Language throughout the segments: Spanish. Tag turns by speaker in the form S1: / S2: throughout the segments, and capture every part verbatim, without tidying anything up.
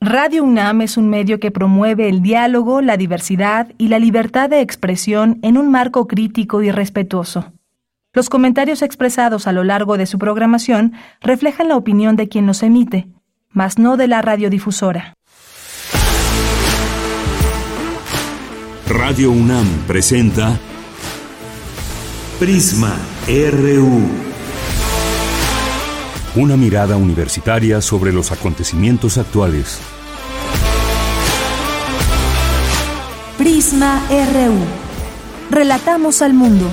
S1: Radio UNAM es un medio que promueve el diálogo, la diversidad y la libertad de expresión en un marco crítico y respetuoso. Los comentarios expresados a lo largo de su programación reflejan la opinión de quien los emite, mas no de la radiodifusora.
S2: Radio UNAM presenta Prisma R U. Una mirada universitaria sobre los acontecimientos actuales.
S1: Prisma R U. Relatamos al mundo.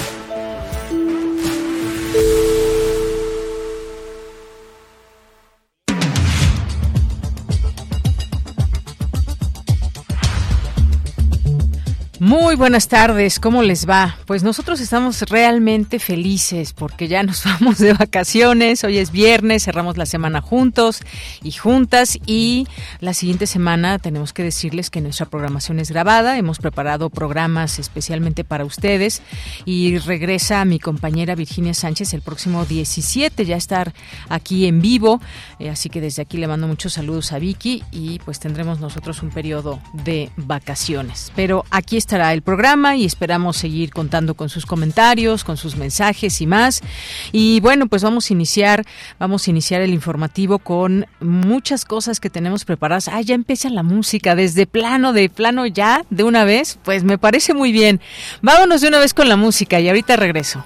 S3: Muy buenas tardes, ¿cómo les va? Pues nosotros estamos realmente felices porque ya nos vamos de vacaciones, hoy es viernes, cerramos la semana juntos y juntas y la siguiente semana tenemos que decirles que nuestra programación es grabada, hemos preparado programas especialmente para ustedes y regresa mi compañera Virginia Sánchez el próximo diecisiete, ya estar aquí en vivo, eh, así que desde aquí le mando muchos saludos a Vicky y pues tendremos nosotros un periodo de vacaciones, pero aquí está estará el programa y esperamos seguir contando con sus comentarios, con sus mensajes y más. Y bueno, pues vamos a iniciar, vamos a iniciar el informativo con muchas cosas que tenemos preparadas. Ah, ya empieza la música, desde plano, de plano ya, de una vez, pues me parece muy bien. Vámonos de una vez con la música y ahorita regreso.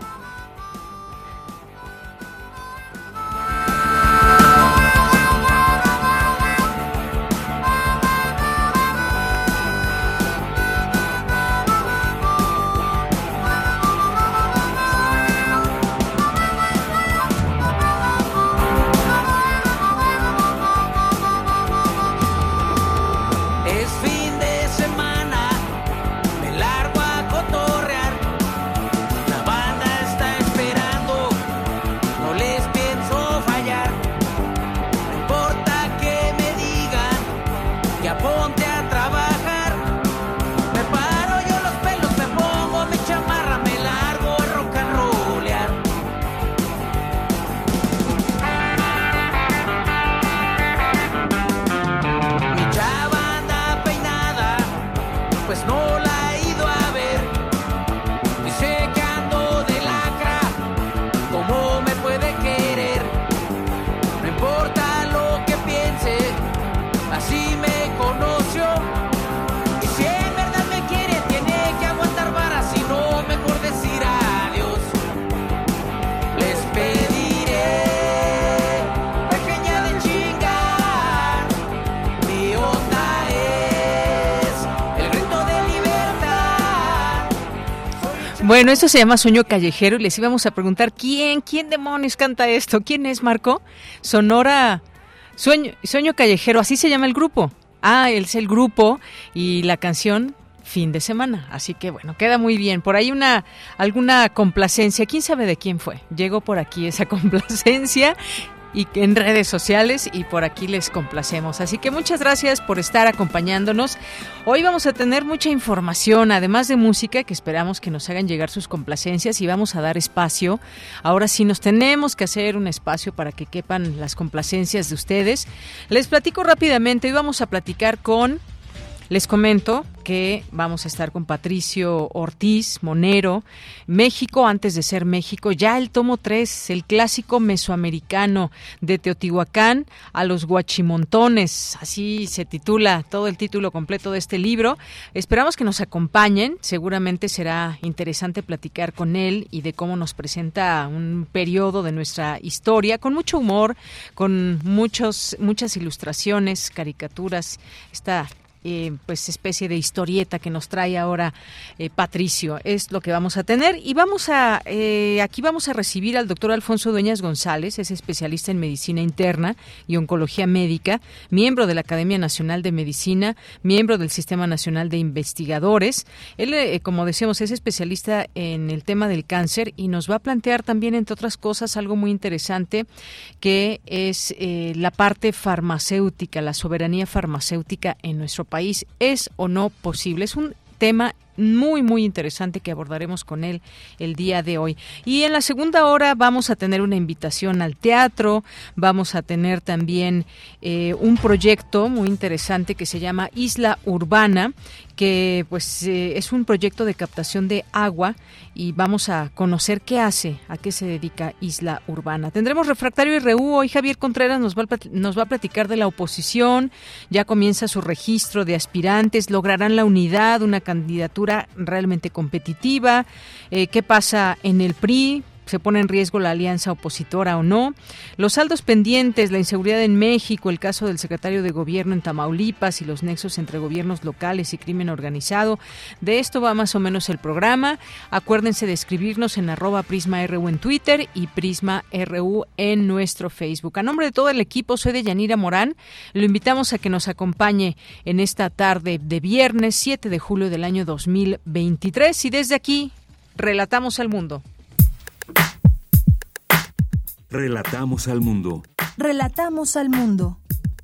S3: Bueno, esto se llama Sueño Callejero y les íbamos a preguntar quién, quién demonios canta esto, quién es, Marco. Sonora Sueño, Sueño Callejero, así se llama el grupo. Ah, es el grupo y la canción Fin de Semana, así que bueno, queda muy bien. Por ahí una alguna complacencia, quién sabe de quién fue. Llegó por aquí esa complacencia y en redes sociales y por aquí les complacemos. Así que muchas gracias por estar acompañándonos. Hoy vamos a tener mucha información, además de música, que esperamos que nos hagan llegar sus complacencias y vamos a dar espacio. Ahora sí nos tenemos que hacer un espacio para que quepan las complacencias de ustedes. Les platico rápidamente, hoy vamos a platicar con... Les comento que vamos a estar con Patricio Ortiz Monero, México antes de ser México, ya el tomo tres, el clásico mesoamericano de Teotihuacán a los Guachimontones, así se titula todo el título completo de este libro. Esperamos que nos acompañen, seguramente será interesante platicar con él y de cómo nos presenta un periodo de nuestra historia, con mucho humor, con muchos, muchas ilustraciones, caricaturas, esta Eh, pues especie de historieta que nos trae ahora eh, Patricio, es lo que vamos a tener y vamos a eh, aquí vamos a recibir al doctor Alfonso Dueñas González, es especialista en medicina interna y oncología médica, miembro de la Academia Nacional de Medicina, miembro del Sistema Nacional de Investigadores. Él, eh, como decíamos, es especialista en el tema del cáncer y nos va a plantear también, entre otras cosas, algo muy interesante que es eh, la parte farmacéutica, la soberanía farmacéutica en nuestro país. ¿Es o no posible? Es un tema muy, muy interesante que abordaremos con él el día de hoy. Y en la segunda hora vamos a tener una invitación al teatro, vamos a tener también eh, un proyecto muy interesante que se llama Isla Urbana, que pues eh, es un proyecto de captación de agua y vamos a conocer qué hace, a qué se dedica Isla Urbana. Tendremos Refractario R U, hoy Javier Contreras nos va, a, nos va a platicar de la oposición, ya comienza su registro de aspirantes, lograrán la unidad, una candidatura realmente competitiva, eh, qué pasa en el P R I, se pone en riesgo la alianza opositora o no, los saldos pendientes, la inseguridad en México, el caso del secretario de Gobierno en Tamaulipas y los nexos entre gobiernos locales y crimen organizado. De esto va más o menos el programa. Acuérdense de escribirnos en arroba Prisma R U en Twitter y Prisma R U en nuestro Facebook. A nombre de todo el equipo, soy Deyanira Morán. Lo invitamos a que nos acompañe en esta tarde de viernes siete de julio del año dos mil veintitrés y desde aquí relatamos al mundo.
S2: Relatamos al mundo.
S1: Relatamos al mundo.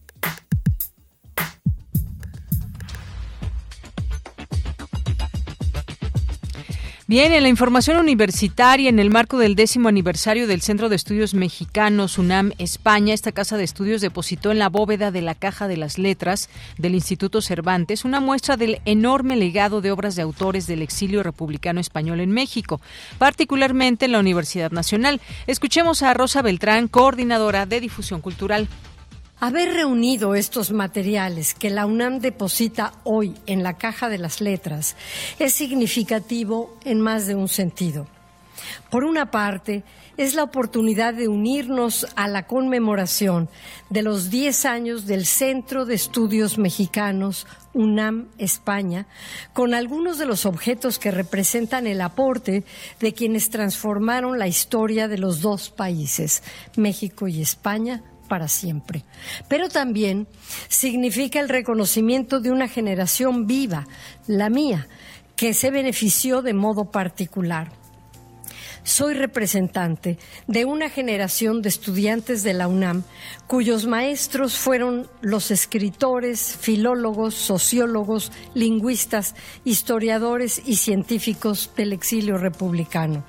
S3: Bien, en la información universitaria, en el marco del décimo aniversario del Centro de Estudios Mexicanos UNAM España, esta casa de estudios depositó en la bóveda de la Caja de las Letras del Instituto Cervantes una muestra del enorme legado de obras de autores del exilio republicano español en México, particularmente en la Universidad Nacional. Escuchemos a Rosa Beltrán, coordinadora de difusión cultural.
S4: Haber reunido estos materiales que la UNAM deposita hoy en la Caja de las Letras es significativo en más de un sentido. Por una parte, es la oportunidad de unirnos a la conmemoración de los diez años del Centro de Estudios Mexicanos UNAM España, con algunos de los objetos que representan el aporte de quienes transformaron la historia de los dos países, México y España, para siempre. Pero también significa el reconocimiento de una generación viva, la mía, que se benefició de modo particular. Soy representante de una generación de estudiantes de la UNAM cuyos maestros fueron los escritores, filólogos, sociólogos, lingüistas, historiadores y científicos del exilio republicano.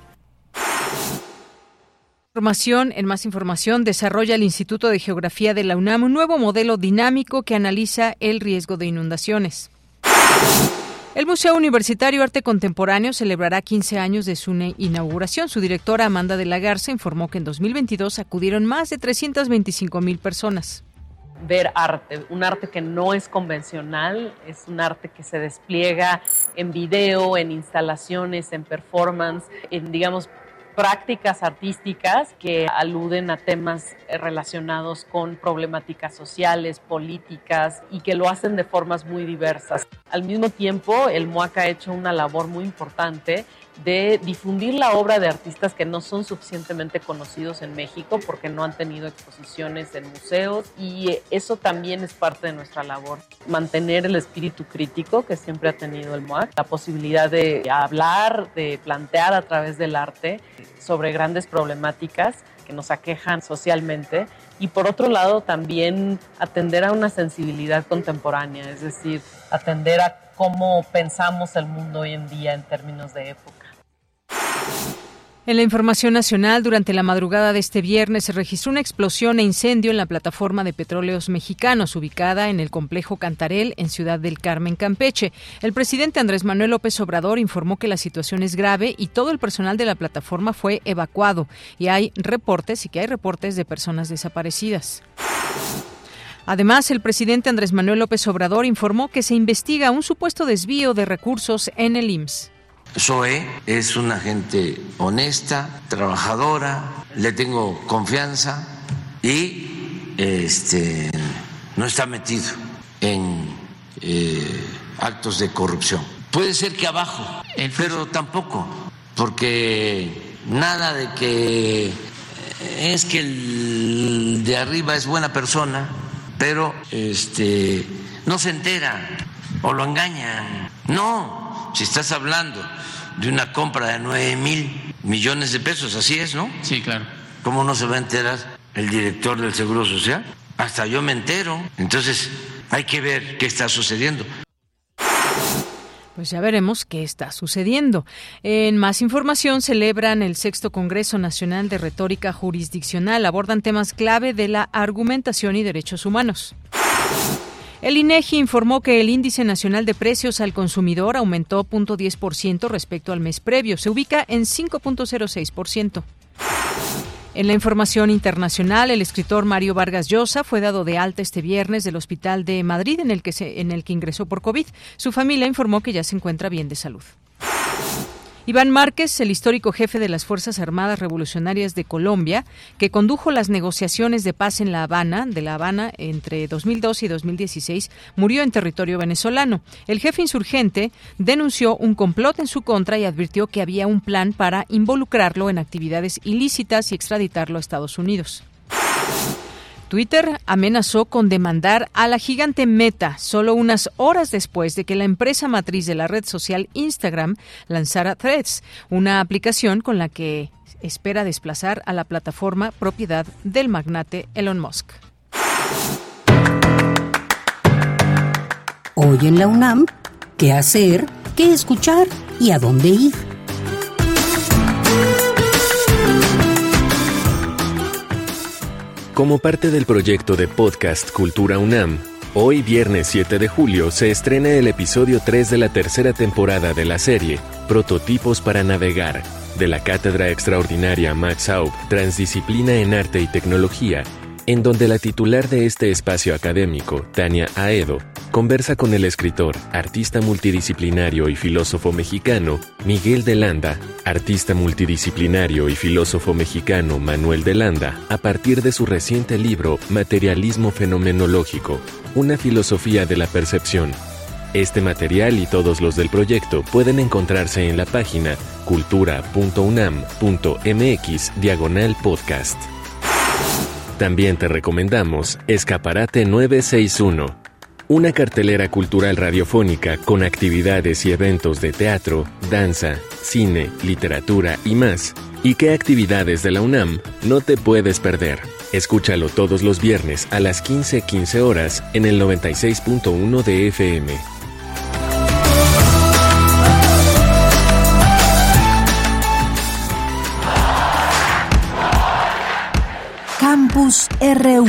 S3: Información, en más información, desarrolla el Instituto de Geografía de la UNAM un nuevo modelo dinámico que analiza el riesgo de inundaciones. El Museo Universitario Arte Contemporáneo celebrará quince años de su inauguración. Su directora, Amanda de la Garza, informó que en dos mil veintidós acudieron más de trescientas veinticinco mil personas.
S5: Ver arte, un arte que no es convencional, es un arte que se despliega en video, en instalaciones, en performance, en, digamos, prácticas artísticas que aluden a temas relacionados con problemáticas sociales, políticas y que lo hacen de formas muy diversas. Al mismo tiempo, el MUAC ha hecho una labor muy importante de difundir la obra de artistas que no son suficientemente conocidos en México porque no han tenido exposiciones en museos y eso también es parte de nuestra labor. Mantener el espíritu crítico que siempre ha tenido el MUAC, la posibilidad de hablar, de plantear a través del arte sobre grandes problemáticas que nos aquejan socialmente y por otro lado también atender a una sensibilidad contemporánea, es decir, atender a cómo pensamos el mundo hoy en día en términos de época.
S3: En la información nacional, durante la madrugada de este viernes se registró una explosión e incendio en la plataforma de petróleos mexicanos, ubicada en el complejo Cantarell, en Ciudad del Carmen, Campeche. El presidente Andrés Manuel López Obrador informó que la situación es grave y todo el personal de la plataforma fue evacuado. Y hay reportes, y que hay reportes de personas desaparecidas. Además, el presidente Andrés Manuel López Obrador informó que se investiga un supuesto desvío de recursos en el I M S S.
S6: Zoe es una gente honesta, trabajadora, le tengo confianza y este, no está metido en eh, actos de corrupción. Puede ser que abajo, pero tampoco, porque nada de que es que el de arriba es buena persona, pero este, no se entera o lo engañan. No, si estás hablando de una compra de nueve mil millones de pesos, así es, ¿no?
S7: Sí, claro.
S6: ¿Cómo no se va a enterar el director del Seguro Social? Hasta yo me entero. Entonces, hay que ver qué está sucediendo.
S3: Pues ya veremos qué está sucediendo. En más información, celebran el sexto Congreso Nacional de Retórica Jurisdiccional. Abordan temas clave de la argumentación y derechos humanos. El INEGI informó que el índice nacional de precios al consumidor aumentó cero punto diez por ciento respecto al mes previo. Se ubica en cinco punto cero seis por ciento. En la información internacional, el escritor Mario Vargas Llosa fue dado de alta este viernes del Hospital de Madrid en el que se, en el que ingresó por COVID. Su familia informó que ya se encuentra bien de salud. Iván Márquez, el histórico jefe de las Fuerzas Armadas Revolucionarias de Colombia, que condujo las negociaciones de paz en La Habana, de La Habana entre dos mil dos y dos mil dieciséis, murió en territorio venezolano. El jefe insurgente denunció un complot en su contra y advirtió que había un plan para involucrarlo en actividades ilícitas y extraditarlo a Estados Unidos. Twitter amenazó con demandar a la gigante Meta solo unas horas después de que la empresa matriz de la red social Instagram lanzara Threads, una aplicación con la que espera desplazar a la plataforma propiedad del magnate Elon Musk.
S7: Hoy en la UNAM, ¿qué hacer? ¿Qué escuchar? ¿Y a dónde ir?
S8: Como parte del proyecto de podcast Cultura UNAM, hoy viernes siete de julio se estrena el episodio tres de la tercera temporada de la serie Prototipos para Navegar, de la Cátedra Extraordinaria Max Aub, Transdisciplina en Arte y Tecnología, en donde la titular de este espacio académico, Tania Aedo, conversa con el escritor, artista multidisciplinario y filósofo mexicano, Miguel de Landa, artista multidisciplinario y filósofo mexicano, Manuel de Landa, a partir de su reciente libro Materialismo Fenomenológico, una filosofía de la percepción. Este material y todos los del proyecto pueden encontrarse en la página cultura punto unam punto mx diagonal podcast. También te recomendamos Escaparate novecientos sesenta y uno, una cartelera cultural radiofónica con actividades y eventos de teatro, danza, cine, literatura y más. ¿Y qué actividades de la UNAM no te puedes perder? Escúchalo todos los viernes a las quince quince horas en el noventa y seis punto uno de F M.
S1: Campus R U.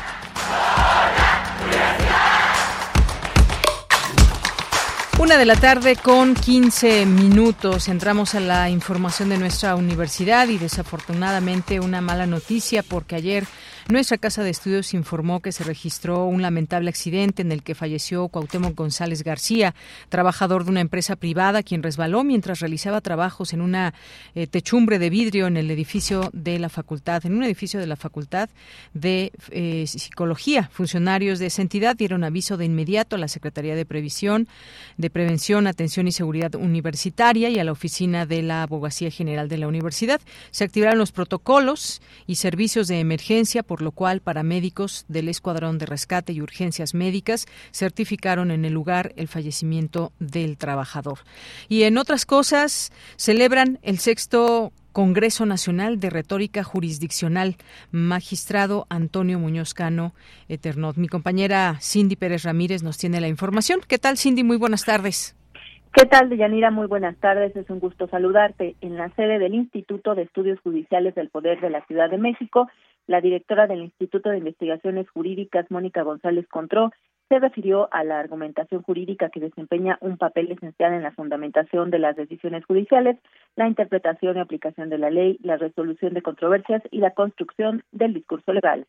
S3: Una de la tarde con quince minutos. Entramos a la información de nuestra universidad y desafortunadamente una mala noticia porque ayer nuestra casa de estudios informó que se registró un lamentable accidente en el que falleció Cuauhtémoc González García, trabajador de una empresa privada, quien resbaló mientras realizaba trabajos en una eh, techumbre de vidrio en el edificio de la facultad, en un edificio de la Facultad de eh, Psicología. Funcionarios de esa entidad dieron aviso de inmediato a la Secretaría de Previsión, de Prevención, Atención y Seguridad Universitaria y a la Oficina de la Abogacía General de la Universidad. Se activaron los protocolos y servicios de emergencia, por lo cual paramédicos del Escuadrón de Rescate y Urgencias Médicas certificaron en el lugar el fallecimiento del trabajador. Y en otras cosas, celebran el sexto Congreso Nacional de Retórica Jurisdiccional, magistrado Antonio Muñoz Cano Eternot. Mi compañera Cindy Pérez Ramírez nos tiene la información. ¿Qué tal, Cindy? Muy buenas tardes.
S9: ¿Qué tal, Deyanira? Muy buenas tardes. Es un gusto saludarte. En la sede del Instituto de Estudios Judiciales del Poder de la Ciudad de México, la directora del Instituto de Investigaciones Jurídicas, Mónica González Contró, se refirió a la argumentación jurídica que desempeña un papel esencial en la fundamentación de las decisiones judiciales, la interpretación y aplicación de la ley, la resolución de controversias y la construcción del discurso legal.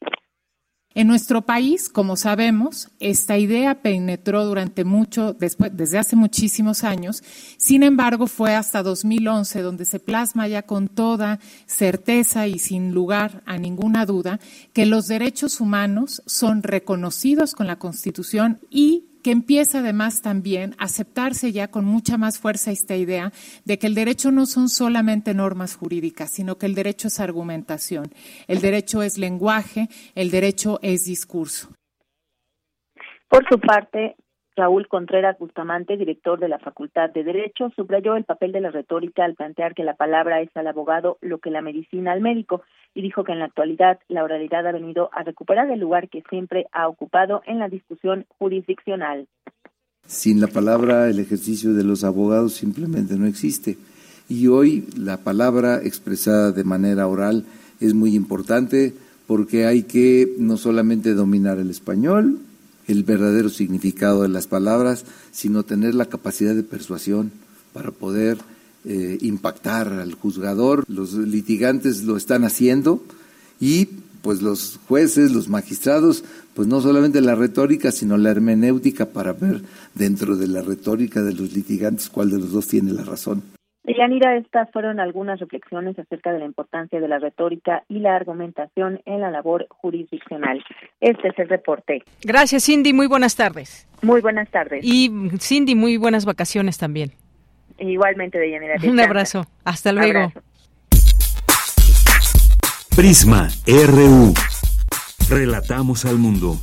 S10: En nuestro país, como sabemos, esta idea penetró durante mucho, después, desde hace muchísimos años. Sin embargo, fue hasta dos mil once donde se plasma ya con toda certeza y sin lugar a ninguna duda que los derechos humanos son reconocidos con la Constitución y que empieza además también a aceptarse ya con mucha más fuerza esta idea de que el derecho no son solamente normas jurídicas, sino que el derecho es argumentación, el derecho es lenguaje, el derecho es discurso.
S9: Por su parte, Raúl Contreras Bustamante, director de la Facultad de Derecho, subrayó el papel de la retórica al plantear que la palabra es al abogado lo que la medicina al médico, y dijo que en la actualidad la oralidad ha venido a recuperar el lugar que siempre ha ocupado en la discusión jurisdiccional.
S11: Sin la palabra, el ejercicio de los abogados simplemente no existe. Y hoy la palabra expresada de manera oral es muy importante porque hay que no solamente dominar el español, el verdadero significado de las palabras, sino tener la capacidad de persuasión para poder eh, impactar al juzgador. Los litigantes lo están haciendo y pues los jueces, los magistrados, pues no solamente la retórica, sino la hermenéutica para ver dentro de la retórica de los litigantes cuál de los dos tiene la razón.
S9: Yanira, estas fueron algunas reflexiones acerca de la importancia de la retórica y la argumentación en la labor jurisdiccional. Este es el reporte.
S3: Gracias, Cindy. Muy buenas tardes.
S9: Muy buenas tardes.
S3: Y Cindy, muy buenas vacaciones también.
S9: Igualmente, de Yanira.
S3: Un abrazo. Hasta luego.
S9: Abrazo.
S2: Prisma R U. Relatamos al mundo.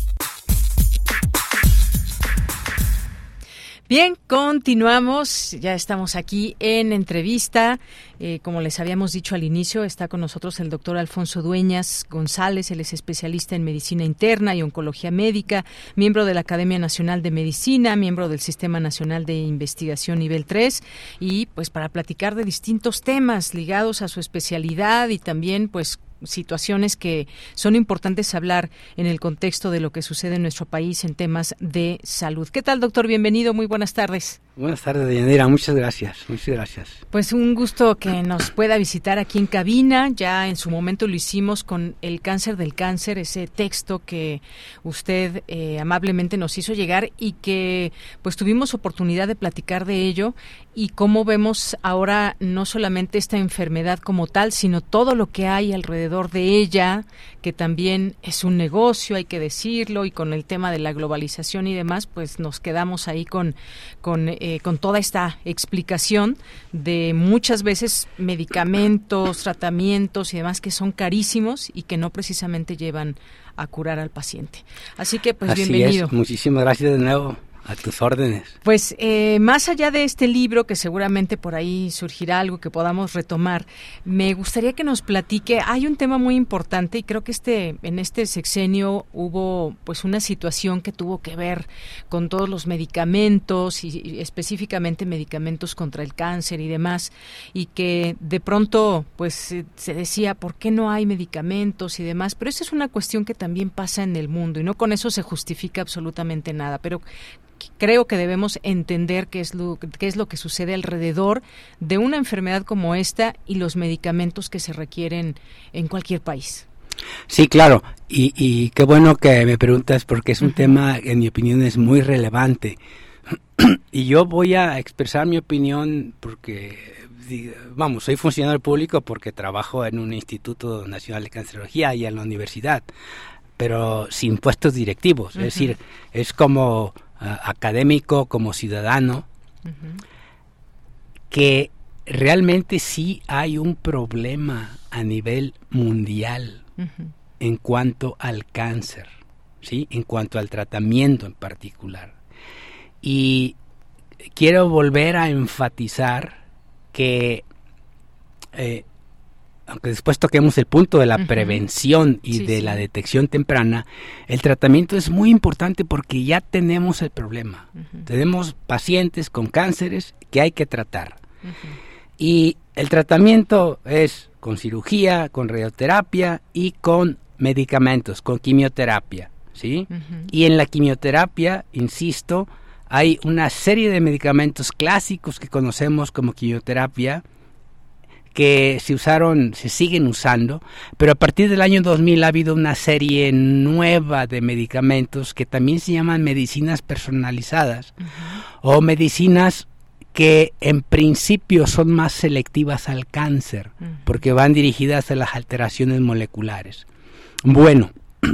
S3: Bien, continuamos, ya estamos aquí en entrevista, eh, como les habíamos dicho al inicio, está con nosotros el doctor Alfonso Dueñas González, él es especialista en medicina interna y oncología médica, miembro de la Academia Nacional de Medicina, miembro del Sistema Nacional de Investigación Nivel tres, y pues para platicar de distintos temas ligados a su especialidad y también pues situaciones que son importantes hablar en el contexto de lo que sucede en nuestro país en temas de salud. ¿Qué tal, doctor? Bienvenido, muy buenas tardes.
S12: Buenas tardes, Yanira, muchas gracias, muchas gracias.
S3: Pues un gusto que nos pueda visitar aquí en cabina, ya en su momento lo hicimos con El cáncer del cáncer, ese texto que usted eh, amablemente nos hizo llegar y que pues tuvimos oportunidad de platicar de ello y cómo vemos ahora no solamente esta enfermedad como tal, sino todo lo que hay alrededor de ella, que también es un negocio, hay que decirlo, y con el tema de la globalización y demás, pues nos quedamos ahí con, con Eh, con toda esta explicación de muchas veces medicamentos, tratamientos y demás que son carísimos y que no precisamente llevan a curar al paciente. Así que, pues,
S12: Así
S3: bienvenido.
S12: Es. Muchísimas gracias de nuevo. A tus órdenes.
S3: Pues eh, más allá de este libro, que seguramente por ahí surgirá algo que podamos retomar, me gustaría que nos platique, hay un tema muy importante y creo que este en este sexenio hubo pues una situación que tuvo que ver con todos los medicamentos y, y específicamente medicamentos contra el cáncer y demás, y que de pronto pues se, se decía, ¿por qué no hay medicamentos y demás? Pero esa es una cuestión que también pasa en el mundo y no con eso se justifica absolutamente nada, pero creo que debemos entender qué es lo qué es lo que sucede alrededor de una enfermedad como esta y los medicamentos que se requieren en cualquier país.
S12: Sí, claro, y, y qué bueno que me preguntas porque es un uh-huh. tema, en mi opinión, es muy relevante. Y yo voy a expresar mi opinión porque, vamos, soy funcionario público porque trabajo en un Instituto Nacional de Cancerología y en la universidad, pero sin puestos directivos, uh-huh. es decir, es como Uh, académico, como ciudadano, uh-huh. que realmente sí hay un problema a nivel mundial uh-huh. en cuanto al cáncer, ¿sí? En cuanto al tratamiento en particular. Y quiero volver a enfatizar que eh, aunque después toquemos el punto de la uh-huh. prevención y sí, de sí. la detección temprana, el tratamiento es muy importante porque ya tenemos el problema. Uh-huh. Tenemos pacientes con cánceres que hay que tratar. Uh-huh. Y el tratamiento es con cirugía, con radioterapia y con medicamentos, con quimioterapia, ¿sí? Uh-huh. Y en la quimioterapia, insisto, hay una serie de medicamentos clásicos que conocemos como quimioterapia, que se usaron, se siguen usando, pero a partir del año dos mil ha habido una serie nueva de medicamentos que también se llaman medicinas personalizadas uh-huh. o medicinas que en principio son más selectivas al cáncer, uh-huh. porque van dirigidas a las alteraciones moleculares. Bueno,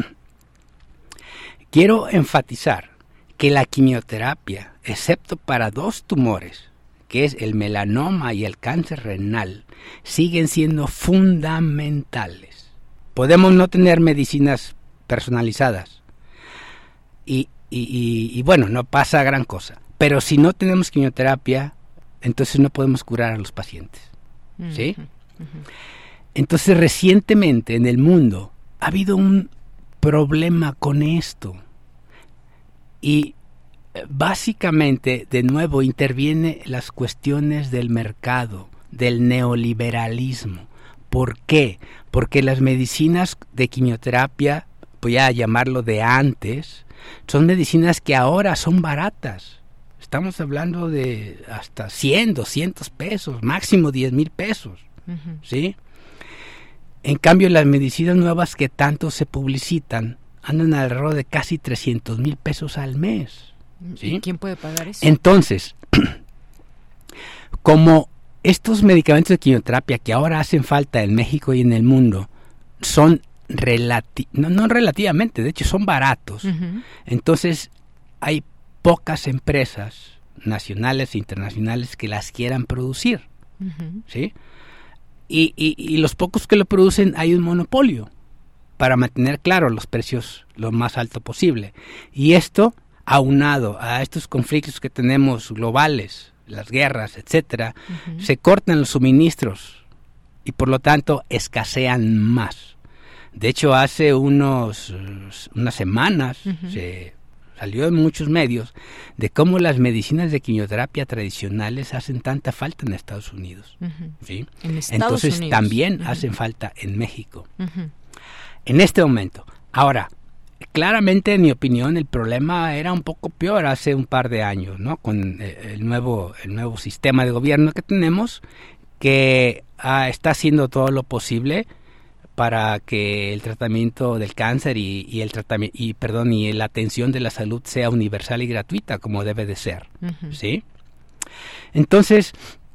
S12: quiero enfatizar que la quimioterapia, excepto para dos tumores, que es el melanoma y el cáncer renal, siguen siendo fundamentales. Podemos no tener medicinas personalizadas y, y, y, y bueno, no pasa gran cosa, pero si no tenemos quimioterapia, entonces no podemos curar a los pacientes, ¿sí? Uh-huh. Entonces recientemente en el mundo ha habido un problema con esto y básicamente, de nuevo, interviene las cuestiones del mercado, del neoliberalismo. ¿Por qué? Porque las medicinas de quimioterapia, voy a llamarlo de antes, son medicinas que ahora son baratas. Estamos hablando de hasta cien, doscientos pesos, máximo diez mil pesos, uh-huh. ¿sí? En cambio, las medicinas nuevas que tanto se publicitan andan alrededor de casi trescientos mil pesos al mes, ¿sí?
S3: ¿Y quién puede pagar eso?
S12: Entonces, como estos medicamentos de quimioterapia que ahora hacen falta en México y en el mundo son relati- no, no relativamente, de hecho son baratos, uh-huh. entonces hay pocas empresas nacionales e internacionales que las quieran producir, uh-huh. ¿sí? Y, y, y los pocos que lo producen hay un monopolio para mantener, claro, los precios lo más alto posible. Y esto, aunado a estos conflictos que tenemos globales, las guerras, etcétera, uh-huh. se cortan los suministros y por lo tanto escasean más. De hecho, hace unos unas semanas uh-huh. se salió en muchos medios de cómo las medicinas de quimioterapia tradicionales hacen tanta falta en Estados Unidos. Uh-huh. ¿Sí?
S3: En Estados
S12: Entonces
S3: Unidos.
S12: también uh-huh. hacen falta en México. Uh-huh. En este momento. Ahora, claramente, en mi opinión, el problema era un poco peor hace un par de años, ¿no? Con el nuevo, el nuevo sistema de gobierno que tenemos, que ah, está haciendo todo lo posible para que el tratamiento del cáncer y, y el tratamiento y perdón y la atención de la salud sea universal y gratuita como debe de ser, uh-huh. ¿sí? Entonces,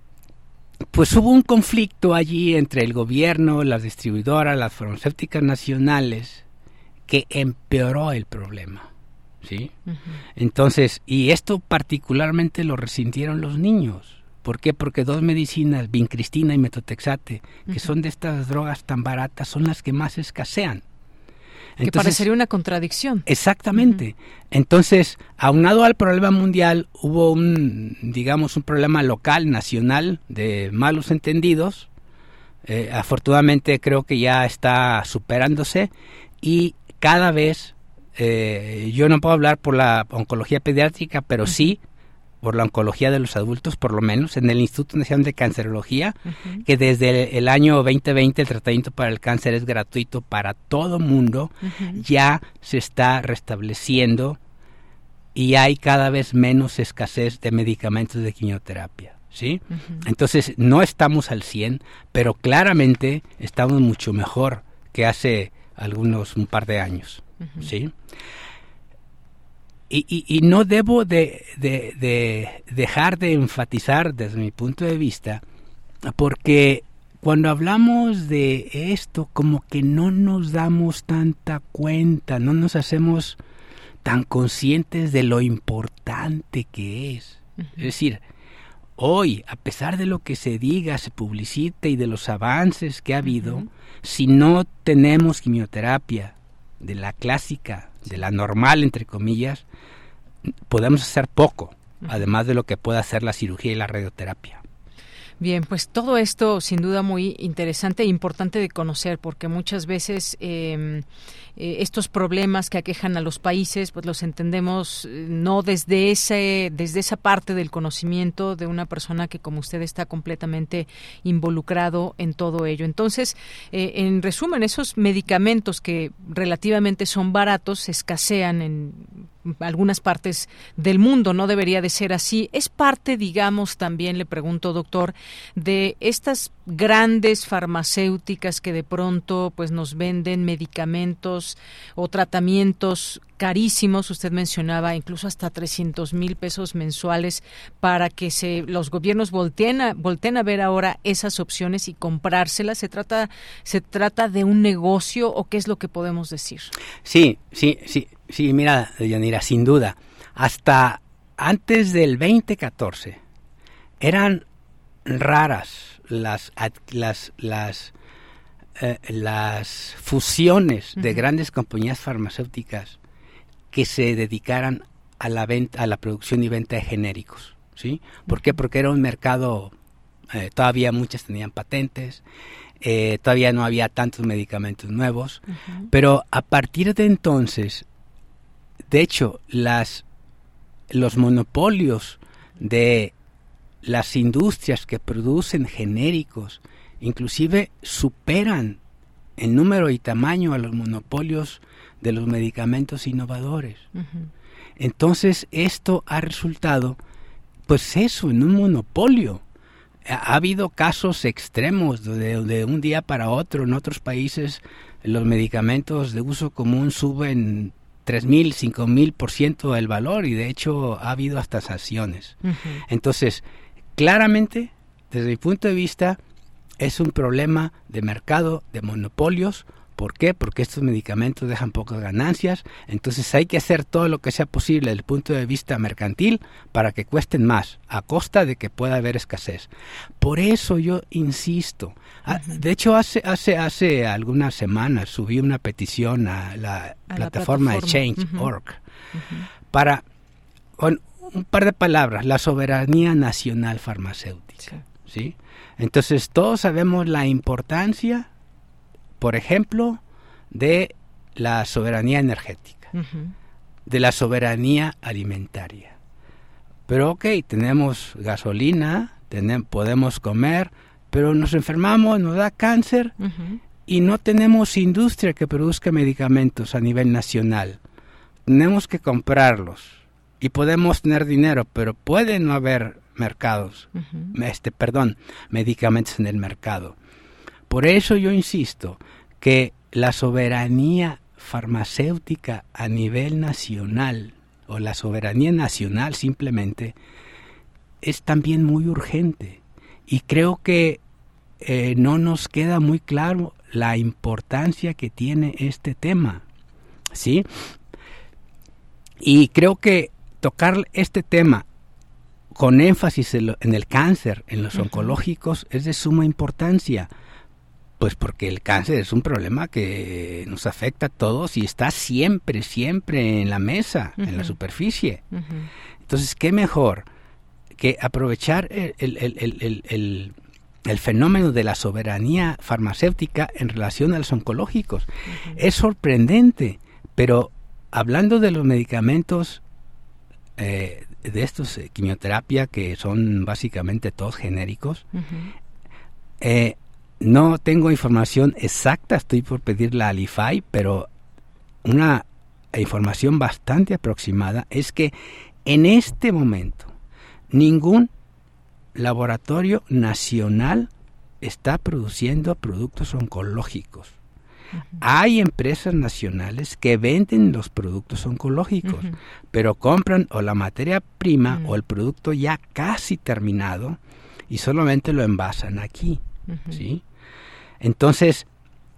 S12: pues hubo un conflicto allí entre el gobierno, las distribuidoras, las farmacéuticas nacionales, que empeoró el problema, ¿sí? Uh-huh. Entonces, y esto particularmente lo resintieron los niños. ¿Por qué? Porque dos medicinas, vincristina y metotrexate, que uh-huh. son de estas drogas tan baratas, son las que más escasean.
S3: Entonces, que parecería una contradicción.
S12: Exactamente. Uh-huh. Entonces, aunado al problema mundial, hubo un, digamos, un problema local, nacional, de malos entendidos. Eh, afortunadamente creo que ya está superándose y cada vez, eh, yo no puedo hablar por la oncología pediátrica, pero uh-huh. sí por la oncología de los adultos, por lo menos, en el Instituto Nacional de Cancerología, uh-huh. que desde el, el año veinte veinte el tratamiento para el cáncer es gratuito para todo mundo, uh-huh. ya se está restableciendo y hay cada vez menos escasez de medicamentos de quimioterapia, ¿sí? Uh-huh. Entonces, no estamos al cien, pero claramente estamos mucho mejor que hace algunos, un par de años, uh-huh. ¿sí? Y, y, y no debo de, de, de dejar de enfatizar desde mi punto de vista, porque cuando hablamos de esto, como que no nos damos tanta cuenta, no nos hacemos tan conscientes de lo importante que es. Uh-huh. Es decir, hoy, a pesar de lo que se diga, se publicite y de los avances que ha habido, uh-huh. si no tenemos quimioterapia de la clásica, de la normal, entre comillas, podemos hacer poco, uh-huh. además de lo que puede hacer la cirugía y la radioterapia.
S3: Bien, pues todo esto sin duda muy interesante e importante de conocer, porque muchas veces eh, eh, estos problemas que aquejan a los países, pues los entendemos eh, no desde ese, desde esa parte del conocimiento de una persona que como usted está completamente involucrado en todo ello. Entonces, eh, en resumen, esos medicamentos que relativamente son baratos escasean en algunas partes del mundo, no debería de ser así. Es parte, digamos, también le pregunto, doctor, de estas grandes farmacéuticas que de pronto pues nos venden medicamentos o tratamientos carísimos. Usted mencionaba incluso hasta trescientos mil pesos mensuales para que se los gobiernos volteen a, volteen a ver ahora esas opciones y comprárselas. ¿Se trata, se trata de un negocio o qué es lo que podemos decir? Sí, sí, sí. Sí, mira, Yanira, sin duda, hasta antes del veinte catorce eran raras las las las eh, las fusiones de uh-huh. grandes compañías farmacéuticas que se dedicaran a la venta, a la producción y venta de genéricos, ¿sí? ¿Por qué? Porque era un mercado, eh, todavía muchas tenían patentes. Eh, todavía no había tantos medicamentos nuevos, uh-huh. pero a partir de entonces, de hecho, las
S12: los monopolios de las industrias que producen genéricos inclusive superan en número y tamaño a los monopolios de los medicamentos innovadores. Uh-huh. Entonces esto ha resultado, pues eso, en un monopolio. Ha, ha habido casos extremos de, de un día para otro en otros países los medicamentos de uso común suben tres mil, cinco mil por ciento del valor y de hecho ha habido hasta sanciones. Uh-huh. Entonces, claramente, desde mi punto de vista, es un problema de mercado, de monopolios. ¿Por qué? Porque estos medicamentos dejan pocas ganancias, entonces hay que hacer todo lo que sea posible desde el punto de vista mercantil para que cuesten más, a costa de que pueda haber escasez. Por eso yo insisto. Uh-huh. De hecho, hace hace hace algunas semanas subí una petición a la, a plataforma, la plataforma de change punto org uh-huh. uh-huh. para, con un par de palabras, la soberanía nacional farmacéutica. Sí. ¿Sí? Entonces, todos sabemos la importancia, por ejemplo, de la soberanía energética, uh-huh. de la soberanía alimentaria. Pero ok, tenemos gasolina, tenemos, podemos comer, pero nos enfermamos, nos da cáncer uh-huh. y no tenemos industria que produzca medicamentos a nivel nacional. Tenemos que comprarlos y podemos tener dinero, pero puede no haber mercados, uh-huh. este, perdón, medicamentos en el mercado. Por eso yo insisto que la soberanía farmacéutica a nivel nacional, o la soberanía nacional simplemente, es también muy urgente. Y creo que eh, no nos queda muy claro la importancia que tiene este tema, ¿sí? Y creo que tocar este tema con énfasis en, lo, en el cáncer, en los uh-huh. oncológicos, es de suma importancia. Pues porque el cáncer es un problema que nos afecta a todos y está siempre, siempre en la mesa, uh-huh. en la superficie. Uh-huh. Entonces, ¿qué mejor que aprovechar el, el, el, el, el, el fenómeno de la soberanía farmacéutica en relación a los oncológicos? Uh-huh. Es sorprendente, pero hablando de los medicamentos eh, de estos eh, quimioterapia, que son básicamente todos genéricos, uh-huh. eh, no tengo información exacta, estoy por pedirla al I F A I, pero una información bastante aproximada es que en este momento ningún laboratorio nacional está produciendo productos oncológicos. Uh-huh. Hay empresas nacionales que venden los productos oncológicos, uh-huh. pero compran o la materia prima uh-huh. o el producto ya casi terminado y solamente lo envasan aquí. Uh-huh. ¿Sí? Entonces,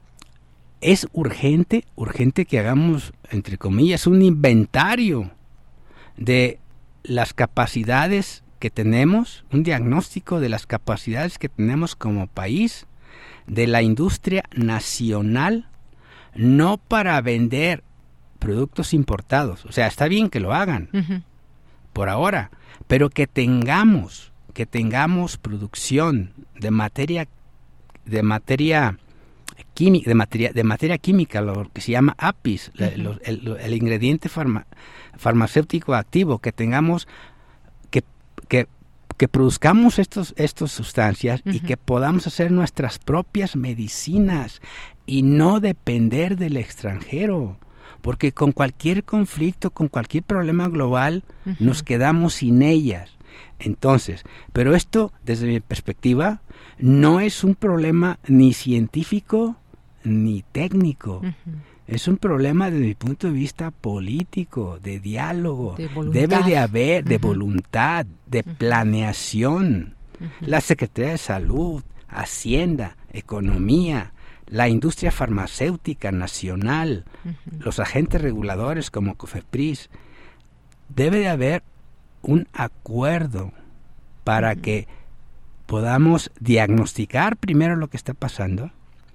S12: es urgente, urgente que hagamos, entre comillas, un inventario de las capacidades que tenemos, un diagnóstico de las capacidades que tenemos como país, de la industria nacional, no para vender productos importados. O sea, está bien que lo hagan, uh-huh. por ahora, pero que tengamos que tengamos producción de materia de materia química de materia de materia química, lo que se llama A P I S, uh-huh. la, lo, el, el ingrediente farma, farmacéutico activo, que tengamos que que que produzcamos estos estas sustancias uh-huh. y que podamos hacer nuestras propias medicinas y no depender del extranjero, porque con cualquier conflicto, con cualquier problema global, uh-huh. nos quedamos sin ellas. Entonces, pero esto, desde mi perspectiva, no es un problema ni científico ni técnico. Uh-huh. Es un problema desde mi punto de vista político, de diálogo. De Debe de haber, uh-huh. de voluntad, de uh-huh. planeación. Uh-huh. La Secretaría de Salud, Hacienda, Economía, la industria farmacéutica nacional, uh-huh. los agentes reguladores como COFEPRIS. Debe de haber un acuerdo para uh-huh. que podamos diagnosticar primero lo que está pasando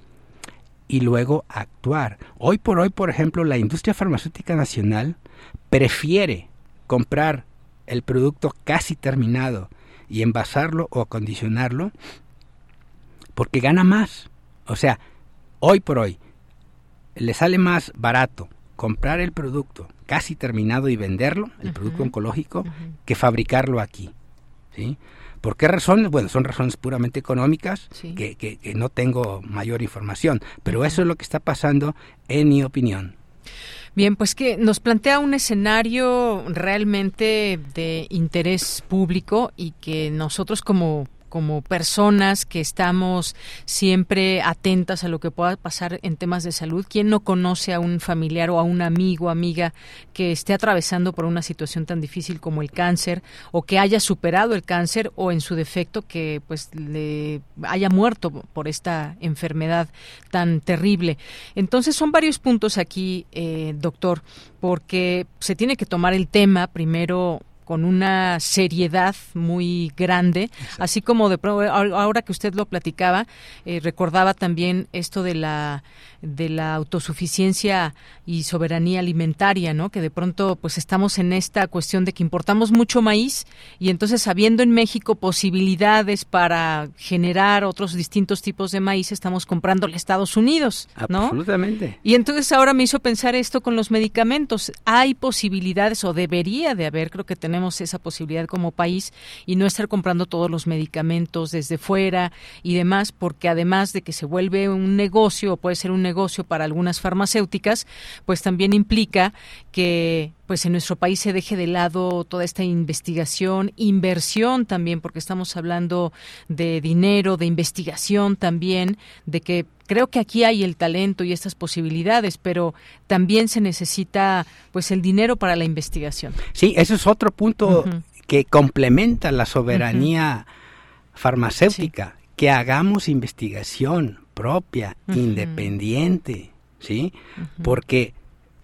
S12: y luego actuar. Hoy por hoy, por ejemplo, la industria farmacéutica nacional prefiere comprar el producto casi terminado y envasarlo o acondicionarlo porque gana más. O sea, hoy por hoy le sale más barato comprar el producto casi terminado y venderlo, el uh-huh. producto oncológico, uh-huh. que fabricarlo aquí, ¿sí? ¿Por qué razones? Bueno, son razones puramente económicas, sí. que, que, que no tengo mayor información, pero uh-huh. eso es lo que está pasando en mi opinión.
S3: Bien, pues que nos plantea un escenario realmente de interés público y que nosotros como como personas que estamos siempre atentas a lo que pueda pasar en temas de salud. ¿Quién no conoce a un familiar o a un amigo, amiga que esté atravesando por una situación tan difícil como el cáncer, o que haya superado el cáncer, o en su defecto que pues le haya muerto por esta enfermedad tan terrible? Entonces son varios puntos aquí, eh, doctor, porque se tiene que tomar el tema primero con una seriedad muy grande, exacto. Así como de ahora que usted lo platicaba, eh, recordaba también esto de la de la autosuficiencia y soberanía alimentaria, ¿no? Que de pronto pues estamos en esta cuestión de que importamos mucho maíz y entonces habiendo en México posibilidades para generar otros distintos tipos de maíz, estamos comprándole a Estados Unidos, ¿no?
S12: Absolutamente.
S3: Y entonces ahora me hizo pensar esto con los medicamentos. Hay posibilidades, o debería de haber, creo que tenemos esa posibilidad como país, y no estar comprando todos los medicamentos desde fuera y demás, porque además de que se vuelve un negocio, o puede ser un negocio para algunas farmacéuticas, pues también implica que pues en nuestro país se deje de lado toda esta investigación, inversión también, porque estamos hablando de dinero, de investigación también, de que creo que aquí hay el talento y estas posibilidades, pero también se necesita pues el dinero para la investigación.
S12: Sí, eso es otro punto uh-huh. que complementa la soberanía uh-huh. farmacéutica, sí. que hagamos investigación propia, uh-huh. independiente, ¿sí? Uh-huh. Porque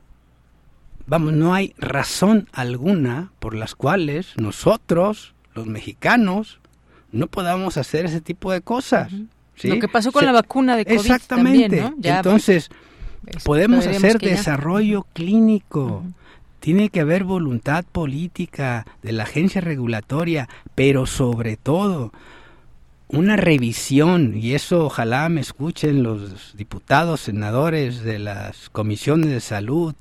S12: vamos, no hay razón alguna por las cuales nosotros, los mexicanos, no podamos hacer ese tipo de cosas. Uh-huh. ¿Sí?
S3: Lo que pasó con Se, la vacuna de COVID
S12: exactamente.
S3: También, ¿no? Ya,
S12: Entonces, pues, podemos hacer
S3: que
S12: desarrollo ya. clínico. Uh-huh. Tiene que haber voluntad política de la agencia regulatoria, pero sobre todo una revisión, y eso ojalá me escuchen los diputados, senadores de las comisiones de salud.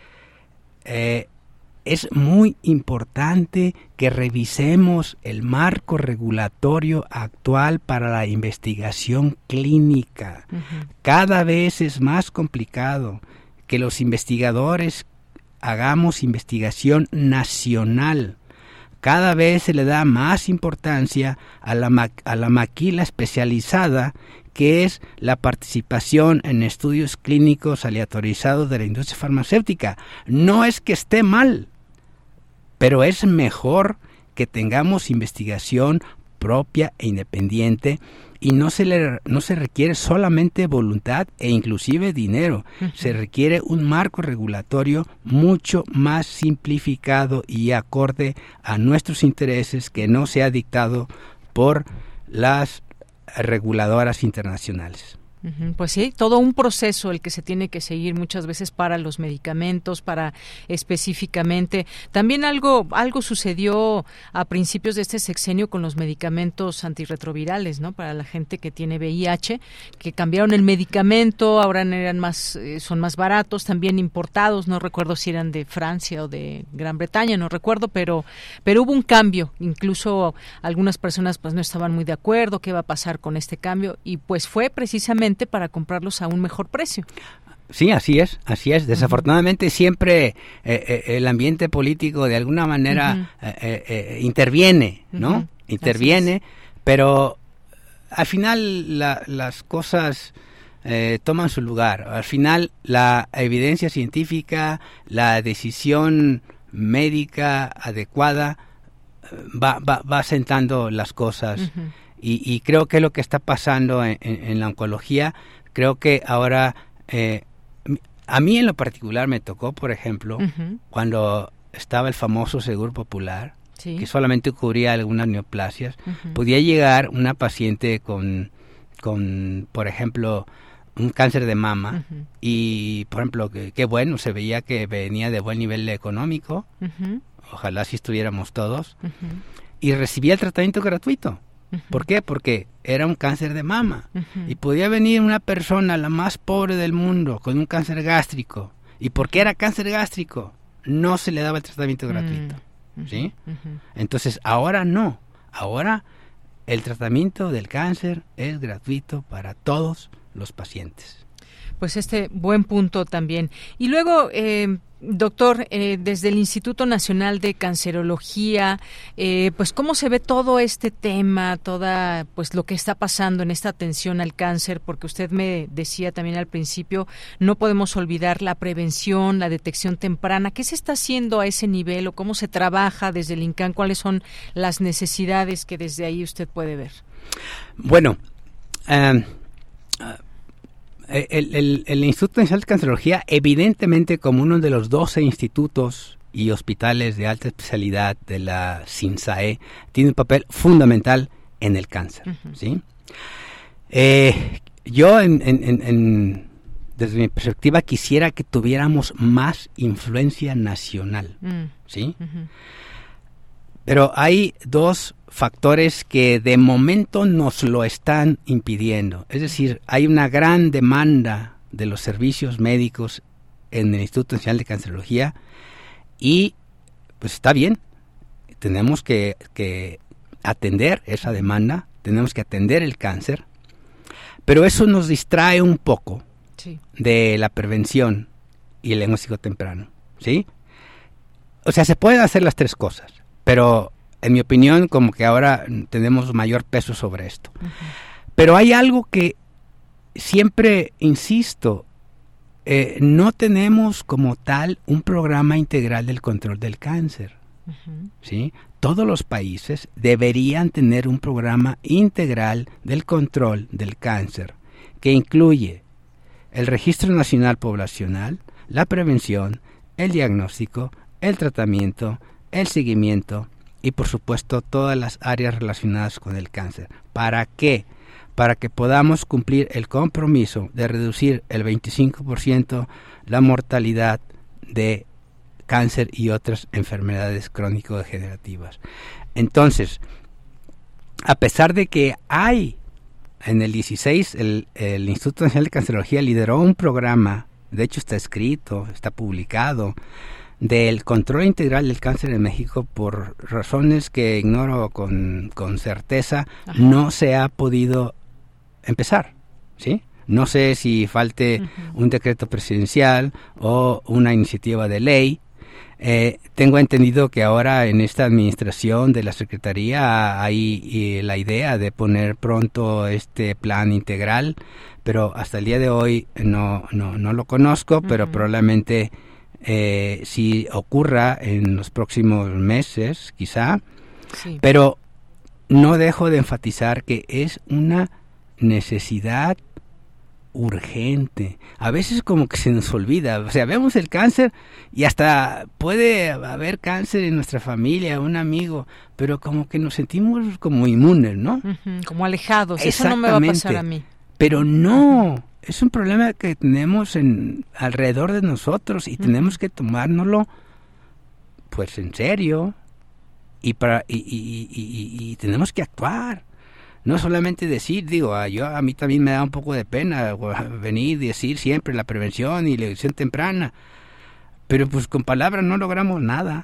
S12: Eh, es muy importante que revisemos el marco regulatorio actual para la investigación clínica. Uh-huh. Cada vez es más complicado que los investigadores hagamos investigación nacional. Cada vez se le da más importancia a la, ma- a la maquila especializada, que es la participación en estudios clínicos aleatorizados de la industria farmacéutica. No es que esté mal, pero es mejor que tengamos investigación propia e independiente, y no se le no se requiere solamente voluntad e inclusive dinero. Uh-huh. Se requiere un marco regulatorio mucho más simplificado y acorde a nuestros intereses, que no sea dictado por las reguladoras internacionales.
S3: Pues sí, todo un proceso el que se tiene que seguir muchas veces para los medicamentos, para específicamente. También algo algo sucedió a principios de este sexenio con los medicamentos antirretrovirales, ¿no? Para la gente que tiene V I H, que cambiaron el medicamento, ahora eran más eh, son más baratos, también importados, no recuerdo si eran de Francia o de Gran Bretaña, no recuerdo, pero pero hubo un cambio, incluso algunas personas pues no estaban muy de acuerdo, qué va a pasar con este cambio, y pues fue precisamente para comprarlos a un mejor precio.
S12: Sí, así es, así es. Desafortunadamente uh-huh. siempre eh, eh, el ambiente político de alguna manera uh-huh. eh, eh, interviene, ¿no? Uh-huh. Interviene, pero al final la, las cosas eh, toman su lugar. Al final la evidencia científica, la decisión médica adecuada va, va, va sentando las cosas. Uh-huh. Y, y creo que lo que está pasando en, en, en la oncología, creo que ahora, eh, a mí en lo particular me tocó, por ejemplo, uh-huh. cuando estaba el famoso Seguro Popular, sí. que solamente cubría algunas neoplasias, uh-huh. podía llegar una paciente con, con, por ejemplo, un cáncer de mama, uh-huh. y, por ejemplo, que, que bueno, se veía que venía de buen nivel económico, uh-huh. ojalá si estuviéramos todos, uh-huh. y recibía el tratamiento gratuito. Uh-huh. ¿Por qué? Porque era un cáncer de mama. Uh-huh. Y podía venir una persona, la más pobre del mundo, con un cáncer gástrico, ¿Y por qué era cáncer gástrico? No se le daba el tratamiento gratuito,
S3: mm.
S12: ¿sí?
S3: Uh-huh.
S12: Entonces, ahora no. Ahora el tratamiento del cáncer es gratuito para todos los pacientes.
S3: Pues este buen punto también. Y luego, eh, doctor, eh, desde el Instituto Nacional de Cancerología, eh, pues cómo se ve todo este tema, toda pues lo que está pasando en esta atención al cáncer, porque usted me decía también al principio, no podemos olvidar la prevención, la detección temprana. ¿Qué se está haciendo a ese nivel o cómo se trabaja desde el INCAN? ¿Cuáles son las necesidades que desde ahí usted puede ver?
S12: Bueno, um, uh, El, el, el Instituto Nacional de Cancerología, evidentemente como uno de los doce institutos y hospitales de alta especialidad de la SINSAE, tiene un papel fundamental en el cáncer. Uh-huh. ¿Sí? Eh, yo, en, en, en, en, desde mi perspectiva, quisiera que tuviéramos más influencia nacional. Uh-huh. ¿Sí? Uh-huh. Pero hay dos factores que de momento nos lo están impidiendo. Es decir, hay una gran demanda de los servicios médicos en el Instituto Nacional de Cancerología y pues está bien, tenemos que, que atender esa demanda, tenemos que atender el cáncer, pero eso nos distrae un poco sí. de la prevención y el diagnóstico temprano, ¿sí? O sea, se pueden hacer las tres cosas, pero en mi opinión, como que ahora tenemos mayor peso sobre esto. Uh-huh. Pero hay algo que siempre insisto, eh, no tenemos como tal un programa integral del control del cáncer. Uh-huh. ¿Sí? Todos los países deberían tener un programa integral del control del cáncer, que incluye el Registro Nacional Poblacional, la prevención, el diagnóstico, el tratamiento, el seguimiento, y por supuesto todas las áreas relacionadas con el cáncer. ¿Para qué? Para que podamos cumplir el compromiso de reducir el veinticinco por ciento la mortalidad de cáncer y otras enfermedades crónico-degenerativas. Entonces, a pesar de que hay en el dieciséis, el, el Instituto Nacional de Cancerología lideró un programa, de hecho está escrito, está publicado, del control integral del cáncer en México, por razones que ignoro con, con certeza, Ajá. no se ha podido empezar, ¿sí? No sé si falte uh-huh. un decreto presidencial o una iniciativa de ley. Eh, tengo entendido que ahora en esta administración de la Secretaría hay eh, la idea de poner pronto este plan integral, pero hasta el día de hoy no, no, no lo conozco, uh-huh. pero probablemente Eh, si ocurra en los próximos meses, quizá, sí. pero no dejo de enfatizar que es una necesidad urgente. A veces como que se nos olvida, o sea, vemos el cáncer y hasta puede haber cáncer en nuestra familia, un amigo, pero como que nos sentimos como inmunes, ¿no?
S3: Uh-huh, como alejados, eso no me va a pasar a mí.
S12: Pero no, uh-huh. es un problema que tenemos en alrededor de nosotros y uh-huh. tenemos que tomárnoslo pues en serio y para y, y, y, y, y tenemos que actuar. No solamente decir, digo, a, yo, a mí también me da un poco de pena venir y decir siempre la prevención y la detección temprana, pero pues con palabras no logramos nada.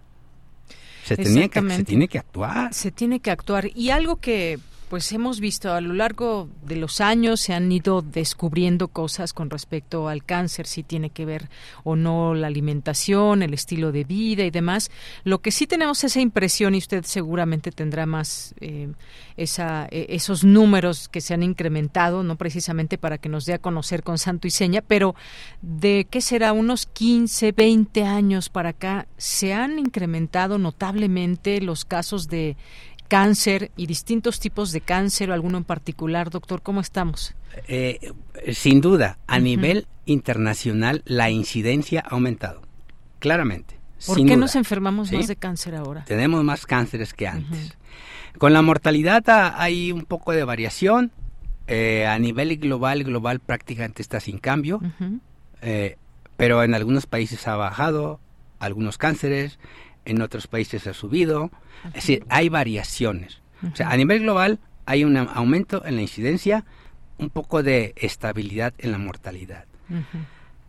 S12: Se, tenía que, se tiene que actuar.
S3: Se tiene que actuar. Y algo que pues hemos visto a lo largo de los años, se han ido descubriendo cosas con respecto al cáncer, si tiene que ver o no la alimentación, el estilo de vida y demás. Lo que sí tenemos esa impresión, y usted seguramente tendrá más eh, esa, eh, esos números que se han incrementado, no precisamente para que nos dé a conocer con santo y seña, pero de qué será unos quince, veinte años para acá, se han incrementado notablemente los casos de cáncer y distintos tipos de cáncer, o alguno en particular, doctor, ¿cómo estamos?
S12: Eh, sin duda, a uh-huh. nivel internacional la incidencia ha aumentado, claramente.
S3: ¿Por
S12: sin
S3: qué
S12: duda.
S3: nos enfermamos
S12: ¿Sí?
S3: más de cáncer ahora?
S12: Tenemos más cánceres que antes. Uh-huh. Con la mortalidad hay un poco de variación, eh, a nivel global, global prácticamente está sin cambio, uh-huh. eh, pero en algunos países ha bajado, algunos cánceres, en otros países ha subido, uh-huh. es decir, hay variaciones. Uh-huh. O sea, a nivel global hay un aumento en la incidencia, un poco de estabilidad en la mortalidad. Uh-huh.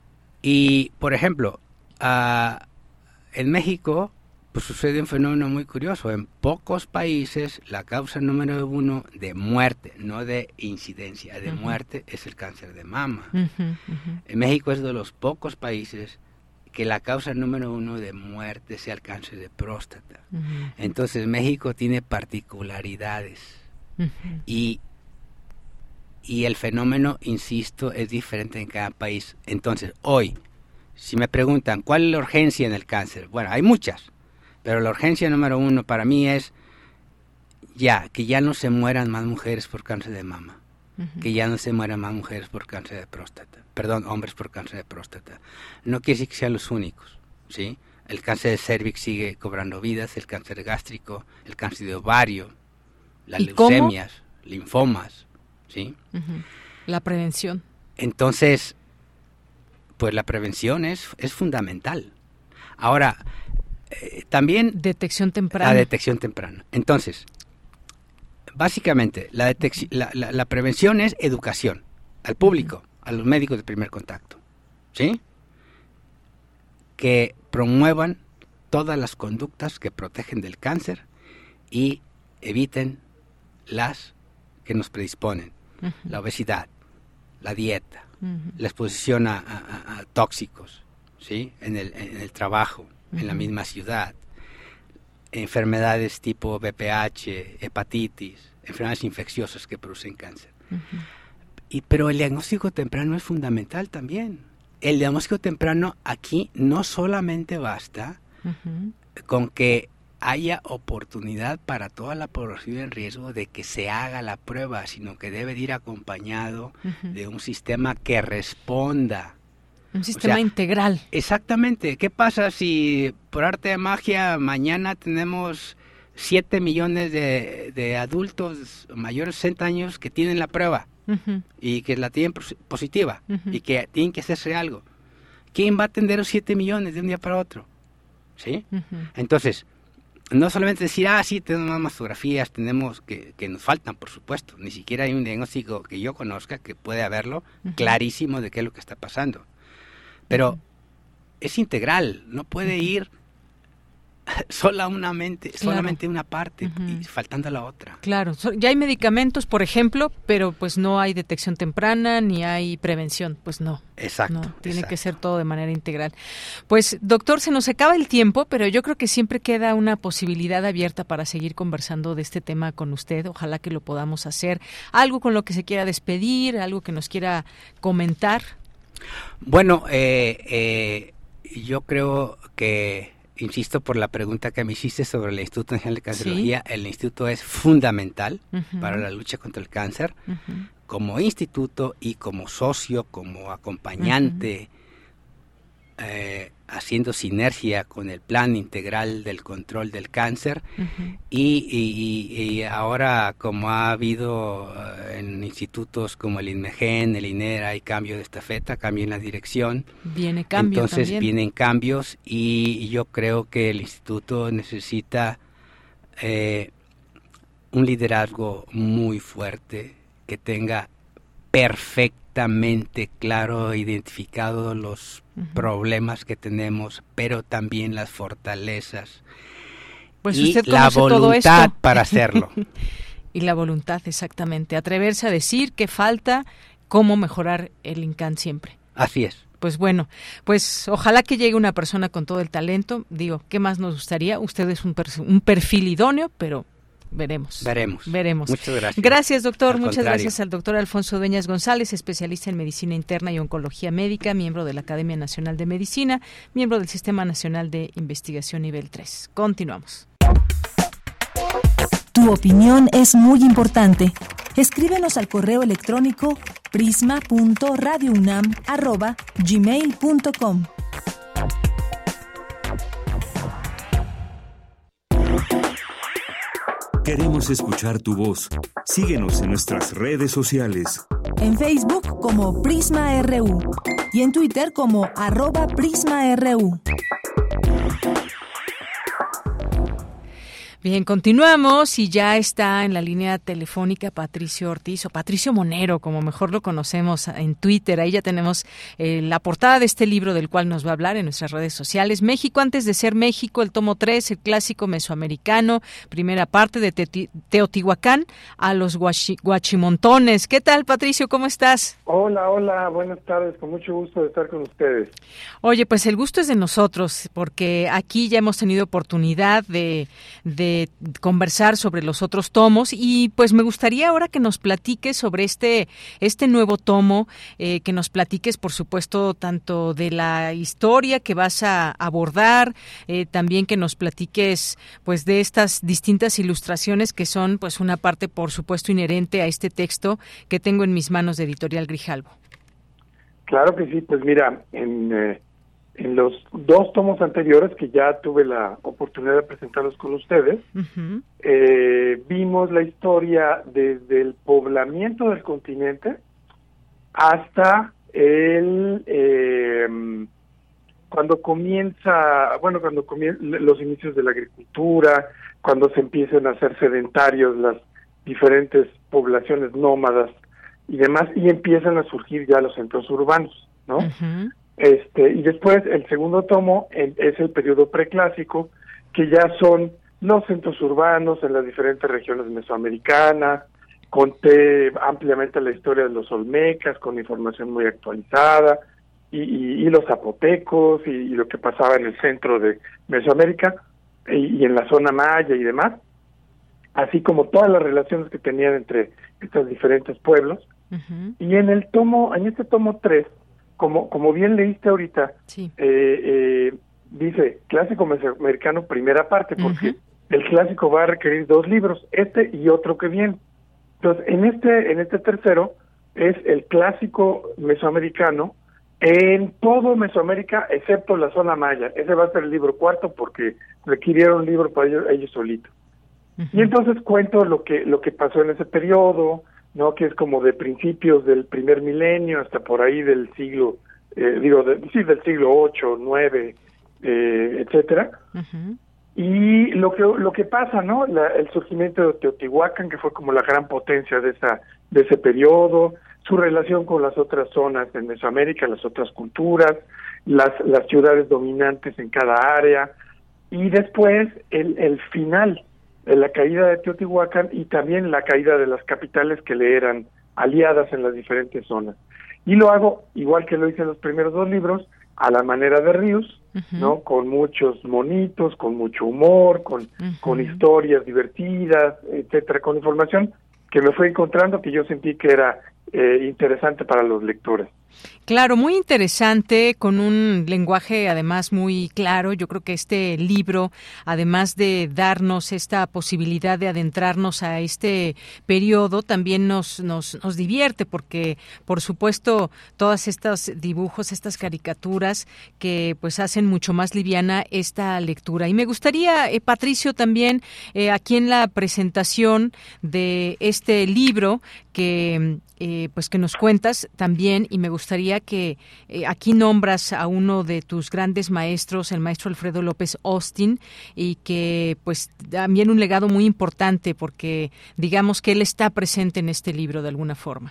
S12: Y, por ejemplo, uh, en México pues sucede un fenómeno muy curioso. En pocos países la causa número uno de muerte, no de incidencia, de uh-huh. muerte, es el cáncer de mama. Uh-huh, uh-huh. En México es de los pocos países que la causa número uno de muerte sea el cáncer de próstata. Uh-huh. Entonces México tiene particularidades. Uh-huh. Y, y el fenómeno, insisto, es diferente en cada país. Entonces, hoy, si me preguntan, ¿cuál es la urgencia en el cáncer? Bueno, hay muchas. Pero la urgencia número uno para mí es ya, que ya no se mueran más mujeres por cáncer de mama, uh-huh. que ya no se mueran más mujeres por cáncer de próstata, perdón, hombres por cáncer de próstata. No quiere decir que sean los únicos, ¿sí? El cáncer de cervix sigue cobrando vidas, el cáncer gástrico, el cáncer de ovario, las leucemias, cómo? linfomas, ¿sí?
S3: Uh-huh. La prevención.
S12: Entonces, pues la prevención es, es fundamental. Ahora, Eh, también
S3: detección temprana.
S12: La detección temprana. Entonces, básicamente, la, detec- la, la, la prevención es educación al público, uh-huh. a los médicos de primer contacto, ¿sí? Que promuevan todas las conductas que protegen del cáncer y eviten las que nos predisponen. Uh-huh. La obesidad, la dieta, uh-huh. la exposición a, a, a tóxicos, ¿sí? En el, en el trabajo, en la misma ciudad, enfermedades tipo B P H, hepatitis, enfermedades infecciosas que producen cáncer. Uh-huh. Y, pero el diagnóstico temprano es fundamental también. El diagnóstico temprano aquí no solamente basta uh-huh. con que haya oportunidad para toda la población en riesgo de que se haga la prueba, sino que debe de ir acompañado uh-huh. de un sistema que responda.
S3: Un sistema o sea, integral.
S12: Exactamente. ¿Qué pasa si por arte de magia mañana tenemos siete millones de, de adultos mayores de sesenta años que tienen la prueba uh-huh. y que la tienen positiva uh-huh. y que tienen que hacerse algo? ¿Quién va a atender los siete millones de un día para otro? ¿Sí? Uh-huh. Entonces, no solamente decir, ah, sí, tenemos más mastografías, tenemos que, que nos faltan, por supuesto. Ni siquiera hay un diagnóstico que yo conozca que puede haberlo uh-huh. clarísimo de qué es lo que está pasando. Pero uh-huh. es integral, no puede ir solamente, claro. solamente una parte uh-huh. y faltando la otra.
S3: Claro, ya hay medicamentos, por ejemplo, pero pues no hay detección temprana ni hay prevención, pues no.
S12: Exacto.
S3: No, tiene
S12: exacto.
S3: que ser todo de manera integral. Pues, doctor, se nos acaba el tiempo, pero yo creo que siempre queda una posibilidad abierta para seguir conversando de este tema con usted. Ojalá que lo podamos hacer. Algo con lo que se quiera despedir, algo que nos quiera comentar.
S12: Bueno, eh, eh, yo creo que, insisto por la pregunta que me hiciste sobre el Instituto Nacional de Cancerología, ¿sí? El instituto es fundamental uh-huh. para la lucha contra el cáncer, uh-huh. como instituto y como socio, como acompañante, uh-huh. eh, haciendo sinergia con el Plan Integral del Control del Cáncer uh-huh. y, y, y ahora como ha habido uh, en institutos como el INMEGEN, el INER, hay cambio de estafeta, cambio en la dirección.
S3: Viene cambio
S12: Entonces
S3: también.
S12: vienen cambios y yo creo que el instituto necesita eh, un liderazgo muy fuerte que tenga perfectamente claro, identificado los uh-huh. problemas que tenemos, pero también las fortalezas
S3: pues
S12: y
S3: usted
S12: la voluntad
S3: todo esto.
S12: para hacerlo.
S3: Y la voluntad, exactamente. Atreverse a decir qué falta, cómo mejorar el INCAN siempre.
S12: Así es.
S3: Pues bueno, pues ojalá que llegue una persona con todo el talento. Digo, ¿qué más nos gustaría? Usted es un, per- un perfil idóneo, pero veremos.
S12: Veremos.
S3: Veremos.
S12: Muchas gracias.
S3: Gracias, doctor.
S12: Al
S3: Muchas
S12: contrario.
S3: gracias al doctor Alfonso Dueñas González, especialista en medicina interna y oncología médica, miembro de la Academia Nacional de Medicina, miembro del Sistema Nacional de Investigación Nivel tres. Continuamos.
S1: Tu opinión es muy importante. Escríbenos al correo electrónico prisma punto radio unam arroba gmail punto com.
S2: Queremos escuchar tu voz. Síguenos en nuestras redes sociales.
S1: En Facebook como Prisma R U y en Twitter como arroba Prisma R U.
S3: Bien, continuamos y ya está en la línea telefónica Patricio Ortiz, o Patricio Monero, como mejor lo conocemos en Twitter. Ahí ya tenemos eh, la portada de este libro del cual nos va a hablar en nuestras redes sociales. México antes de ser México, el tomo tres, el clásico mesoamericano, primera parte de Te- Teotihuacán a los guachi- guachimontones. ¿Qué tal, Patricio? ¿Cómo estás?
S13: Hola, hola, buenas tardes, con mucho gusto de estar con ustedes.
S3: Oye, pues el gusto es de nosotros, porque aquí ya hemos tenido oportunidad de, de conversar sobre los otros tomos y pues me gustaría ahora que nos platiques sobre este, este nuevo tomo, eh, que nos platiques por supuesto tanto de la historia que vas a abordar, eh, también que nos platiques pues de estas distintas ilustraciones que son pues una parte por supuesto inherente a este texto que tengo en mis manos de Editorial Grijalbo.
S13: Claro que sí, pues mira, en... Eh... En los dos tomos anteriores, que ya tuve la oportunidad de presentarlos con ustedes, uh-huh. eh, vimos la historia desde el poblamiento del continente hasta el eh, cuando comienza, bueno, cuando comienzan los inicios de la agricultura, cuando se empiezan a hacer sedentarios las diferentes poblaciones nómadas y demás, y empiezan a surgir ya los centros urbanos, ¿no? Uh-huh. Este, y después el segundo tomo es el periodo preclásico, que ya son los centros urbanos en las diferentes regiones mesoamericanas. Conté ampliamente la historia de los olmecas con información muy actualizada, y, y, y los zapotecos, y, y lo que pasaba en el centro de Mesoamérica, y, y en la zona maya y demás, así como todas las relaciones que tenían entre estos diferentes pueblos. Uh-huh. Y en el tomo, en este tomo tres, Como como bien leíste ahorita, sí. eh, eh, dice clásico mesoamericano primera parte, porque uh-huh. el clásico va a requerir dos libros, este y otro que viene. Entonces, en este en este tercero es el clásico mesoamericano en todo Mesoamérica, excepto la zona maya. Ese va a ser el libro cuarto porque requirieron un libro para ellos, ellos solitos. Uh-huh. Y entonces cuento lo que lo que pasó en ese periodo, ¿no? Que es como de principios del primer milenio hasta por ahí del siglo, eh, digo, de, sí, del siglo ocho, nueve, eh, etcétera. Uh-huh. Y lo que lo que pasa, ¿no? La, el surgimiento de Teotihuacán, que fue como la gran potencia de esa de ese periodo, su relación con las otras zonas de Mesoamérica, las otras culturas, las las ciudades dominantes en cada área, y después el el final, la caída de Teotihuacán y también la caída de las capitales que le eran aliadas en las diferentes zonas. Y lo hago, igual que lo hice en los primeros dos libros, a la manera de Ríos, uh-huh. ¿no? Con muchos monitos, con mucho humor, con, uh-huh. con historias divertidas, etcétera, con información que me fue encontrando que yo sentí que era eh, interesante para los lectores.
S3: Claro, muy interesante, con un lenguaje además muy claro. Yo creo que este libro, además de darnos esta posibilidad de adentrarnos a este periodo, también nos nos, nos divierte, porque por supuesto todas estos dibujos, estas caricaturas que pues hacen mucho más liviana esta lectura. Y me gustaría, eh, Patricio, también eh, aquí en la presentación de este libro que eh, pues que nos cuentas también, y me gustaría que eh, aquí nombras a uno de tus grandes maestros, el maestro Alfredo López Austin, y que pues también un legado muy importante, porque digamos que él está presente en este libro de alguna forma.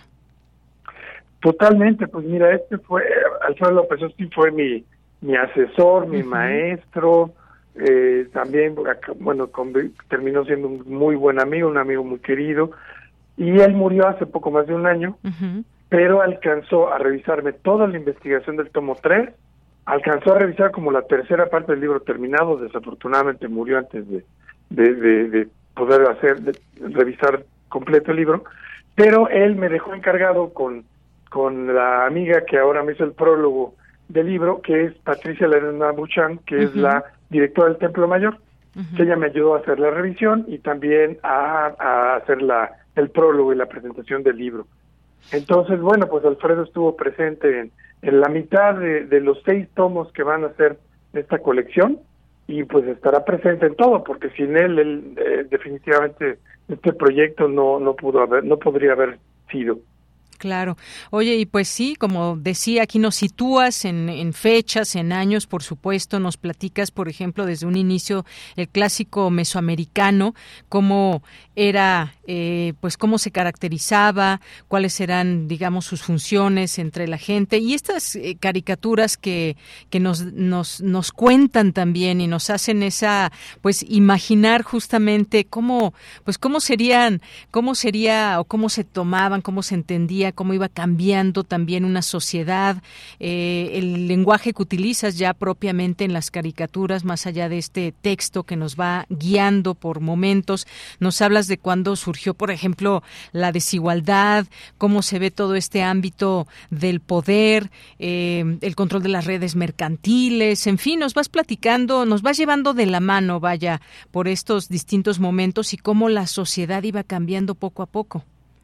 S3: Totalmente, pues mira, este fue, Alfredo López Austin fue mi, mi asesor, mi uh-huh. maestro, eh, también, bueno, con, terminó siendo un muy buen amigo, un amigo muy querido, y él murió hace poco más de un año, uh-huh. pero alcanzó a revisarme toda la investigación del tomo tres, alcanzó a revisar como la tercera parte del libro terminado, desafortunadamente murió antes de, de, de, de poder hacer, de revisar completo el libro, pero él me dejó encargado con, con la amiga que ahora me hizo el prólogo del libro, que es Patricia Lerena Buchan, que uh-huh. es la directora del Templo Mayor, uh-huh. que ella me ayudó a hacer la revisión y también a, a hacer la el prólogo y la presentación del libro. Entonces, bueno, pues Alfredo estuvo presente en, en la mitad de, de los seis tomos que van a ser esta colección, y pues estará presente en todo, porque sin él, él eh, definitivamente este proyecto no no pudo haber, no podría haber sido. Claro. Oye, y pues sí, como decía, aquí nos sitúas en, en fechas, en años, por supuesto, nos platicas, por ejemplo, desde un inicio el clásico mesoamericano, cómo era, eh, pues cómo se caracterizaba, cuáles eran, digamos, sus funciones entre la gente, y estas eh, caricaturas que, que nos, nos, nos cuentan también y nos hacen esa, pues, imaginar justamente cómo, pues cómo serían, cómo sería o cómo se tomaban, cómo se entendía, cómo iba cambiando también una sociedad, eh, el lenguaje que utilizas ya propiamente en las caricaturas, más allá de este texto que nos va guiando por momentos, nos hablas de cuándo surgió, por ejemplo, la desigualdad, cómo se ve todo este ámbito del poder, eh, el control de las redes mercantiles, en fin, nos vas platicando, nos vas llevando de la mano, vaya, por estos distintos momentos y cómo la sociedad iba cambiando poco a poco.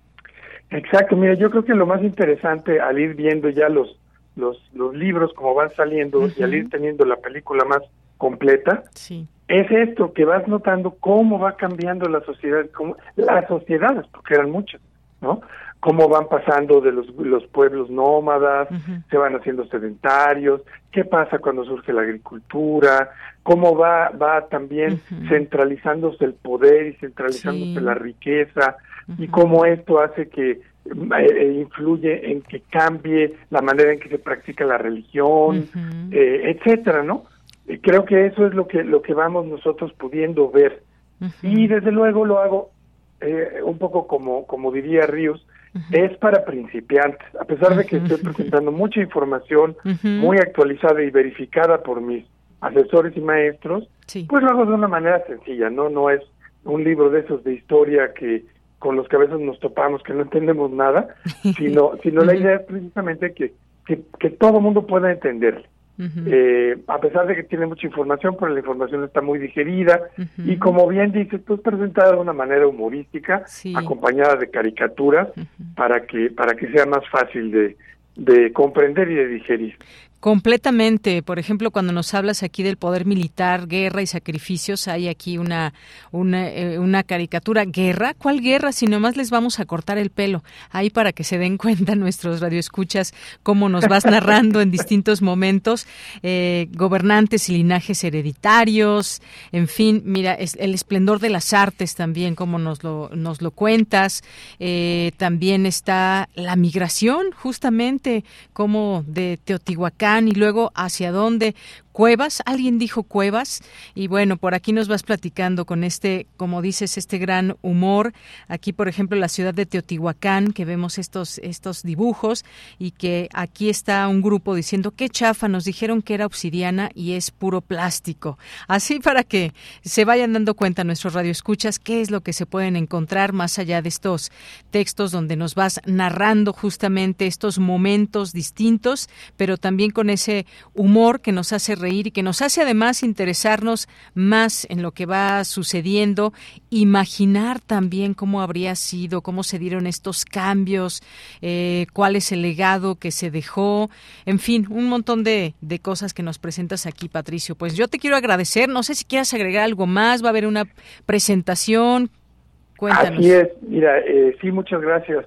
S13: Exacto, mira, yo creo que lo más interesante al ir viendo ya los los, los libros como van saliendo uh-huh. y al ir teniendo la película más completa,
S3: sí.
S13: es esto, que vas notando cómo va cambiando la sociedad, cómo, las sociedades, porque eran muchas, ¿no? Cómo van pasando de los, los pueblos nómadas, uh-huh. se van haciendo sedentarios, qué pasa cuando surge la agricultura, cómo va va también uh-huh. centralizándose el poder y centralizándose sí. la riqueza, uh-huh. y cómo esto hace que eh, influye en que cambie la manera en que se practica la religión, uh-huh. eh, etcétera, ¿no? Eh, creo que eso es lo que lo que vamos nosotros pudiendo ver, uh-huh. y desde luego lo hago eh, un poco como como diría Ríos, uh-huh. es para principiantes, a pesar de que estoy presentando mucha información uh-huh. muy actualizada y verificada por mis asesores y maestros, sí. pues lo hago de una manera sencilla, no no es un libro de esos de historia que con los que a veces nos topamos que no entendemos nada, sino sino uh-huh. la idea es precisamente que que, que todo el mundo pueda entenderlo. Uh-huh. Eh, a pesar de que tiene mucha información, pero la información está muy digerida uh-huh. y como bien dices, pues presentada de una manera humorística, sí. acompañada de caricaturas uh-huh. para que para que sea más fácil de, de comprender y de digerir.
S3: Completamente. Por ejemplo, cuando nos hablas aquí del poder militar, guerra y sacrificios, hay aquí una una, eh, una caricatura. ¿Guerra? ¿Cuál guerra? Si nomás les vamos a cortar el pelo. Ahí para que se den cuenta nuestros radioescuchas cómo nos vas narrando en distintos momentos. Eh, gobernantes y linajes hereditarios. En fin, mira, es el esplendor de las artes también, cómo nos lo, nos lo cuentas. Eh, también está la migración, justamente, como de Teotihuacán y luego hacia dónde. Cuevas, alguien dijo Cuevas, y bueno, por aquí nos vas platicando con este, como dices, este gran humor. Aquí, por ejemplo, la ciudad de Teotihuacán, que vemos estos estos dibujos, y que aquí está un grupo diciendo, qué chafa, nos dijeron que era obsidiana y es puro plástico. Así para que se vayan dando cuenta nuestros radioescuchas qué es lo que se pueden encontrar más allá de estos textos donde nos vas narrando justamente estos momentos distintos, pero también con ese humor que nos hace reír y que nos hace además interesarnos más en lo que va sucediendo, imaginar también cómo habría sido, cómo se dieron estos cambios, eh, cuál es el legado que se dejó, en fin, un montón de, de cosas que nos presentas aquí, Patricio. Pues yo te quiero agradecer, no sé si quieras agregar algo más, va a haber una presentación, cuéntanos.
S13: Así es, mira, eh, sí, muchas gracias.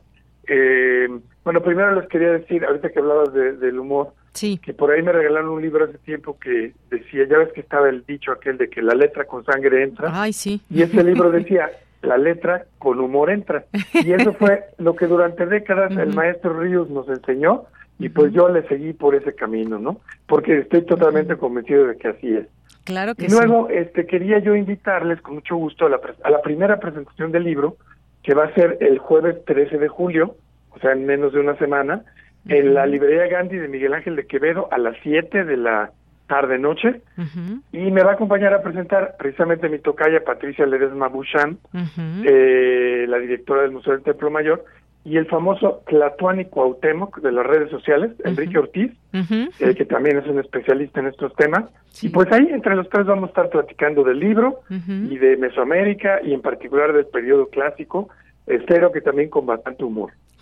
S13: Eh, bueno, primero les quería decir, ahorita que hablabas de, del humor,
S3: sí.
S13: que por ahí me regalaron un libro hace tiempo que decía, ya ves que estaba el dicho aquel de que la letra con sangre entra.
S3: Ay, sí.
S13: Y ese libro decía, la letra con humor entra. Y eso fue lo que durante décadas uh-huh. el maestro Ríos nos enseñó, y pues uh-huh. yo le seguí por ese camino, ¿no? Porque estoy totalmente uh-huh. convencido de que así es.
S3: Claro que
S13: y luego,
S3: sí.
S13: este, quería yo invitarles con mucho gusto a la, a la primera presentación del libro, que va a ser el jueves trece de julio, o sea, en menos de una semana, uh-huh. en la librería Gandhi de Miguel Ángel de Quevedo a las siete de la tarde-noche, uh-huh. y me va a acompañar a presentar precisamente mi tocaya Patricia Ledesma Bouchan, uh-huh. eh, la directora del Museo del Templo Mayor, y el famoso Tlatuani Cuauhtémoc de las redes sociales, uh-huh. Enrique Ortiz, uh-huh. eh, que también es un especialista en estos temas, sí. y pues ahí entre los tres vamos a estar platicando del libro uh-huh. y de Mesoamérica, y en particular del periodo clásico, espero que también con bastante humor.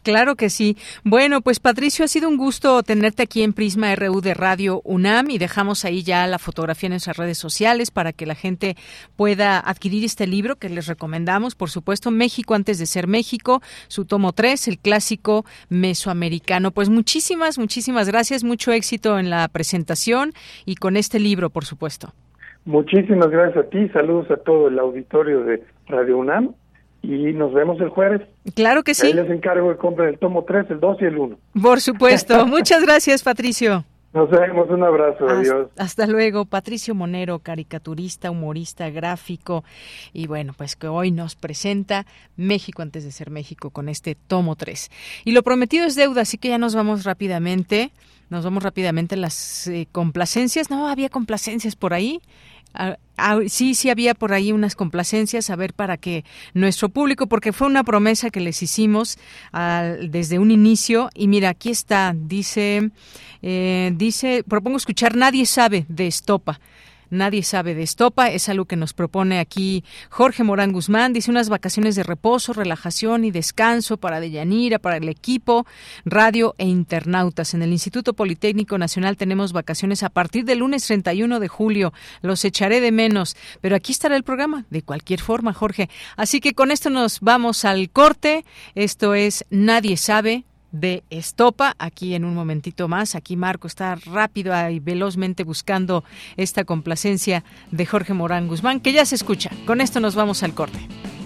S3: Claro que sí. Bueno, pues Patricio, ha sido un gusto tenerte aquí en Prisma R U de Radio UNAM y dejamos ahí ya la fotografía en nuestras redes sociales para que la gente pueda adquirir este libro que les recomendamos, por supuesto, México antes de ser México, su tomo tres, el clásico mesoamericano. Pues muchísimas, muchísimas gracias, mucho éxito en la presentación y con este libro, por supuesto.
S13: Muchísimas gracias a ti, saludos a todo el auditorio de Radio UNAM. Y nos vemos el jueves.
S3: Claro que sí.
S13: Ahí les encargo que compren el tomo tres, el dos y el uno.
S3: Por supuesto. Muchas gracias, Patricio.
S13: Nos vemos, un abrazo,
S3: hasta,
S13: adiós.
S3: Hasta luego, Patricio Monero, caricaturista, humorista, gráfico, y bueno, pues que hoy nos presenta México antes de ser México con este tomo tres. Y lo prometido es deuda, así que ya nos vamos rápidamente, nos vamos rápidamente en las eh, complacencias. No, había complacencias por ahí. Ah, ah, sí, sí había por ahí unas complacencias, a ver, para que nuestro público, porque fue una promesa que les hicimos ah, desde un inicio, y mira, aquí está, dice, eh, dice, propongo escuchar Nadie sabe de Estopa. Nadie sabe de Estopa, es algo que nos propone aquí Jorge Morán Guzmán. Dice unas vacaciones de reposo, relajación y descanso para Deyanira, para el equipo, radio e internautas. En el Instituto Politécnico Nacional tenemos vacaciones a partir del lunes treinta y uno de julio. Los echaré de menos, pero aquí estará el programa, de cualquier forma, Jorge. Así que con esto nos vamos al corte. Esto es Nadie sabe de Estopa, aquí en un momentito más. Aquí Marco está rápido y velozmente buscando esta complacencia de Jorge Morán Guzmán, que ya se escucha. Con esto nos vamos al corte.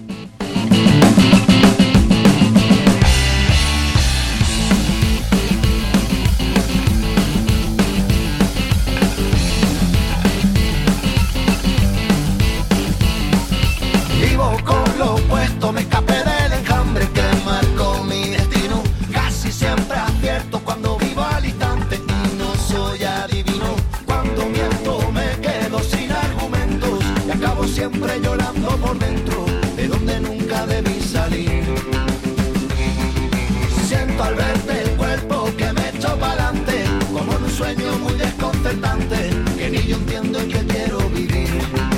S14: Vivo con lo opuesto, me escapé del enjambre que marcó mi destino. Siempre advierto cuando vivo al instante y no soy adivino. Cuando miento me quedo sin argumentos y acabo siempre llorando por dentro, de donde nunca debí salir. Siento al verte el cuerpo que me echó pa'lante, como en un sueño muy desconcertante, que ni yo entiendo y que quiero vivir.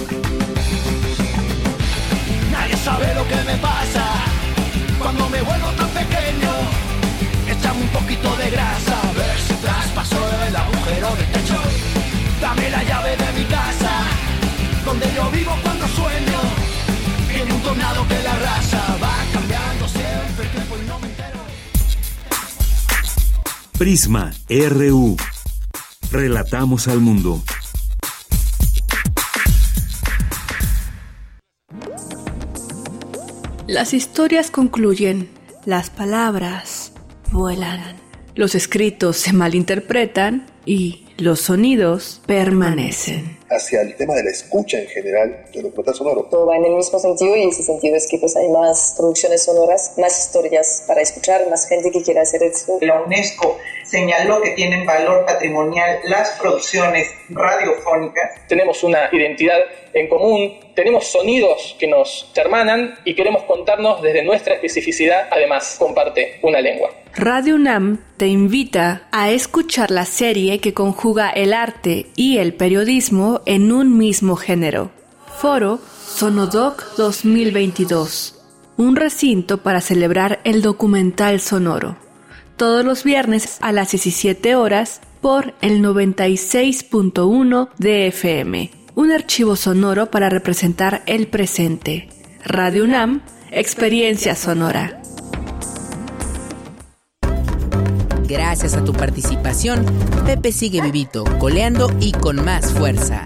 S14: Nadie sabe lo que me pasa cuando me vuelvo tan pequeño. Échame un poquito de grasa, a ver si traspaso el agujero del techo. Dame la llave de mi casa, donde yo vivo cuando sueño. Viene un tornado que la raza va cambiando siempre el tiempo y no me entero.
S2: Prisma R U. Relatamos al mundo.
S15: Las historias concluyen, las palabras vuelan, los escritos se malinterpretan y los sonidos permanecen.
S16: Hacia el tema de la escucha en general de documental sonoro.
S17: Todo va en el mismo sentido, y ese sentido es que pues hay más producciones sonoras, más historias para escuchar, más gente que quiera hacer esto.
S18: La UNESCO señaló que tienen valor patrimonial las producciones radiofónicas.
S19: Tenemos una identidad en común, tenemos sonidos que nos hermanan y queremos contarnos desde nuestra especificidad. Además, comparte una lengua.
S15: Radio UNAM te invita a escuchar la serie que conjuga el arte y el periodismo en un mismo género. Foro Sonodoc dos mil veintidós. Un recinto para celebrar el documental sonoro. Todos los viernes a las diecisiete horas por el noventa y seis punto uno de F M. Un archivo sonoro para representar el presente. Radio UNAM, experiencia sonora.
S20: Gracias a tu participación, Pepe sigue vivito, coleando y con más fuerza.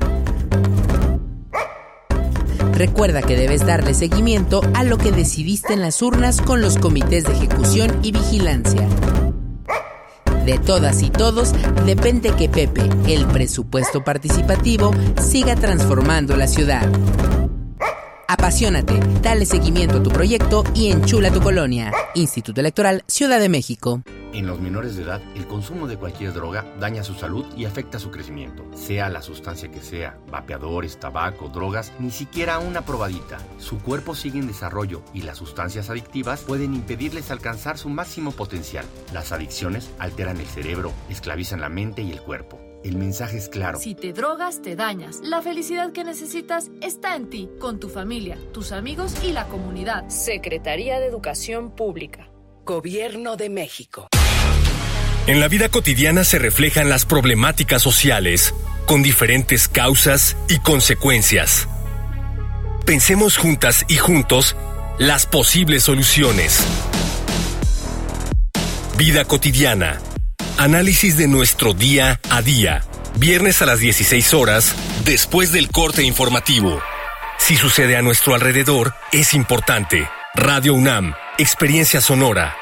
S20: Recuerda que debes darle seguimiento a lo que decidiste en las urnas con los comités de ejecución y vigilancia. De todas y todos depende que Pepe, el presupuesto participativo, siga transformando la ciudad. Apasionate, dale seguimiento a tu proyecto y enchula tu colonia. Instituto Electoral, Ciudad de México.
S21: En los menores de edad, el consumo de cualquier droga daña su salud y afecta su crecimiento. Sea la sustancia que sea, vapeadores, tabaco, drogas, ni siquiera una probadita. Su cuerpo sigue en desarrollo y las sustancias adictivas pueden impedirles alcanzar su máximo potencial. Las adicciones alteran el cerebro, esclavizan la mente y el cuerpo. El mensaje es claro.
S22: Si te drogas, te dañas. La felicidad que necesitas está en ti, con tu familia, tus amigos y la comunidad. Secretaría de Educación Pública.
S4: Gobierno de México.
S5: En la vida cotidiana se reflejan las problemáticas sociales, con diferentes causas y consecuencias. Pensemos juntas y juntos las posibles soluciones. Vida cotidiana. Análisis de nuestro día a día. Viernes a las dieciséis horas, después del corte informativo. Si sucede a nuestro alrededor, es importante. Radio UNAM, experiencia sonora.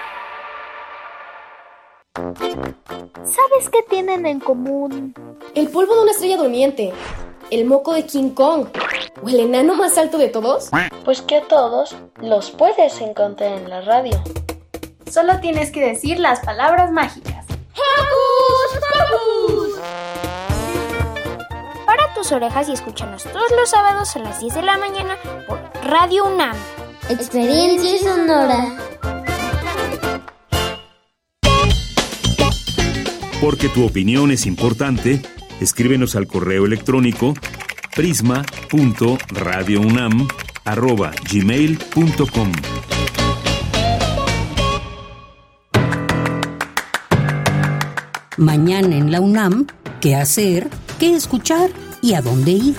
S23: ¿Sabes qué tienen en común?
S24: El polvo de una estrella durmiente, el moco de King Kong o el enano más alto de todos.
S23: Pues que a todos los puedes encontrar en la radio. Solo tienes que decir las palabras mágicas. ¡Hocus Pocus! Para tus orejas y escúchanos todos los sábados a las diez de la mañana por Radio UNAM.
S25: Experiencia sonora.
S2: Porque tu opinión es importante, escríbenos al correo electrónico prisma punto radio unam arroba gmail punto com.
S7: Mañana en la UNAM, ¿qué hacer? ¿Qué escuchar? ¿Y a dónde ir?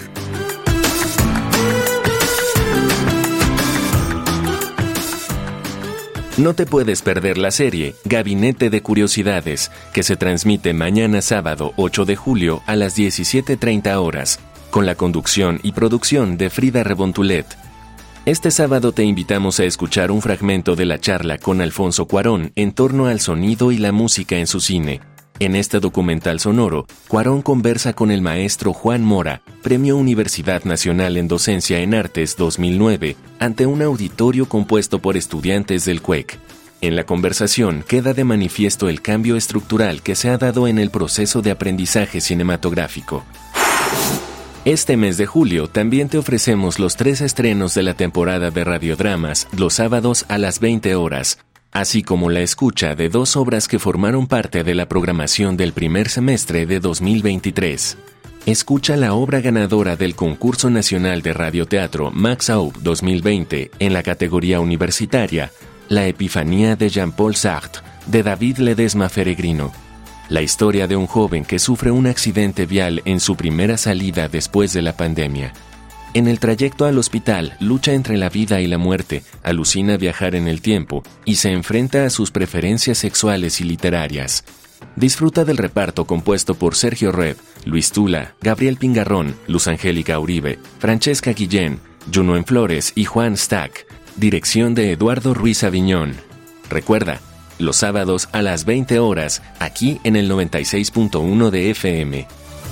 S8: No te puedes perder la serie Gabinete de Curiosidades, que se transmite mañana sábado ocho de julio a las diecisiete treinta horas, con la conducción y producción de Frida Rebontulet. Este sábado te invitamos a escuchar un fragmento de la charla con Alfonso Cuarón en torno al sonido y la música en su cine. En este documental sonoro, Cuarón conversa con el maestro Juan Mora, Premio Universidad Nacional en Docencia en Artes dos mil nueve, ante un auditorio compuesto por estudiantes del C U E C. En la conversación queda de manifiesto el cambio estructural que se ha dado en el proceso de aprendizaje cinematográfico. Este mes de julio también te ofrecemos los tres estrenos de la temporada de radiodramas los sábados a las veinte horas, así como la escucha de dos obras que formaron parte de la programación del primer semestre de dos mil veintitrés. Escucha la obra ganadora del Concurso Nacional de Radioteatro Max Aub dos mil veinte en la categoría universitaria, La Epifanía de Jean-Paul Sartre, de David Ledesma Peregrino. La historia de un joven que sufre un accidente vial en su primera salida después de la pandemia. En el trayecto al hospital, lucha entre la vida y la muerte, alucina viajar en el tiempo y se enfrenta a sus preferencias sexuales y literarias. Disfruta del reparto compuesto por Sergio Reb, Luis Tula, Gabriel Pingarrón, Luz Angélica Uribe, Francesca Guillén, Junuen Flores y Juan Stack. Dirección de Eduardo Ruiz Aviñón. Recuerda, los sábados a las veinte horas, aquí en el noventa y seis punto uno de F M.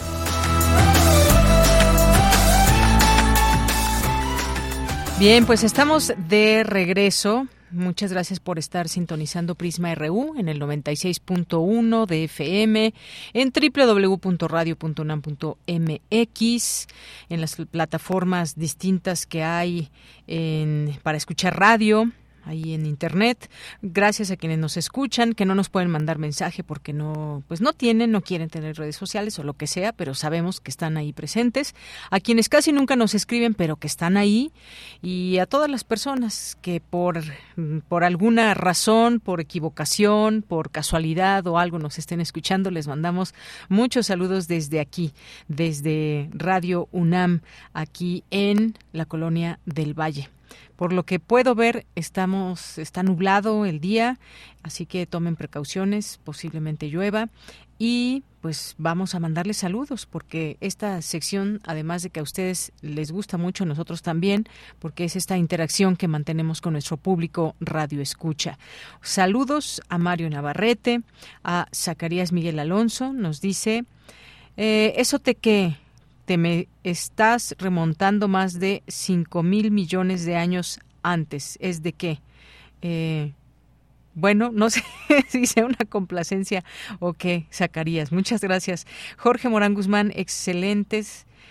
S3: Bien, pues estamos de regreso. Muchas gracias por estar sintonizando Prisma R U en el noventa y seis punto uno de F M, en doble u doble u doble u punto radio punto unam punto m x, en las plataformas distintas que hay en, para escuchar radio, ahí en internet. Gracias a quienes nos escuchan, que no nos pueden mandar mensaje porque no, pues no tienen, no quieren tener redes sociales o lo que sea, pero sabemos que están ahí presentes. A quienes casi nunca nos escriben, pero que están ahí, y a todas las personas que por, por alguna razón, por equivocación, por casualidad o algo nos estén escuchando, les mandamos muchos saludos desde aquí, desde Radio UNAM, aquí en la Colonia del Valle. Por lo que puedo ver, estamos está nublado el día, así que tomen precauciones, posiblemente llueva. Y pues vamos a mandarles saludos, porque esta sección, además de que a ustedes les gusta mucho, a nosotros también, porque es esta interacción que mantenemos con nuestro público Radio Escucha. Saludos a Mario Navarrete, a Zacarías Miguel Alonso, nos dice, eh, ¿eso te qué? Te me estás remontando más de cinco mil millones de años antes. ¿Es de qué? Eh, bueno, no sé si sea una complacencia o qué, Zacarías. Muchas gracias. Jorge Morán Guzmán, excelentes.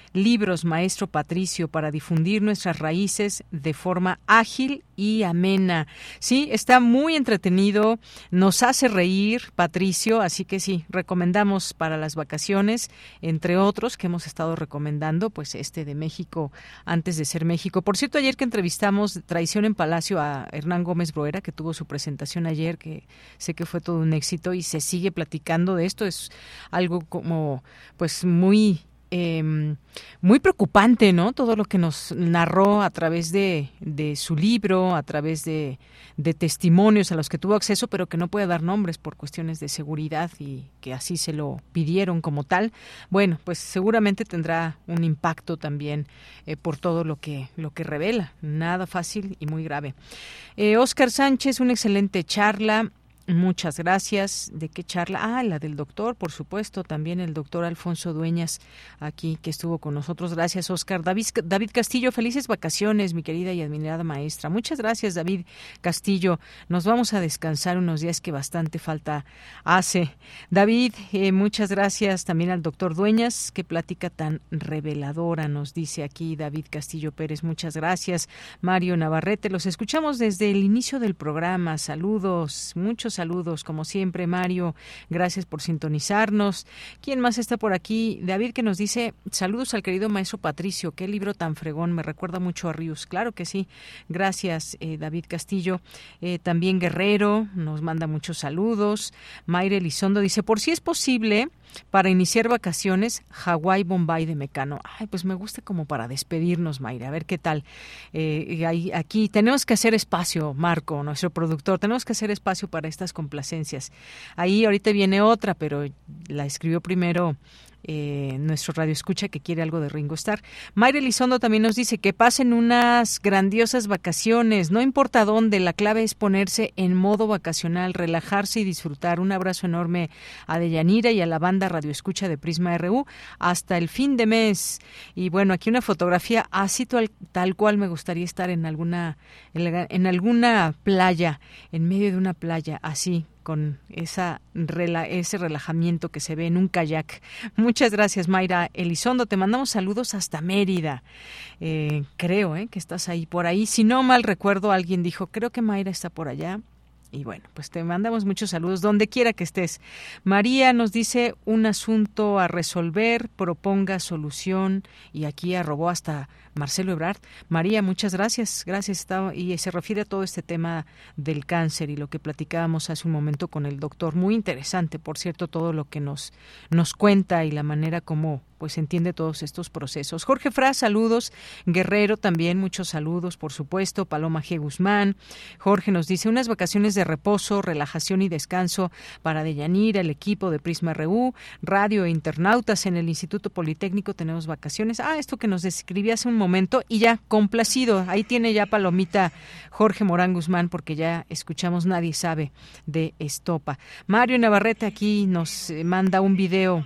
S3: libros, maestro Patricio, para difundir nuestras raíces de forma ágil y amena. Sí, está muy entretenido, nos hace reír, Patricio, así que sí, recomendamos para las vacaciones, entre otros que hemos estado recomendando, pues este de México antes de ser México. Por cierto, ayer que entrevistamos Traición en Palacio a Hernán Gómez Broera, que tuvo su presentación ayer, que sé que fue todo un éxito y se sigue platicando de esto, es algo como pues muy Eh, muy preocupante, ¿no? Todo lo que nos narró a través de, de su libro, a través de, de testimonios a los que tuvo acceso, pero que no puede dar nombres por cuestiones de seguridad y que así se lo pidieron como tal. Bueno, pues seguramente tendrá un impacto también eh, por todo lo que lo que revela. Nada fácil y muy grave. Eh, Óscar Sánchez, una excelente charla. Muchas gracias. ¿De qué charla? Ah, la del doctor, por supuesto, también el doctor Alfonso Dueñas aquí que estuvo con nosotros. Gracias, Óscar. David, David Castillo, felices vacaciones, mi querida y admirada maestra. Muchas gracias, David Castillo. Nos vamos a descansar unos días que bastante falta hace. David, eh, muchas gracias también al doctor Dueñas. Qué plática tan reveladora, nos dice aquí David Castillo Pérez. Muchas gracias. Mario Navarrete, los escuchamos desde el inicio del programa. Saludos, muchos saludos, como siempre, Mario, gracias por sintonizarnos. ¿Quién más está por aquí? David, que nos dice, saludos al querido maestro Patricio, qué libro tan fregón, me recuerda mucho a Rius. Claro que sí, gracias, eh, David Castillo. Eh, también Guerrero nos manda muchos saludos. Mayra Elizondo dice, por si es posible, para iniciar vacaciones, Hawái, Bombay de Mecano. Ay, pues me gusta como para despedirnos, Mayra, a ver qué tal. Eh, ahí, aquí tenemos que hacer espacio, Marco, nuestro productor, tenemos que hacer espacio para estas complacencias. Ahí ahorita viene otra, pero la escribió primero eh, nuestro radio escucha que quiere algo de Ringo Starr. Mayra Elizondo también nos dice que pasen unas grandiosas vacaciones, no importa dónde, la clave es ponerse en modo vacacional, relajarse y disfrutar. Un abrazo enorme a Deyanira y a la banda radio escucha de Prisma R U hasta el fin de mes. Y bueno, aquí una fotografía así tal, tal cual me gustaría estar en alguna en, en alguna playa, en medio de una playa así, con esa rela, ese relajamiento que se ve en un kayak. Muchas gracias, Mayra Elizondo. Te mandamos saludos hasta Mérida. Eh, creo eh, que estás ahí por ahí. Si no mal recuerdo, alguien dijo, creo que Mayra está por allá. Y bueno, pues te mandamos muchos saludos donde quiera que estés. María nos dice un asunto a resolver, proponga solución, y aquí arrobó hasta Marcelo Ebrard. María, muchas gracias, gracias. Y se refiere a todo este tema del cáncer y lo que platicábamos hace un momento con el doctor. Muy interesante, por cierto, todo lo que nos, nos cuenta y la manera como pues entiende todos estos procesos. Jorge Fras, saludos. Guerrero también, muchos saludos, por supuesto. Paloma G. Guzmán. Jorge nos dice, unas vacaciones de reposo, relajación y descanso para Deyanira, el equipo de Prisma R U, radio e internautas en el Instituto Politécnico, tenemos vacaciones. Ah, esto que nos describí hace un momento y ya, complacido. Ahí tiene ya palomita Jorge Morán Guzmán porque ya escuchamos Nadie Sabe de Estopa. Mario Navarrete aquí nos manda un video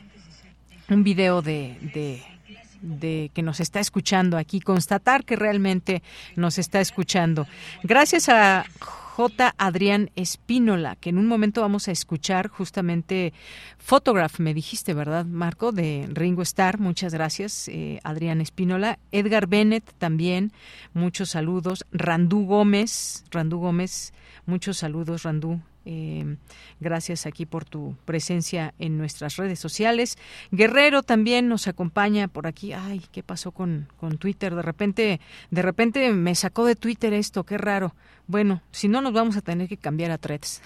S3: un video de, de, de que nos está escuchando aquí, constatar que realmente nos está escuchando. Gracias a J. Adrián Espínola, que en un momento vamos a escuchar justamente Photograph, me dijiste, ¿verdad, Marco? De Ringo Starr. Muchas gracias, eh, Adrián Espínola. Edgar Bennett también, muchos saludos. Randú Gómez, Randú Gómez, muchos saludos, Randú. Eh, gracias aquí por tu presencia en nuestras redes sociales. Guerrero también nos acompaña por aquí. Ay, ¿qué pasó con, con Twitter? De repente, de repente me sacó de Twitter esto, qué raro. Bueno, si no nos vamos a tener que cambiar a Threads.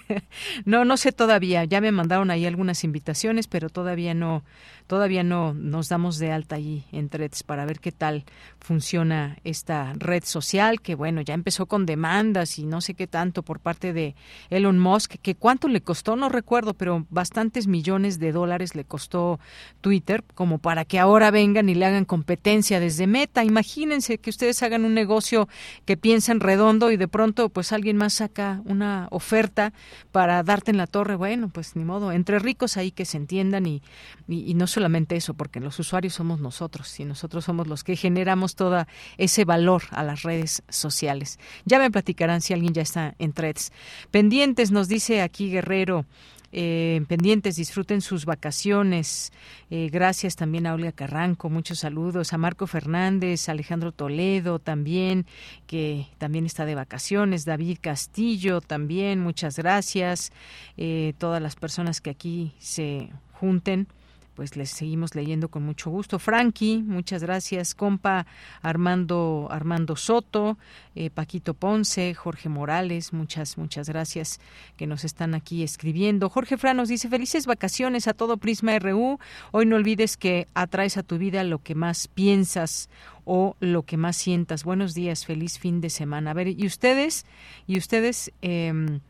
S3: no, no sé todavía. Ya me mandaron ahí algunas invitaciones, pero todavía no, todavía no nos damos de alta ahí en Threads para ver qué tal funciona esta red social, que bueno, ya empezó con demandas y no sé qué tanto por parte de Elon Musk, que cuánto le costó, no recuerdo, pero bastantes millones de dólares le costó Twitter, como para que ahora vengan y le hagan competencia desde Meta. Imagínense que ustedes hagan un negocio que piensan redondo y de pronto pues alguien más saca una oferta para darte en la torre. Bueno, pues ni modo, entre ricos ahí que se entiendan y, y, y no solamente eso, porque los usuarios somos nosotros y nosotros somos los que generamos todo ese valor a las redes sociales. Ya me platicarán si alguien ya está en Threads. Pendientes, nos dice aquí Guerrero. eh, pendientes, disfruten sus vacaciones. Eh, gracias también a Olga Carranco, muchos saludos, a Marco Fernández, a Alejandro Toledo también, que también está de vacaciones, David Castillo también, muchas gracias. Eh, todas las personas que aquí se junten, pues les seguimos leyendo con mucho gusto. Frankie, muchas gracias. Compa Armando Armando Soto, eh, Paquito Ponce, Jorge Morales, muchas, muchas gracias que nos están aquí escribiendo. Jorge Fran nos dice, felices vacaciones a todo Prisma R U. Hoy no olvides que atraes a tu vida lo que más piensas o lo que más sientas. Buenos días, feliz fin de semana. A ver, ¿y ustedes? ¿Y ustedes eh,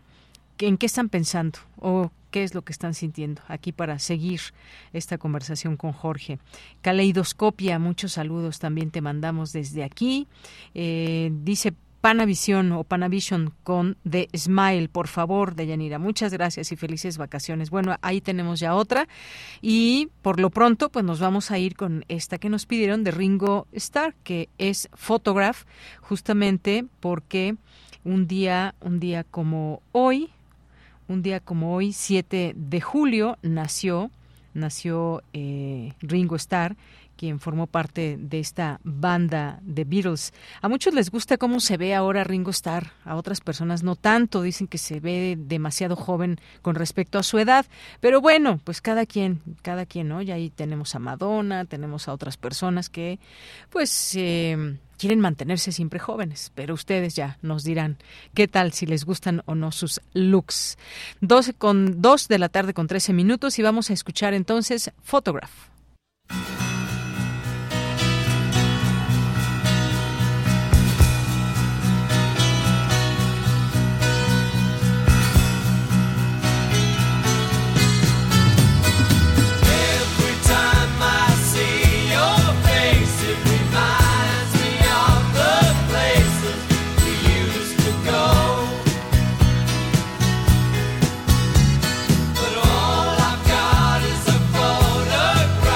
S3: en qué están pensando? ¿O qué es lo que están sintiendo? Aquí para seguir esta conversación con Jorge. Caleidoscopia, muchos saludos también te mandamos desde aquí. Eh, dice Panavisión o Panavision con The Smile, por favor, Deyanira. Muchas gracias y felices vacaciones. Bueno, ahí tenemos ya otra. Y por lo pronto, pues nos vamos a ir con esta que nos pidieron de Ringo Starr, que es Photograph, justamente porque un día, un día como hoy, Un día como hoy, siete de julio, nació, nació eh, Ringo Starr, quien formó parte de esta banda de Beatles. A muchos les gusta cómo se ve ahora Ringo Starr, a otras personas no tanto, dicen que se ve demasiado joven con respecto a su edad, pero bueno, pues cada quien, cada quien, ¿no? Y ahí tenemos a Madonna, tenemos a otras personas que, pues, eh, quieren mantenerse siempre jóvenes, pero ustedes ya nos dirán qué tal, si les gustan o no sus looks. doce con dos de la tarde con trece minutos y vamos a escuchar entonces Photograph.
S14: But all I've got is a photograph.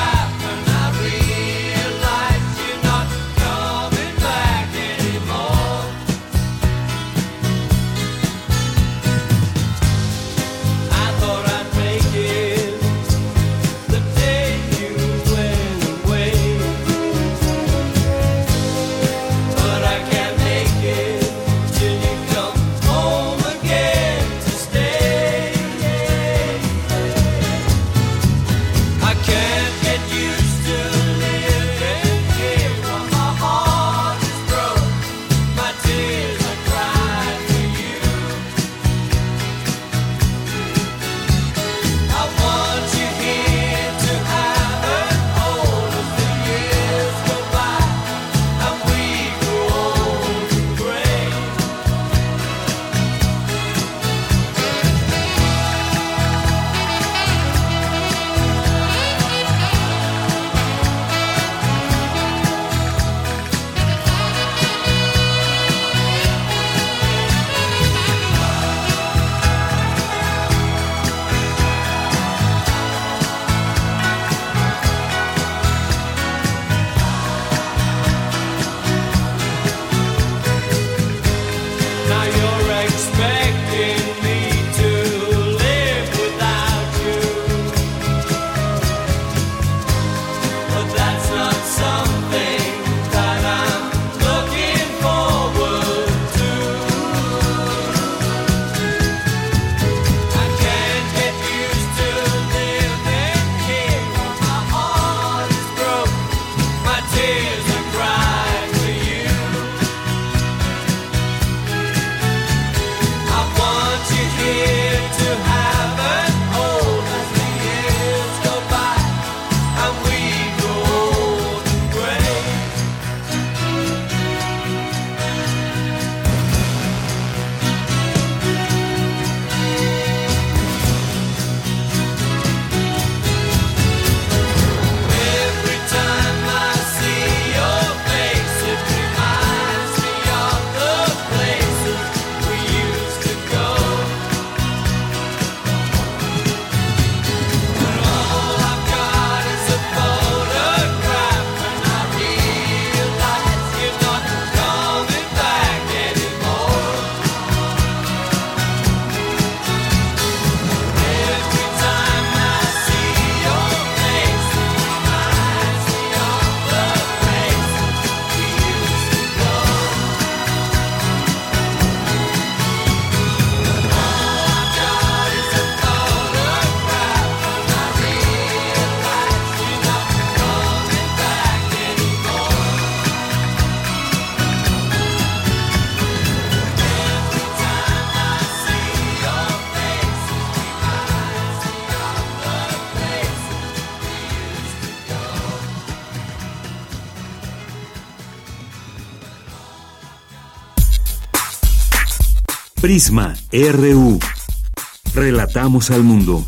S2: Prisma R U. Relatamos al mundo.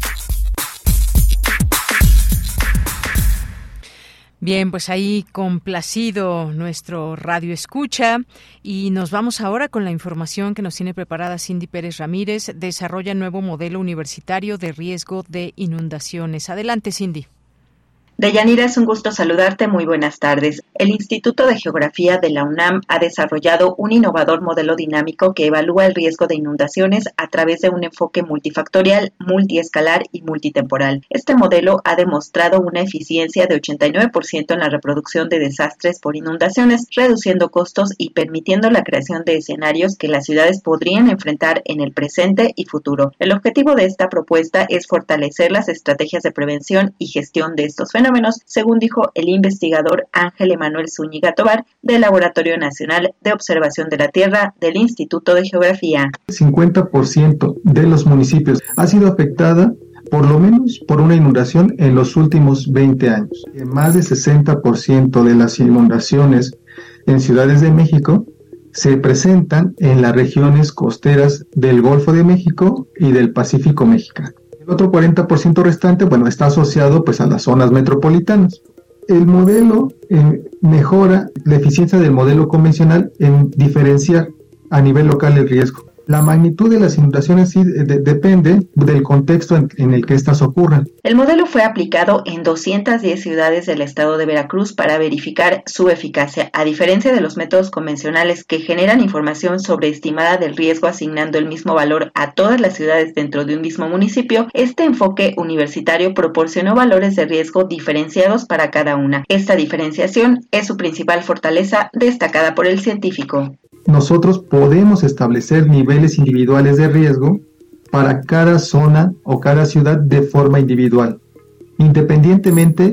S3: Bien, pues ahí complacido nuestro radio escucha y nos vamos ahora con la información que nos tiene preparada Cindy Pérez Ramírez. Desarrolla nuevo modelo universitario de riesgo de inundaciones. Adelante, Cindy.
S6: Deyanira, es un gusto saludarte. Muy buenas tardes. El Instituto de Geografía de la UNAM ha desarrollado un innovador modelo dinámico que evalúa el riesgo de inundaciones a través de un enfoque multifactorial, multiescalar y multitemporal. Este modelo ha demostrado una eficiencia de ochenta y nueve por ciento en la reproducción de desastres por inundaciones, reduciendo costos y permitiendo la creación de escenarios que las ciudades podrían enfrentar en el presente y futuro. El objetivo de esta propuesta es fortalecer las estrategias de prevención y gestión de estos fenómenos, según dijo el investigador Ángel Emanuel Zúñiga Tobar del Laboratorio Nacional de Observación de la Tierra del Instituto de Geografía.
S9: cincuenta por ciento de los municipios ha sido afectada por lo menos por una inundación en los últimos veinte años. Más de sesenta por ciento de las inundaciones en ciudades de México se presentan en las regiones costeras del Golfo de México y del Pacífico mexicano. El otro cuarenta por ciento restante, bueno, está asociado pues a las zonas metropolitanas. El modelo eh, mejora la eficiencia del modelo convencional en diferenciar a nivel local el riesgo. La magnitud de las inundaciones sí de, depende del contexto en, en el que éstas ocurran.
S6: El modelo fue aplicado en doscientas diez ciudades del estado de Veracruz para verificar su eficacia, a diferencia de los métodos convencionales que generan información sobreestimada del riesgo asignando el mismo valor a todas las ciudades dentro de un mismo municipio. Este enfoque universitario proporcionó valores de riesgo diferenciados para cada una. Esta diferenciación es su principal fortaleza, destacada por el científico.
S9: Nosotros podemos establecer niveles individuales de riesgo para cada zona o cada ciudad de forma individual, independientemente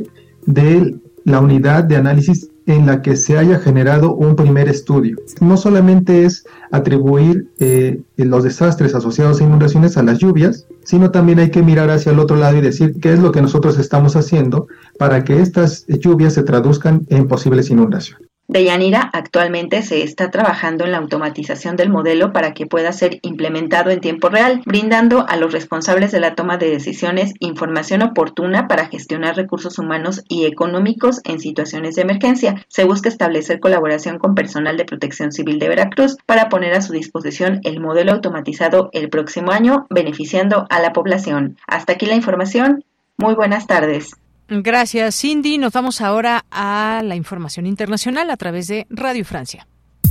S9: de la unidad de análisis en la que se haya generado un primer estudio. No solamente es atribuir eh, los desastres asociados a inundaciones a las lluvias, sino también hay que mirar hacia el otro lado y decir qué es lo que nosotros estamos haciendo para que estas lluvias se traduzcan en posibles inundaciones.
S6: Deyanira, actualmente se está trabajando en la automatización del modelo para que pueda ser implementado en tiempo real, brindando a los responsables de la toma de decisiones información oportuna para gestionar recursos humanos y económicos en situaciones de emergencia. Se busca establecer colaboración con personal de Protección Civil de Veracruz para poner a su disposición el modelo automatizado el próximo año, beneficiando a la población. Hasta aquí la información. Muy buenas tardes.
S3: Gracias, Cindy. Nos vamos ahora a la información internacional a través de Radio Francia.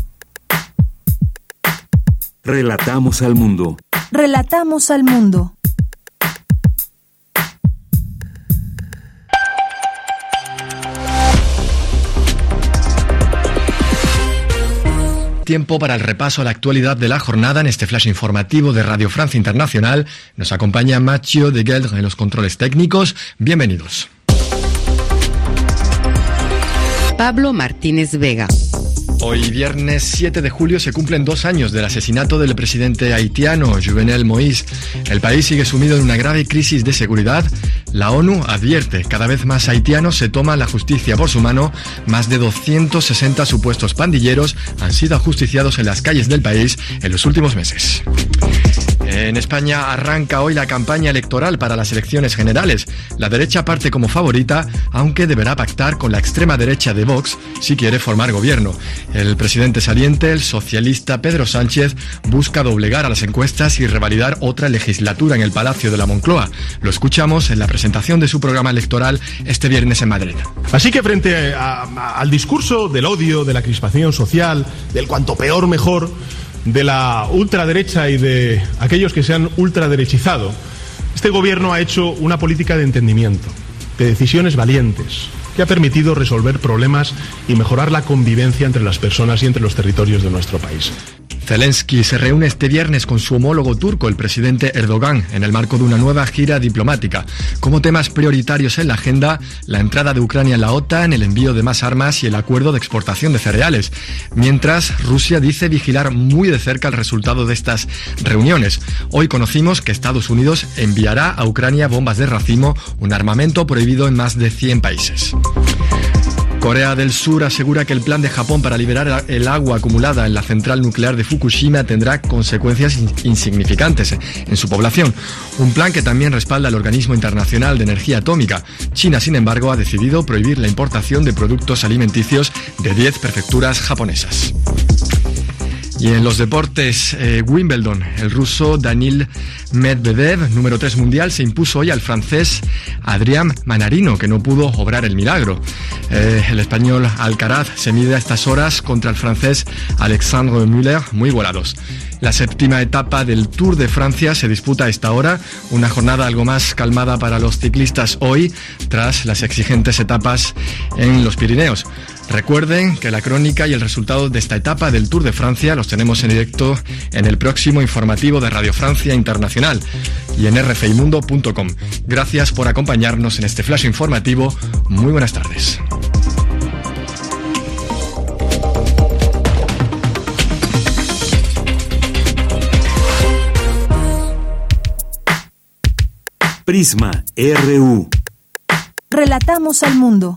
S2: Relatamos al mundo.
S1: Relatamos al mundo.
S10: Tiempo para el repaso a la actualidad de la jornada en este flash informativo de Radio Francia Internacional. Nos acompaña Mathieu de Gueldre en los controles técnicos. Bienvenidos.
S20: Pablo Martínez Vega.
S10: Hoy, viernes siete de julio, se cumplen dos años del asesinato del presidente haitiano Jovenel Moïse. El país sigue sumido en una grave crisis de seguridad. La ONU advierte, cada vez más haitianos se toman la justicia por su mano. Más de doscientos sesenta supuestos pandilleros han sido ajusticiados en las calles del país en los últimos meses. En España arranca hoy la campaña electoral para las elecciones generales. La derecha parte como favorita, aunque deberá pactar con la extrema derecha de Vox si quiere formar gobierno. El presidente saliente, el socialista Pedro Sánchez, busca doblegar a las encuestas y revalidar otra legislatura en el Palacio de la Moncloa. Lo escuchamos en la presentación de su programa electoral este viernes en Madrid.
S11: Así que frente a, a, al discurso del odio, de la crispación social, del cuanto peor mejor, de la ultraderecha y de aquellos que se han ultraderechizado, este gobierno ha hecho una política de entendimiento, de decisiones valientes, que ha permitido resolver problemas y mejorar la convivencia entre las personas y entre los territorios de nuestro país.
S10: Zelensky se reúne este viernes con su homólogo turco, el presidente Erdogan, en el marco de una nueva gira diplomática. Como temas prioritarios en la agenda, la entrada de Ucrania en la OTAN, el envío de más armas y el acuerdo de exportación de cereales. Mientras, Rusia dice vigilar muy de cerca el resultado de estas reuniones. Hoy conocimos que Estados Unidos enviará a Ucrania bombas de racimo, un armamento prohibido en más de cien países. Corea del Sur asegura que el plan de Japón para liberar el agua acumulada en la central nuclear de Fukushima tendrá consecuencias insignificantes en su población. Un plan que también respalda el Organismo Internacional de Energía Atómica. China, sin embargo, ha decidido prohibir la importación de productos alimenticios de diez prefecturas japonesas. Y en los deportes, eh, Wimbledon, el ruso Daniil Medvedev, número tres mundial, se impuso hoy al francés Adrián Manarino, que no pudo obrar el milagro. Eh, el español Alcaraz se mide a estas horas contra el francés Alexandre Müller, muy igualados. La séptima etapa del Tour de Francia se disputa a esta hora, una jornada algo más calmada para los ciclistas hoy, tras las exigentes etapas en los Pirineos. Recuerden que la crónica y el resultado de esta etapa del Tour de Francia los tenemos en directo en el próximo informativo de Radio Francia Internacional y en r f i mundo punto com. Gracias por acompañarnos en este flash informativo. Muy buenas tardes.
S2: Prisma R U.
S1: Relatamos al mundo.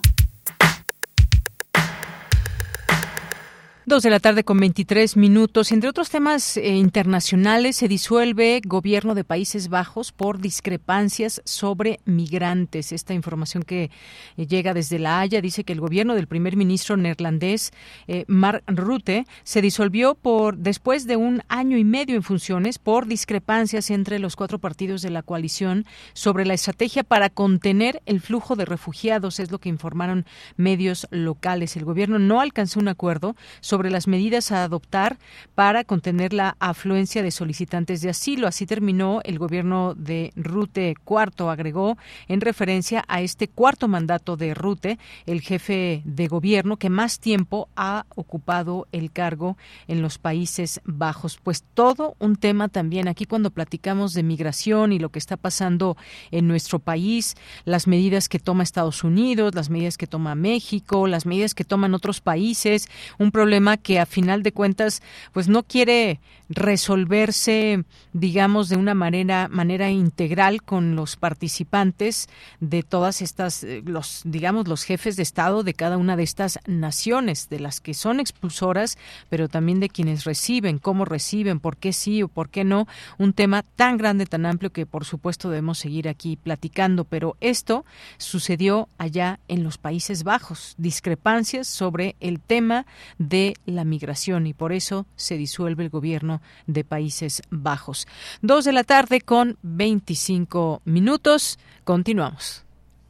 S3: Dos de la tarde con veintitrés minutos. Entre otros temas eh, internacionales, se disuelve gobierno de Países Bajos por discrepancias sobre migrantes. Esta información que eh, llega desde La Haya dice que el gobierno del primer ministro neerlandés, eh, Mark Rutte, se disolvió por después de un año y medio en funciones por discrepancias entre los cuatro partidos de la coalición sobre la estrategia para contener el flujo de refugiados, es lo que informaron medios locales. El gobierno no alcanzó un acuerdo sobre sobre las medidas a adoptar para contener la afluencia de solicitantes de asilo. Así terminó el gobierno de Rutte cuarto, agregó en referencia a este cuarto mandato de Rutte, el jefe de gobierno que más tiempo ha ocupado el cargo en los Países Bajos. Pues todo un tema también aquí cuando platicamos de migración y lo que está pasando en nuestro país, las medidas que toma Estados Unidos, las medidas que toma México, las medidas que toman otros países, un problema que a final de cuentas pues no quiere resolverse, digamos, de una manera manera integral con los participantes de todas estas, los digamos, los jefes de Estado de cada una de estas naciones, de las que son expulsoras, pero también de quienes reciben, cómo reciben, por qué sí o por qué no, un tema tan grande, tan amplio que por supuesto debemos seguir aquí platicando, pero esto sucedió allá en los Países Bajos, discrepancias sobre el tema de la migración y por eso se disuelve el gobierno de Países Bajos. Dos de la tarde con veinticinco minutos. Continuamos.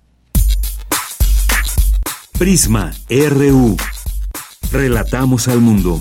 S2: Prisma R U. Relatamos al mundo.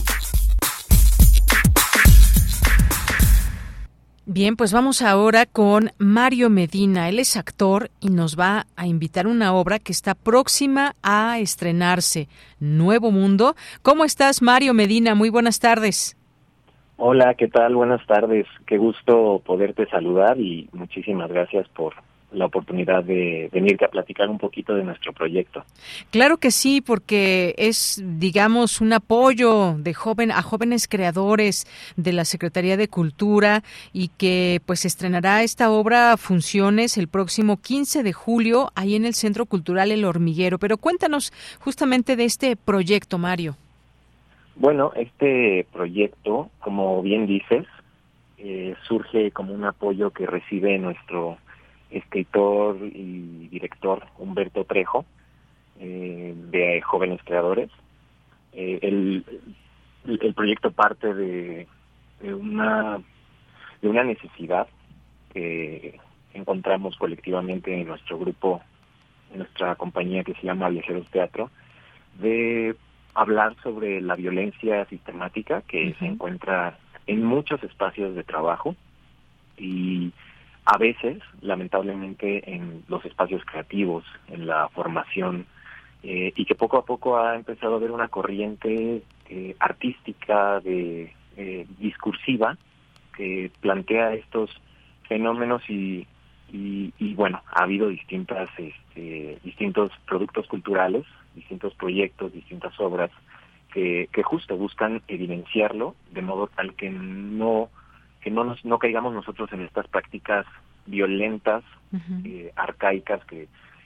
S3: Bien, pues vamos ahora con Mario Medina. Él es actor y nos va a invitar a una obra que está próxima a estrenarse, Nuevo Mundo. ¿Cómo estás, Mario Medina? Muy buenas tardes.
S12: Hola, ¿qué tal? Buenas tardes. Qué gusto poderte saludar y muchísimas gracias por la oportunidad de venirte a platicar un poquito de nuestro proyecto.
S3: Claro que sí, porque es, digamos, un apoyo de joven a jóvenes creadores de la Secretaría de Cultura y que pues estrenará esta obra a funciones el próximo quince de julio ahí en el Centro Cultural El Hormiguero. Pero cuéntanos justamente de este proyecto, Mario.
S12: Bueno, este proyecto, como bien dices, eh, surge como un apoyo que recibe nuestro escritor y director Humberto Trejo, eh, de Jóvenes Creadores. Eh, el, el proyecto parte de, de una de una necesidad que encontramos colectivamente en nuestro grupo, en nuestra compañía que se llama Viajeros Teatro, de hablar sobre la violencia sistemática que uh-huh. se encuentra en muchos espacios de trabajo y a veces, lamentablemente, en los espacios creativos, en la formación, eh, y que poco a poco ha empezado a haber una corriente eh, artística, de eh, discursiva, que plantea estos fenómenos y, y, y bueno, ha habido distintas, este, distintos productos culturales, distintos proyectos, distintas obras que, que justo buscan evidenciarlo de modo tal que no que no nos no caigamos nosotros en estas prácticas violentas, uh-huh. eh, arcaicas que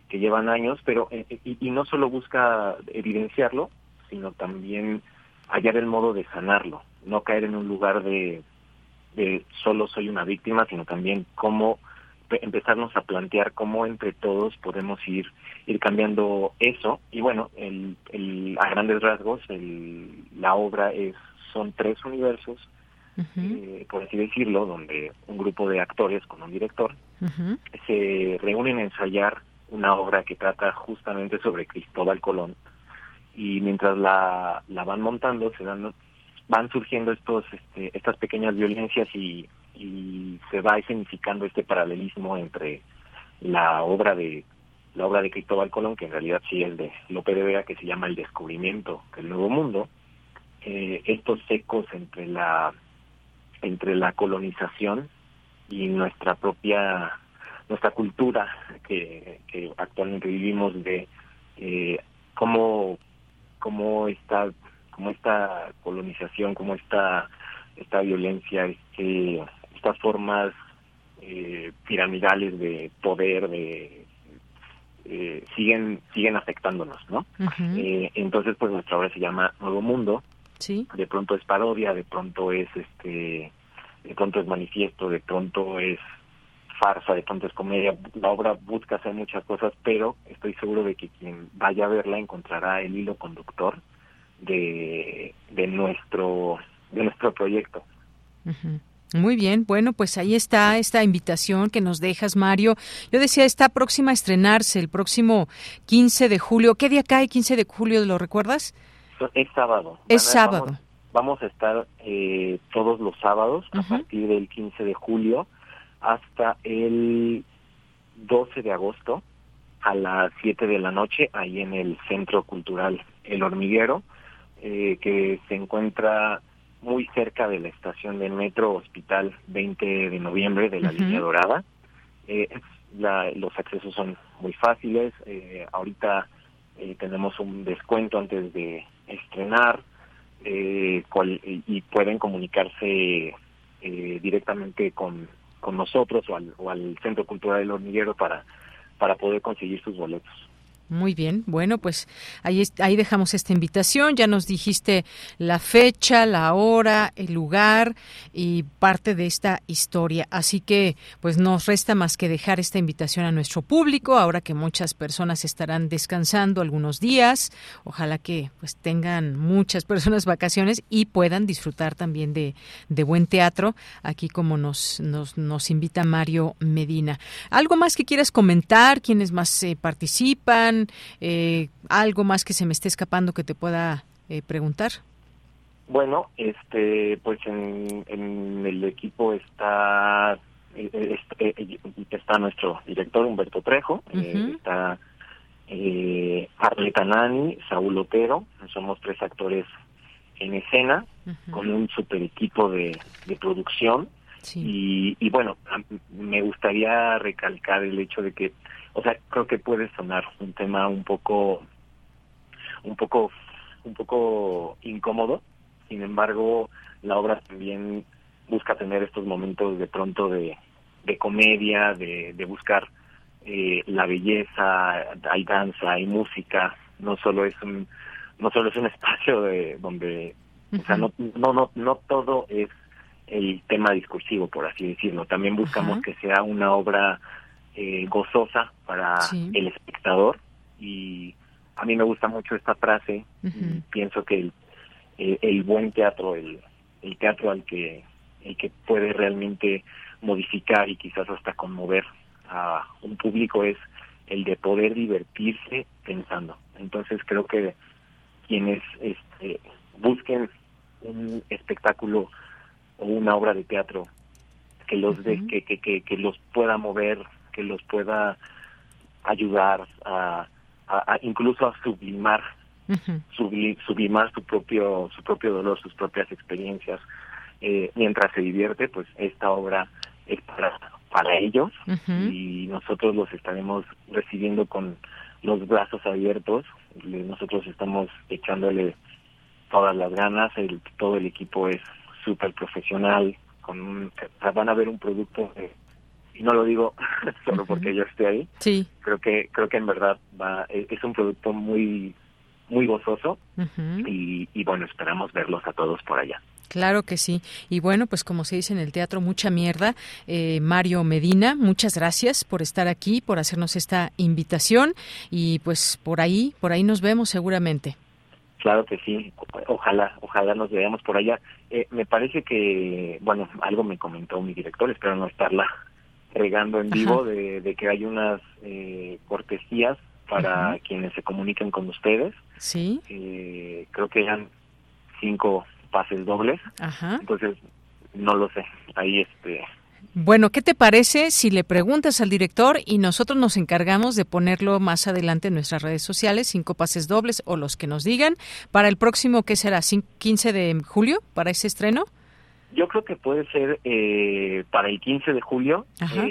S12: que llevan años, pero eh, y, y no solo busca evidenciarlo, sino también hallar el modo de sanarlo, no caer en un lugar de, de solo soy una víctima, sino también cómo empezarnos a plantear cómo entre todos podemos ir ir cambiando eso. Y bueno, el, el, a grandes rasgos, el, la obra es son tres universos, uh-huh. eh, por así decirlo, donde un grupo de actores con un director uh-huh. se reúnen a ensayar una obra que trata justamente sobre Cristóbal Colón, y mientras la, la van montando se dan van surgiendo estos este, estas pequeñas violencias y, y se va escenificando este paralelismo entre la obra de la obra de Cristóbal Colón, que en realidad sí es de Lope de Vega, que se llama El descubrimiento del Nuevo Mundo, eh, estos ecos entre la entre la colonización y nuestra propia nuestra cultura que, que actualmente vivimos, de eh, cómo cómo esta cómo esta colonización, cómo esta esta violencia, este, estas formas eh, piramidales de poder, de eh, siguen siguen afectándonos, ¿no? Uh-huh. Eh, entonces, pues nuestra obra se llama Nuevo Mundo.
S3: Sí.
S12: De pronto es parodia, de pronto es este, de pronto es manifiesto, de pronto es farsa, de pronto es comedia. La obra busca hacer muchas cosas, pero estoy seguro de que quien vaya a verla encontrará el hilo conductor de de nuestro de nuestro proyecto.
S3: Uh-huh. Muy bien, bueno, pues ahí está esta invitación que nos dejas, Mario. Yo decía, está próxima a estrenarse el próximo quince de julio. ¿Qué día cae quince de julio, lo recuerdas?
S12: Es sábado.
S3: Es Van, sábado.
S12: Vamos, vamos a estar eh, todos los sábados, uh-huh. a partir del quince de julio hasta el doce de agosto a las siete de la noche, ahí en el Centro Cultural El Hormiguero, eh, que se encuentra muy cerca de la estación de metro Hospital veinte de noviembre de la uh-huh. línea dorada. Eh, la, los accesos son muy fáciles. Eh, ahorita eh, tenemos un descuento antes de estrenar, eh, cual, y pueden comunicarse eh, directamente con, con nosotros o al, o al Centro Cultural El Hormiguero para, para poder conseguir sus boletos.
S3: Muy bien, bueno, pues ahí ahí dejamos esta invitación. Ya nos dijiste la fecha, la hora, el lugar y parte de esta historia. Así que pues nos resta más que dejar esta invitación a nuestro público, ahora que muchas personas estarán descansando algunos días. Ojalá que pues tengan muchas personas vacaciones y puedan disfrutar también de, de buen teatro, aquí como nos, nos, nos invita Mario Medina. ¿Algo más que quieras comentar? ¿Quiénes más eh, participan? Eh, algo más que se me esté escapando que te pueda eh, preguntar.
S12: Bueno, este, pues en, en el equipo está eh, eh, está nuestro director Humberto Trejo, uh-huh. eh, está eh, Arleta Nani, Saúl Otero. Somos tres actores en escena, uh-huh. con un super equipo de, de producción. Sí. Y, y bueno, me gustaría recalcar el hecho de que, o sea, creo que puede sonar un tema un poco, un poco, un poco incómodo. Sin embargo, la obra también busca tener estos momentos de pronto de, de comedia, de, de buscar eh, la belleza. Hay danza, hay música. No solo es un, no solo es un espacio de donde, uh-huh. o sea, no, no, no, no todo es el tema discursivo, por así decirlo. También buscamos uh-huh. que sea una obra eh, gozosa para sí. el espectador, y a mí me gusta mucho esta frase. Uh-huh. Y pienso que el, el, el buen teatro, el, el teatro al que el que puede realmente modificar y quizás hasta conmover a un público, es el de poder divertirse pensando. Entonces creo que quienes este, busquen un espectáculo o una obra de teatro que los uh-huh. de, que, que, que, que los pueda mover, que los pueda ayudar a, a, a incluso a sublimar uh-huh. subli, sublimar su propio su propio dolor, sus propias experiencias, eh, mientras se divierte, pues esta obra es para para ellos uh-huh. y nosotros los estaremos recibiendo con los brazos abiertos. Nosotros estamos echándole todas las ganas. El, todo el equipo es súper profesional, con un, van a ver un producto de, y no lo digo solo uh-huh. porque yo esté ahí.
S3: Sí.
S12: Creo que creo que en verdad va es un producto muy muy gozoso uh-huh. y, y bueno, esperamos verlos a todos por allá.
S3: Claro que sí. Y bueno, pues como se dice en el teatro, mucha mierda. Eh, Mario Medina, muchas gracias por estar aquí, por hacernos esta invitación y pues por ahí, por ahí nos vemos seguramente.
S12: Claro que sí, ojalá, ojalá nos veamos por allá. Eh, me parece que, bueno, algo me comentó mi director, espero no estarla regando en vivo, de, de que hay unas eh, cortesías para uh-huh. quienes se comuniquen con ustedes.
S3: Sí.
S12: Eh, creo que eran cinco pases dobles.
S3: Ajá.
S12: Entonces, no lo sé. Ahí este...
S3: Bueno, ¿qué te parece si le preguntas al director y nosotros nos encargamos de ponerlo más adelante en nuestras redes sociales, cinco pases dobles o los que nos digan, para el próximo, ¿qué será? ¿quince de julio para ese estreno?
S12: Yo creo que puede ser eh, para el quince de julio,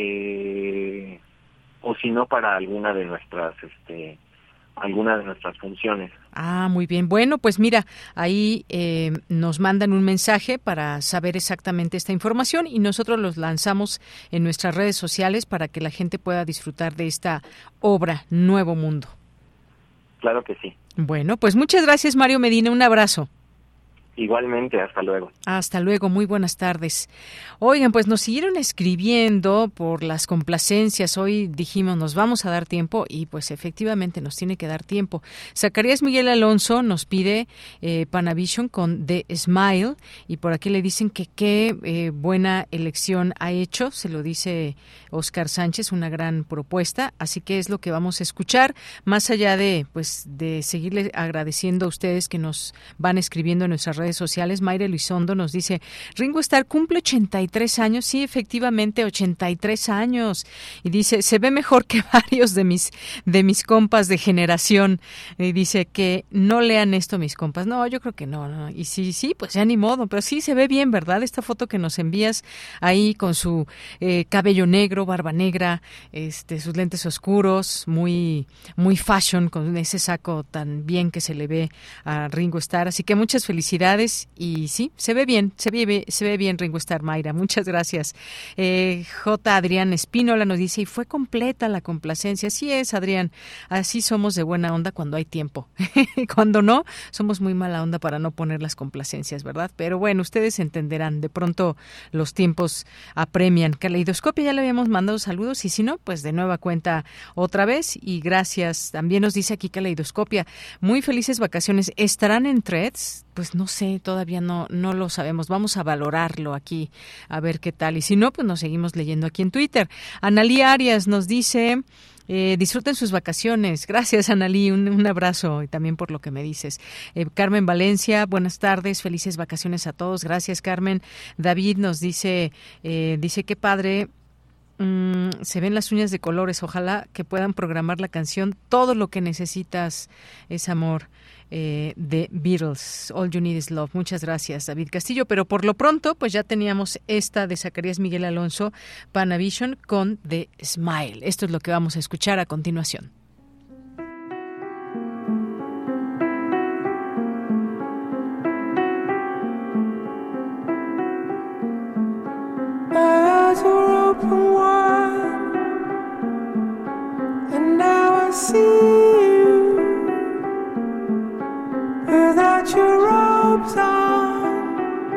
S12: eh, o si no para alguna de nuestras... este alguna de nuestras funciones.
S3: Ah, muy bien. Bueno, pues mira, ahí eh, nos mandan un mensaje para saber exactamente esta información y nosotros los lanzamos en nuestras redes sociales para que la gente pueda disfrutar de esta obra Nuevo Mundo.
S12: Claro que sí.
S3: Bueno, pues muchas gracias, Mario Medina. Un abrazo.
S12: Igualmente, hasta luego.
S3: Hasta luego, muy buenas tardes. Oigan, pues nos siguieron escribiendo por las complacencias. Hoy dijimos, nos vamos a dar tiempo y pues efectivamente nos tiene que dar tiempo. Zacarías Miguel Alonso nos pide eh, Panavision con The Smile y por aquí le dicen que qué eh, buena elección ha hecho. Se lo dice Oscar Sánchez, una gran propuesta. Así que es lo que vamos a escuchar. Más allá de, pues, de seguirle agradeciendo a ustedes que nos van escribiendo en nuestras redes sociales, Mayra Luisondo nos dice, Ringo Starr cumple ochenta y tres años, sí, efectivamente, ochenta y tres años, y dice, se ve mejor que varios de mis de mis compas de generación, y dice que no lean esto mis compas, no, yo creo que no, no. Y sí, sí, pues ya ni modo, pero sí se ve bien, ¿verdad? Esta foto que nos envías ahí con su eh, cabello negro, barba negra, este, sus lentes oscuros, muy, muy fashion, con ese saco tan bien que se le ve a Ringo Starr, así que muchas felicidades. Y sí, se ve bien, se ve, se ve bien Ringo Starr, Mayra, muchas gracias. Eh, J. Adrián Espínola nos dice, y fue completa la complacencia. Así es, Adrián, así somos de buena onda cuando hay tiempo. Cuando no, somos muy mala onda para no poner las complacencias, ¿verdad? Pero bueno, ustedes entenderán, de pronto los tiempos apremian. Caleidoscopia, ya le habíamos mandado saludos, y si no, pues de nueva cuenta otra vez, y gracias. También nos dice aquí Caleidoscopia, muy felices vacaciones. ¿Estarán en Threads? Pues no sé, todavía no no lo sabemos. Vamos a valorarlo aquí, a ver qué tal. Y si no, pues nos seguimos leyendo aquí en Twitter. Analí Arias nos dice, eh, disfruten sus vacaciones. Gracias, Analí, un, un abrazo y también por lo que me dices. Eh, Carmen Valencia, buenas tardes, felices vacaciones a todos. Gracias, Carmen. David nos dice, eh, dice qué padre. Mm, se ven las uñas de colores. Ojalá que puedan programar la canción Todo lo que necesitas es amor. Eh, de Beatles, All You Need Is Love. Muchas gracias, David Castillo, pero por lo pronto pues ya teníamos esta de Zacarías Miguel Alonso, Panavision con The Smile. Esto es lo que vamos a escuchar a continuación.
S13: My eyes were open wide, and now I see you. Without your robes on,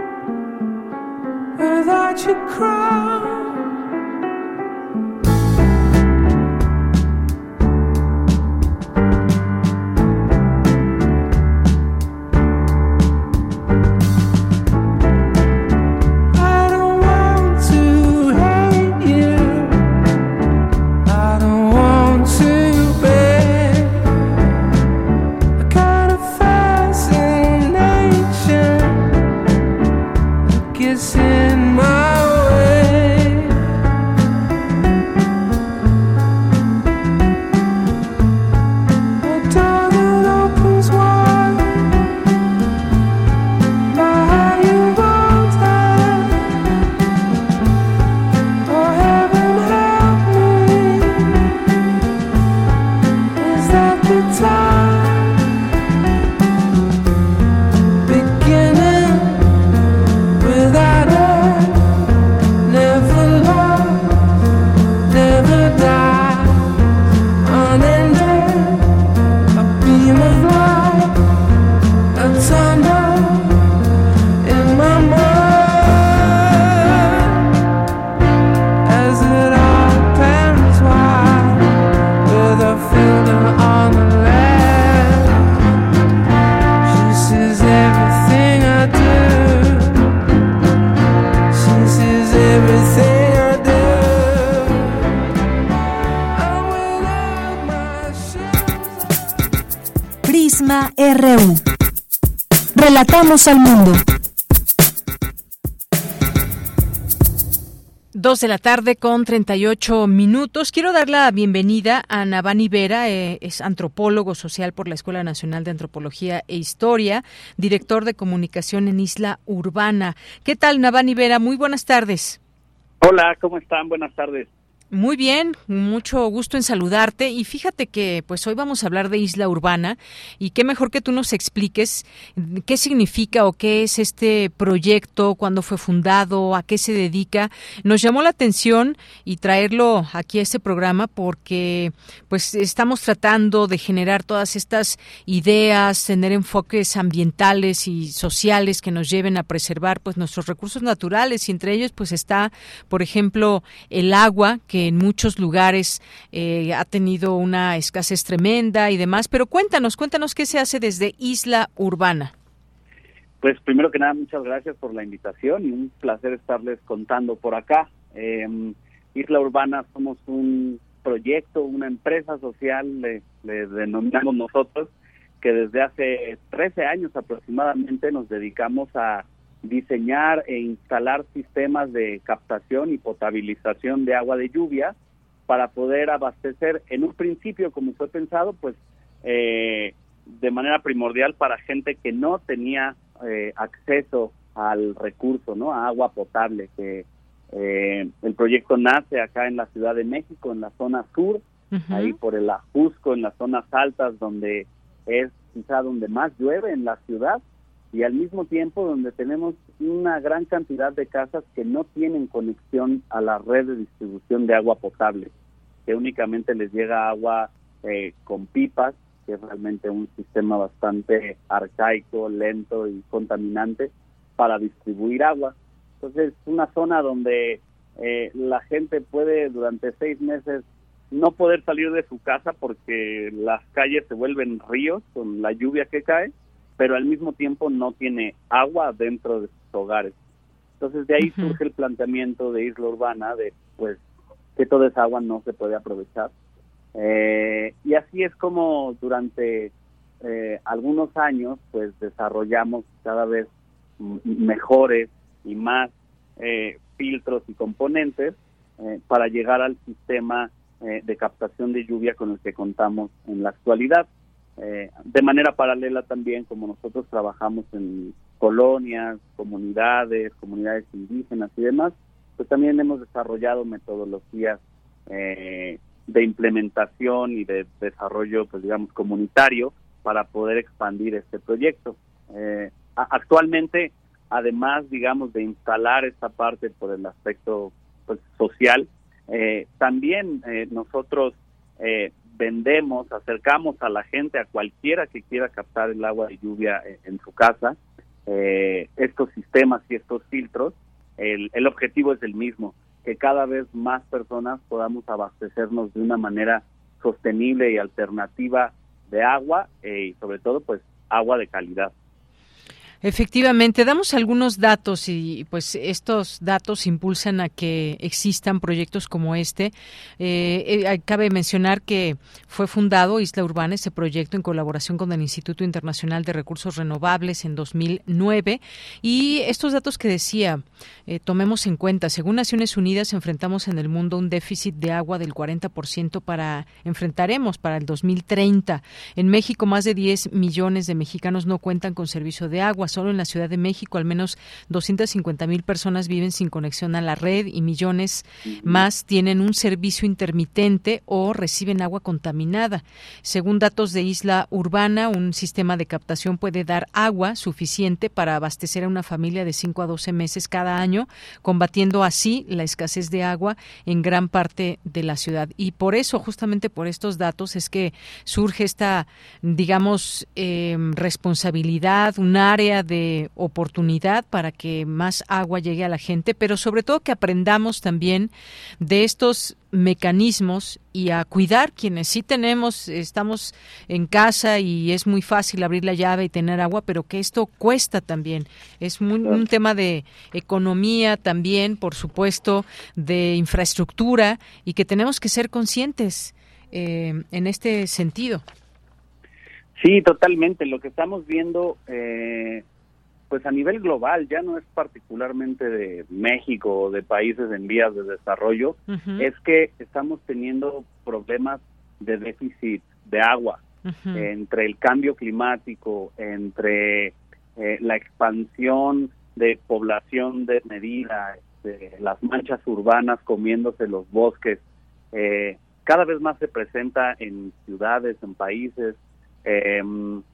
S13: without your crown, I don't want to hate you, I don't want to bear a kind of fascination that gets in my way. A door that opens wide, my heart you won't have. Oh, heaven help me, is that the time? Beginning without end. everything I do.
S1: Prisma R U. Relatamos al mundo.
S3: Dos de la tarde con treinta y ocho minutos. Quiero dar la bienvenida a Navani Vera, eh, es antropólogo social por la Escuela Nacional de Antropología e Historia, director de comunicación en Isla Urbana. ¿Qué tal, Navani Vera? Muy buenas tardes.
S15: Hola, ¿cómo están? Buenas tardes.
S3: Muy bien, mucho gusto en saludarte y fíjate que pues hoy vamos a hablar de Isla Urbana y qué mejor que tú nos expliques qué significa o qué es este proyecto, cuándo fue fundado, a qué se dedica. Nos llamó la atención y traerlo aquí a este programa porque pues estamos tratando de generar todas estas ideas, tener enfoques ambientales y sociales que nos lleven a preservar pues nuestros recursos naturales y entre ellos pues está, por ejemplo, el agua que en muchos lugares eh, ha tenido una escasez tremenda y demás, pero cuéntanos, cuéntanos qué se hace desde Isla Urbana.
S15: Pues primero que nada, muchas gracias por la invitación y un placer estarles contando por acá. Eh, Isla Urbana somos un proyecto, una empresa social, le, le denominamos nosotros, que desde hace trece años aproximadamente nos dedicamos a diseñar e instalar sistemas de captación y potabilización de agua de lluvia para poder abastecer en un principio, como fue pensado, pues eh, de manera primordial para gente que no tenía eh, acceso al recurso, ¿no? A agua potable. Que eh, el proyecto nace acá en la Ciudad de México, en la zona sur, uh-huh. ahí por el Ajusco, en las zonas altas, donde es quizá donde más llueve en la ciudad. Y al mismo tiempo donde tenemos una gran cantidad de casas que no tienen conexión a la red de distribución de agua potable, que únicamente les llega agua eh, con pipas, que es realmente un sistema bastante arcaico, lento y contaminante para distribuir agua. Entonces es una zona donde eh, la gente puede durante seis meses no poder salir de su casa porque las calles se vuelven ríos con la lluvia que cae, pero al mismo tiempo no tiene agua dentro de sus hogares. Entonces de ahí uh-huh. surge el planteamiento de Isla Urbana, de pues que toda esa agua no se puede aprovechar. Eh, y así es como durante eh, algunos años pues desarrollamos cada vez m- mejores y más eh, filtros y componentes eh, para llegar al sistema eh, de captación de lluvia con el que contamos en la actualidad. Eh, de manera paralela también, como nosotros trabajamos en colonias, comunidades, comunidades indígenas y demás, pues también hemos desarrollado metodologías eh, de implementación y de desarrollo, pues digamos, comunitario para poder expandir este proyecto. Eh, a- actualmente, además, digamos, de instalar esta parte por el aspecto pues, social, eh, también eh, nosotros eh, vendemos, acercamos a la gente, a cualquiera que quiera captar el agua de lluvia en, en su casa, eh, estos sistemas y estos filtros. El, el objetivo es el mismo, que cada vez más personas podamos abastecernos de una manera sostenible y alternativa de agua eh, y sobre todo pues agua de calidad.
S3: Efectivamente, damos algunos datos y pues estos datos impulsan a que existan proyectos como este. Eh, eh, cabe mencionar que fue fundado Isla Urbana, este proyecto, en colaboración con el Instituto Internacional de Recursos Renovables en dos mil nueve. Y estos datos que decía, eh, tomemos en cuenta, según Naciones Unidas, enfrentamos en el mundo un déficit de agua del cuarenta por ciento para, enfrentaremos para el dos mil treinta. En México, más de diez millones de mexicanos no cuentan con servicio de agua. Solo en la Ciudad de México, al menos doscientas cincuenta mil personas viven sin conexión a la red y millones más tienen un servicio intermitente o reciben agua contaminada. Según datos de Isla Urbana, un sistema de captación puede dar agua suficiente para abastecer a una familia de cinco a doce meses cada año, combatiendo así la escasez de agua en gran parte de la ciudad. Y por eso, justamente por estos datos, es que surge esta, digamos, eh, responsabilidad, un área área de oportunidad para que más agua llegue a la gente, pero sobre todo que aprendamos también de estos mecanismos y a cuidar quienes sí tenemos, estamos en casa y es muy fácil abrir la llave y tener agua, pero que esto cuesta también. Es muy, un tema de economía también, por supuesto, de infraestructura, y que tenemos que ser conscientes eh, en este sentido.
S15: Sí, totalmente. Lo que estamos viendo, eh, pues a nivel global, ya no es particularmente de México o de países en vías de desarrollo, uh-huh. es que estamos teniendo problemas de déficit de agua, uh-huh. eh, entre el cambio climático, entre eh, la expansión de población desmedida, este, las manchas urbanas comiéndose los bosques, eh, cada vez más se presenta en ciudades, en países, eh,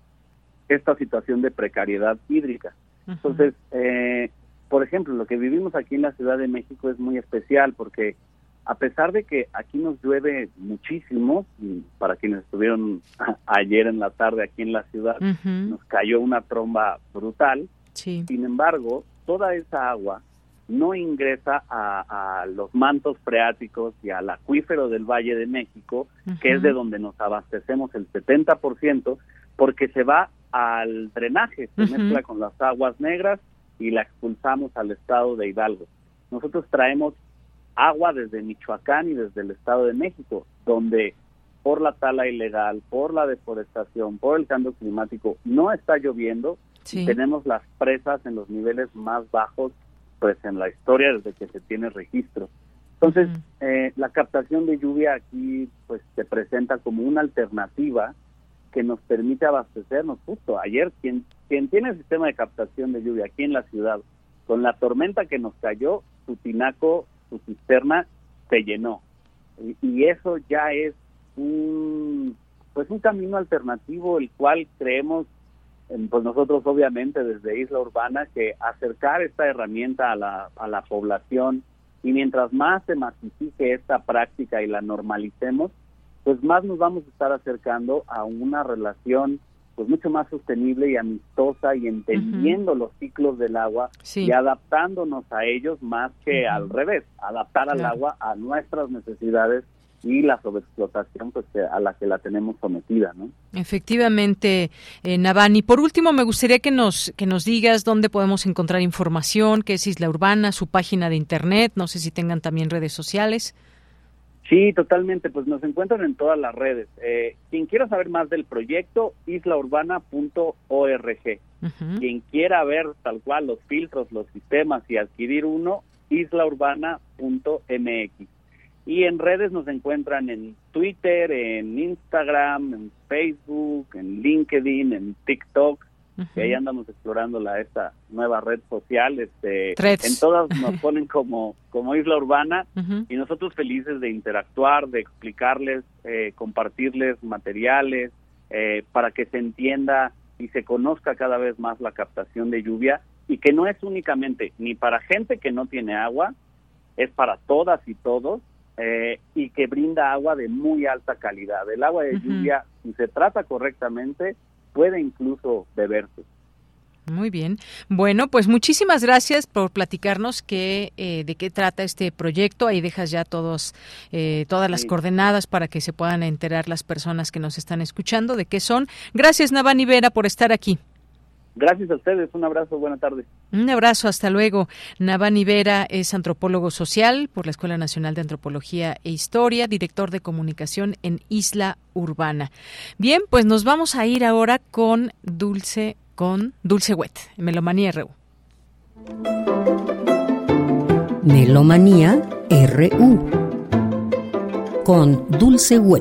S15: esta situación de precariedad hídrica. Uh-huh. Entonces, eh, por ejemplo, lo que vivimos aquí en la Ciudad de México es muy especial porque a pesar de que aquí nos llueve muchísimo, y para quienes estuvieron ayer en la tarde aquí en la ciudad, uh-huh. nos cayó una tromba brutal, sí. Sin embargo, toda esa agua no ingresa a, a los mantos freáticos y al acuífero del Valle de México, uh-huh. que es de donde nos abastecemos el setenta por ciento, porque se va al drenaje, se uh-huh. mezcla con las aguas negras y la expulsamos al estado de Hidalgo. Nosotros traemos agua desde Michoacán y desde el estado de México, donde por la tala ilegal, por la deforestación, por el cambio climático, no está lloviendo, sí. y tenemos las presas en los niveles más bajos pues en la historia desde que se tiene registro. Entonces, uh-huh. eh, la captación de lluvia aquí pues se presenta como una alternativa que nos permite abastecernos. Justo ayer, quien, quien tiene el sistema de captación de lluvia aquí en la ciudad, con la tormenta que nos cayó, su tinaco, su cisterna se llenó. Y, y eso ya es un pues un camino alternativo, el cual creemos, pues nosotros obviamente desde Isla Urbana, que acercar esta herramienta a la, a la población, y mientras más se masifique esta práctica y la normalicemos, pues más nos vamos a estar acercando a una relación pues mucho más sostenible y amistosa, y entendiendo uh-huh. los ciclos del agua, sí. y adaptándonos a ellos más que uh-huh. al revés, adaptar claro. al agua a nuestras necesidades y la sobreexplotación pues a la que la tenemos sometida, ¿no?
S3: Efectivamente, eh, Navani. Por último, me gustaría que nos que nos digas dónde podemos encontrar información, qué es Isla Urbana, su página de internet, no sé si tengan también redes sociales.
S15: Sí, totalmente, pues nos encuentran en todas las redes. Eh, quien quiera saber más del proyecto, isla urbana punto org. Uh-huh. Quien quiera ver tal cual los filtros, los sistemas y adquirir uno, isla urbana punto m x. Y en redes nos encuentran en Twitter, en Instagram, en Facebook, en LinkedIn, en TikTok, uh-huh. que ahí andamos explorando la, esta nueva red social. Este, en todas nos ponen como, como Isla Urbana, uh-huh. y nosotros felices de interactuar, de explicarles, eh, compartirles materiales, eh, para que se entienda y se conozca cada vez más la captación de lluvia, y que no es únicamente ni para gente que no tiene agua, es para todas y todos, Eh, y que brinda agua de muy alta calidad. El agua de uh-huh. lluvia, si se trata correctamente, puede incluso beberse.
S3: Muy bien. Bueno, pues muchísimas gracias por platicarnos que, eh, de qué trata este proyecto. Ahí dejas ya todos eh, todas las sí. coordenadas para que se puedan enterar las personas que nos están escuchando de qué son. Gracias, Navani Vera, por estar aquí.
S15: Gracias a ustedes, un abrazo, buena tarde.
S3: Un abrazo, hasta luego. Navani Vera es antropólogo social por la Escuela Nacional de Antropología e Historia, director de comunicación en Isla Urbana. Bien, pues nos vamos a ir ahora con Dulce, con Dulce Wet, Melomanía R U.
S7: Melomanía R U con Dulce Wet.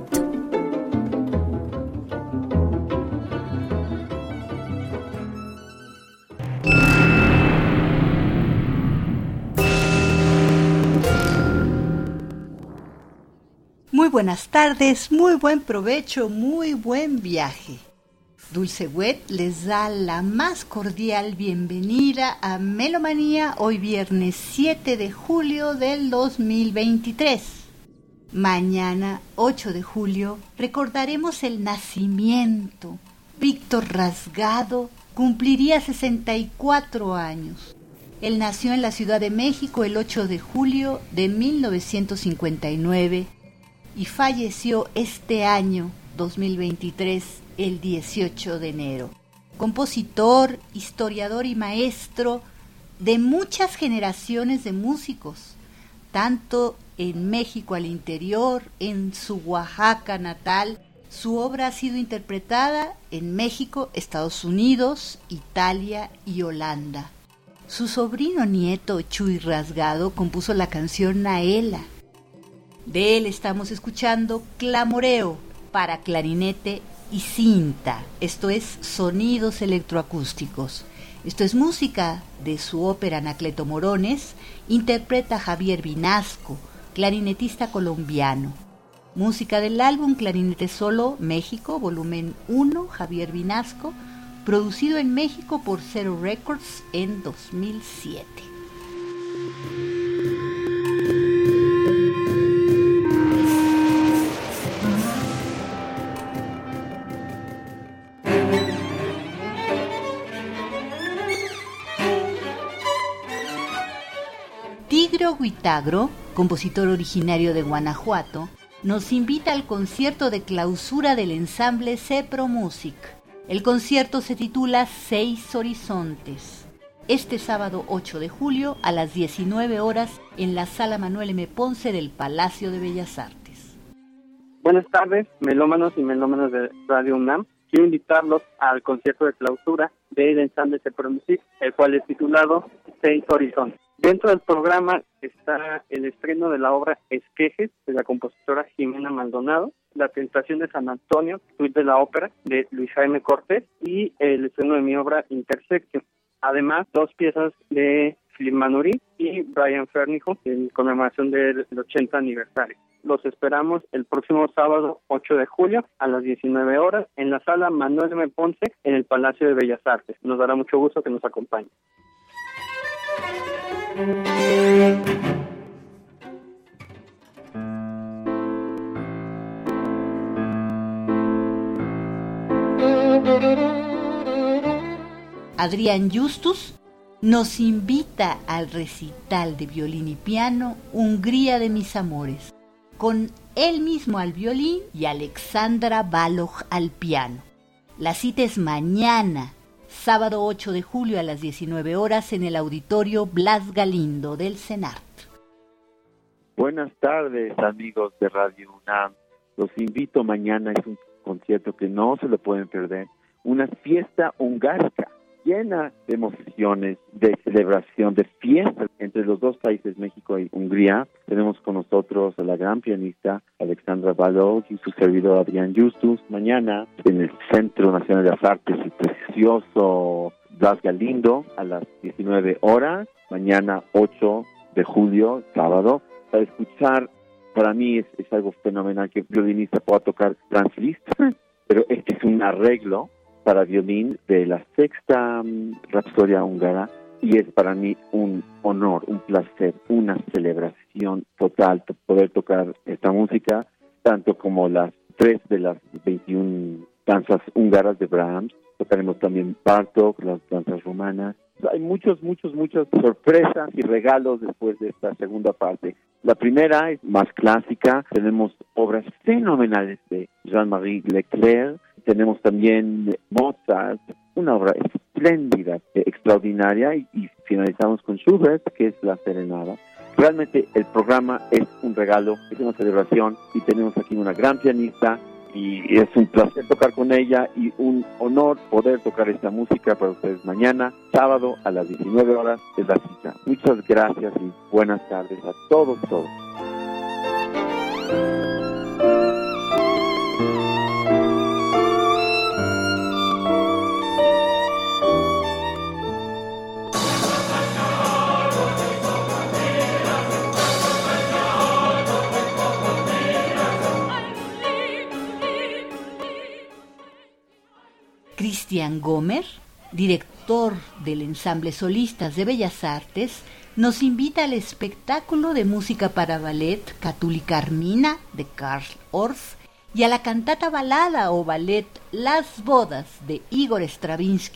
S16: Muy buenas tardes, muy buen provecho, muy buen viaje. Dulce Wet les da la más cordial bienvenida a Melomanía hoy viernes siete de julio del dos mil veintitrés. Mañana, ocho de julio, recordaremos el nacimiento, Víctor Rasgado, cumpliría sesenta y cuatro años. Él nació en la Ciudad de México el ocho de julio de mil novecientos cincuenta y nueve y falleció este año, dos mil veintitrés, el dieciocho de enero. Compositor, historiador y maestro de muchas generaciones de músicos, tanto en México al interior, en su Oaxaca natal. Su obra ha sido interpretada en México, Estados Unidos, Italia y Holanda. Su sobrino nieto, Chuy Rasgado, compuso la canción Naela. De él estamos escuchando Clamoreo para clarinete y cinta. Esto es sonidos electroacústicos. Esto es música de su ópera Anacleto Morones. Interpreta Javier Vinasco, clarinetista colombiano. Música del álbum Clarinete Solo México, volumen uno, Javier Vinasco, producido en México por Zero Records en dos mil siete. Tigro Huitagro, compositor originario de Guanajuato, nos invita al concierto de clausura del ensamble Cepro Music. El concierto se titula Seis Horizontes. Este sábado ocho de julio a las diecinueve horas en la Sala Manuel M. Ponce del Palacio de Bellas Artes.
S15: Buenas tardes, melómanos y melómanas de Radio UNAM. Quiero invitarlos al concierto de clausura del ensamble Cepro Music, el cual es titulado Seis Horizontes. Dentro del programa está el estreno de la obra Esquejes, de la compositora Jimena Maldonado, La Tentación de San Antonio, suite de la ópera, de Luis Jaime Cortés, y el estreno de mi obra Intersección. Además, dos piezas de Philippe Manoury y Brian Fernijo, en conmemoración del ochenta aniversario. Los esperamos el próximo sábado ocho de julio a las diecinueve horas en la Sala Manuel M. Ponce en el Palacio de Bellas Artes. Nos dará mucho gusto que nos acompañen.
S16: Adrián Justus nos invita al recital de violín y piano Hungría de mis amores, con él mismo al violín y Alexandra Balog al piano. La cita es mañana, sábado ocho de julio a las diecinueve horas en el Auditorio Blas Galindo del CENART.
S17: Buenas tardes, amigos de Radio UNAM. Los invito mañana, es un concierto que no se lo pueden perder. Una fiesta húngarica llena de emociones, de celebración, de fiesta entre los dos países, México y Hungría. Tenemos con nosotros a la gran pianista Alexandra Balog y su servidor Adrián Justus. Mañana en el Centro Nacional de las Artes y precioso Blas Galindo a las diecinueve horas. Mañana ocho de julio, sábado, para escuchar. Para mí es, es algo fenomenal que un violinista pueda tocar Franz Liszt, pero este es un arreglo para violín de la sexta um, Rapsodia húngara, y es para mí un honor, un placer, una celebración total poder tocar esta música, tanto como las tres de las veintiuna danzas húngaras de Brahms. Tocaremos también Bartók, las danzas rumanas. Hay muchos, muchos, muchas sorpresas y regalos después de esta segunda parte. La primera es más clásica. Tenemos obras fenomenales de Jean-Marie Leclerc. Tenemos también Mozart, una obra espléndida, extraordinaria. Y, y finalizamos con Schubert, que es La Serenada. Realmente el programa es un regalo, es una celebración. Y tenemos aquí una gran pianista. Y es un placer tocar con ella y un honor poder tocar esta música para ustedes mañana, sábado a las diecinueve horas es la cita. Muchas gracias y buenas tardes a todos, todos.
S16: Christian Gomer, director del Ensamble Solistas de Bellas Artes, nos invita al espectáculo de música para ballet Catuli Carmina de Karl Orff y a la cantata balada o ballet Las Bodas de Igor Stravinsky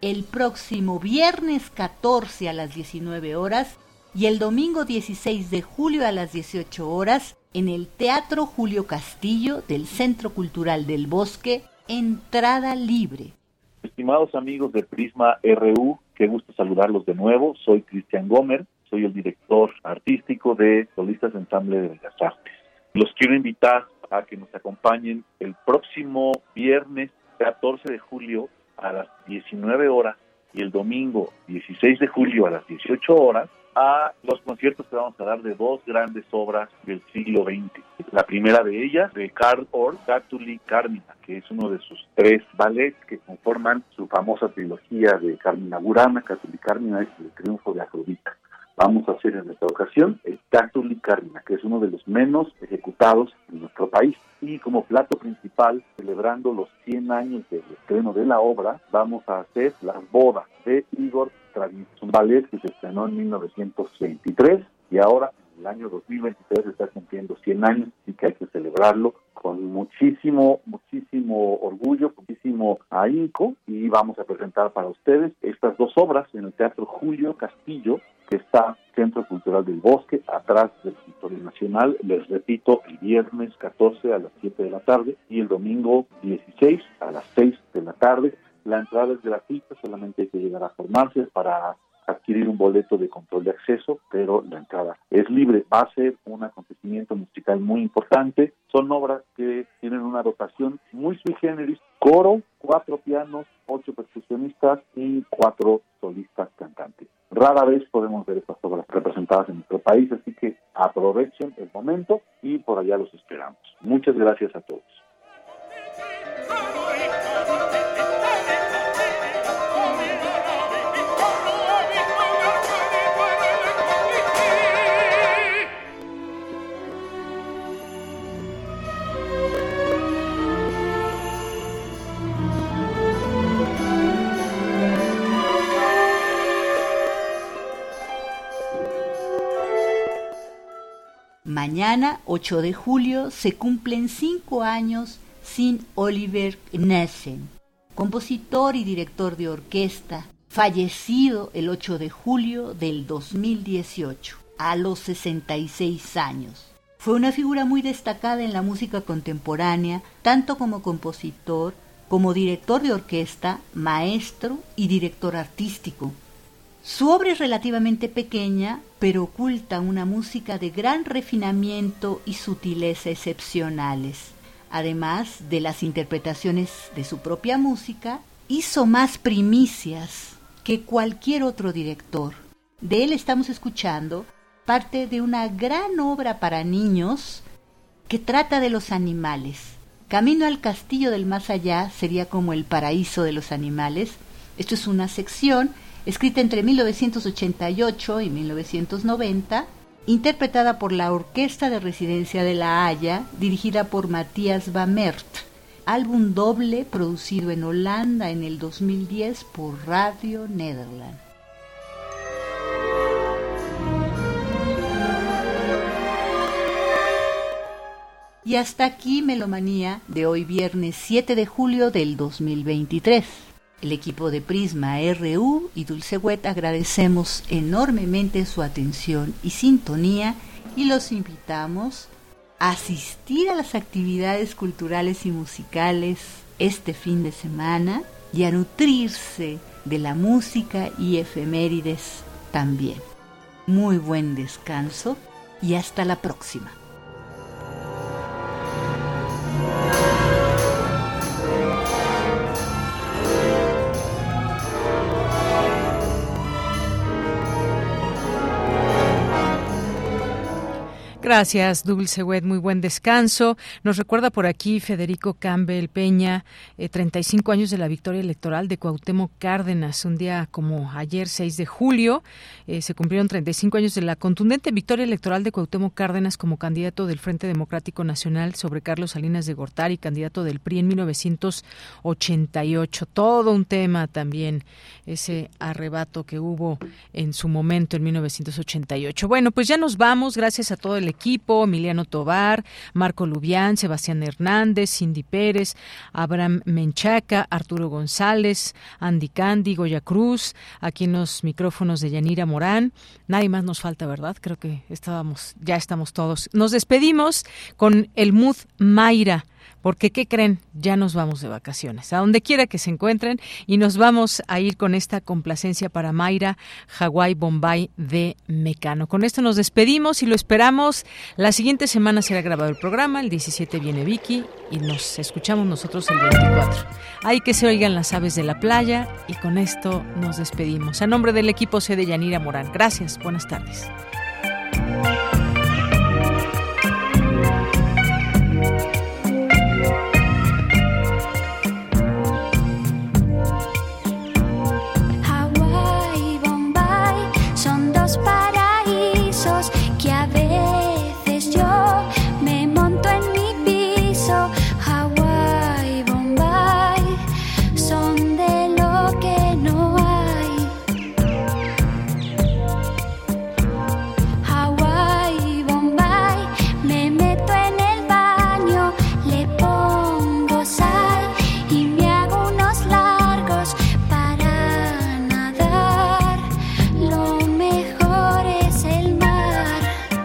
S16: el próximo viernes catorce a las diecinueve horas y el domingo dieciséis de julio a las dieciocho horas en el Teatro Julio Castillo del Centro Cultural del Bosque, entrada libre.
S4: Estimados amigos de Prisma R U, qué gusto saludarlos de nuevo. Soy Cristian Gómez, soy el director artístico de Solistas Ensamble de Bellas Artes. Los quiero invitar a que nos acompañen el próximo viernes catorce de julio a las diecinueve horas y el domingo dieciséis de julio a las dieciocho horas a los conciertos que vamos a dar de dos grandes obras del siglo veinte. La primera de ellas, de Carl Orff, Catullus Carmina, que es uno de sus tres ballets que conforman su famosa trilogía de Carmina Burana. Catullus Carmina es el triunfo de Afrodita. Vamos a hacer en esta ocasión el Catullus Carmina, que es uno de los menos ejecutados en nuestro país. Y como plato principal, celebrando los cien años del estreno de la obra, vamos a hacer Las bodas de Igor Stravinsky. Es un ballet que se estrenó en mil novecientos veintitrés y ahora, en el año dos mil veintitrés, está cumpliendo cien años, y que hay que celebrarlo con muchísimo, muchísimo orgullo, muchísimo ahínco, y vamos a presentar para ustedes estas dos obras en el Teatro Julio Castillo, que está Centro Cultural del Bosque, atrás del Auditorio Nacional. Les repito, el viernes catorce a las siete de la tarde y el domingo dieciséis a las seis de la tarde. La entrada es gratuita, solamente hay que llegar a formarse para adquirir un boleto de control de acceso, pero la entrada es libre. Va a ser un acontecimiento musical muy importante. Son obras que tienen una dotación muy sui generis: coro, cuatro pianos, ocho percusionistas y cuatro solistas cantantes. Rara vez podemos ver estas obras representadas en nuestro país, así que aprovechen el momento y por allá los esperamos. Muchas gracias a todos.
S16: Mañana, ocho de julio, se cumplen cinco años sin Oliver Kneesen, compositor y director de orquesta, fallecido el ocho de julio del dos mil dieciocho, a los sesenta y seis años. Fue una figura muy destacada en la música contemporánea, tanto como compositor, como director de orquesta, maestro y director artístico. Su obra es relativamente pequeña, pero oculta una música de gran refinamiento y sutileza excepcionales. Además de las interpretaciones de su propia música, hizo más primicias que cualquier otro director. De él estamos escuchando parte de una gran obra para niños que trata de los animales. Camino al Castillo del Más Allá sería como el paraíso de los animales. Esto es una sección escrita entre mil novecientos ochenta y ocho y mil novecientos noventa, interpretada por la Orquesta de Residencia de La Haya, dirigida por Matthias van Mert. Álbum doble producido en Holanda en el dos mil diez por Radio Nederland. Y hasta aquí Melomanía de hoy viernes siete de julio del dos mil veintitrés. El equipo de Prisma R U y Dulce Wet agradecemos enormemente su atención y sintonía y los invitamos a asistir a las actividades culturales y musicales este fin de semana y a nutrirse de la música y efemérides también. Muy buen descanso y hasta la próxima.
S3: Gracias, Dulce Wet, muy buen descanso. Nos recuerda por aquí Federico Campbell Peña, eh, treinta y cinco años de la victoria electoral de Cuauhtémoc Cárdenas. Un día como ayer, seis de julio, eh, se cumplieron treinta y cinco años de la contundente victoria electoral de Cuauhtémoc Cárdenas como candidato del Frente Democrático Nacional sobre Carlos Salinas de Gortari, candidato del P R I en mil novecientos ochenta y ocho. Todo un tema también, ese arrebato que hubo en su momento en mil novecientos ochenta y ocho. Bueno, pues ya nos vamos. Gracias a todo el equipo: Emiliano Tobar, Marco Lubián, Sebastián Hernández, Cindy Pérez, Abraham Menchaca, Arturo González, Andy Candy, Goya Cruz, aquí en los micrófonos de Yanira Morán. Nadie más nos falta, ¿verdad? Creo que estábamos, ya estamos todos. Nos despedimos con el mood Mayra, porque ¿qué creen? Ya nos vamos de vacaciones, a donde quiera que se encuentren, y nos vamos a ir con esta complacencia para Mayra, Hawái Bombay de Mecano. Con esto nos despedimos y lo esperamos. La siguiente semana será grabado el programa, el diecisiete viene Vicky y nos escuchamos nosotros el veinticuatro. Hay que se oigan las aves de la playa, y con esto nos despedimos. A nombre del equipo C de Yanira Morán, gracias, buenas tardes.
S5: Paraísos que a veces yo me monto en mi piso. Hawái, Bombay son de lo que no hay. Hawái, Bombay, me meto en el baño, le pongo sal y me hago unos largos para nadar. Lo mejor es el mar.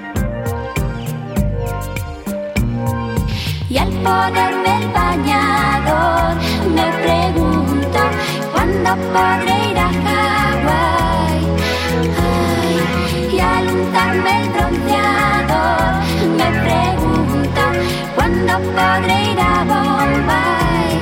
S5: Y al ponerme el bañador me pregunto cuándo podré ir a Hawái. Ay, y al untarme el bronceador me pregunto cuándo podré ir a Bombay.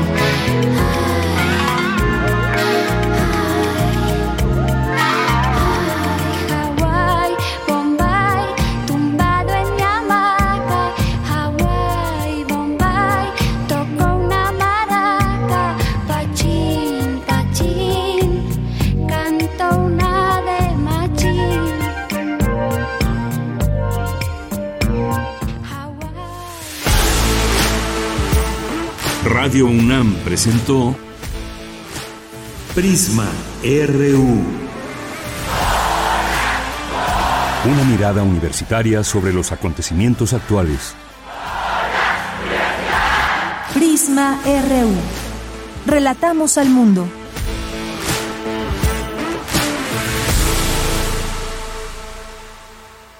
S5: Hawái, Bombay, tumbado en mi hamaca. Hawái, Bombay, toco una maraca. Pachín, pachín, canto una de machín.
S2: Radio UNAM presentó Prisma R U. Una mirada universitaria sobre los acontecimientos actuales.
S1: Prisma R U. Relatamos al mundo.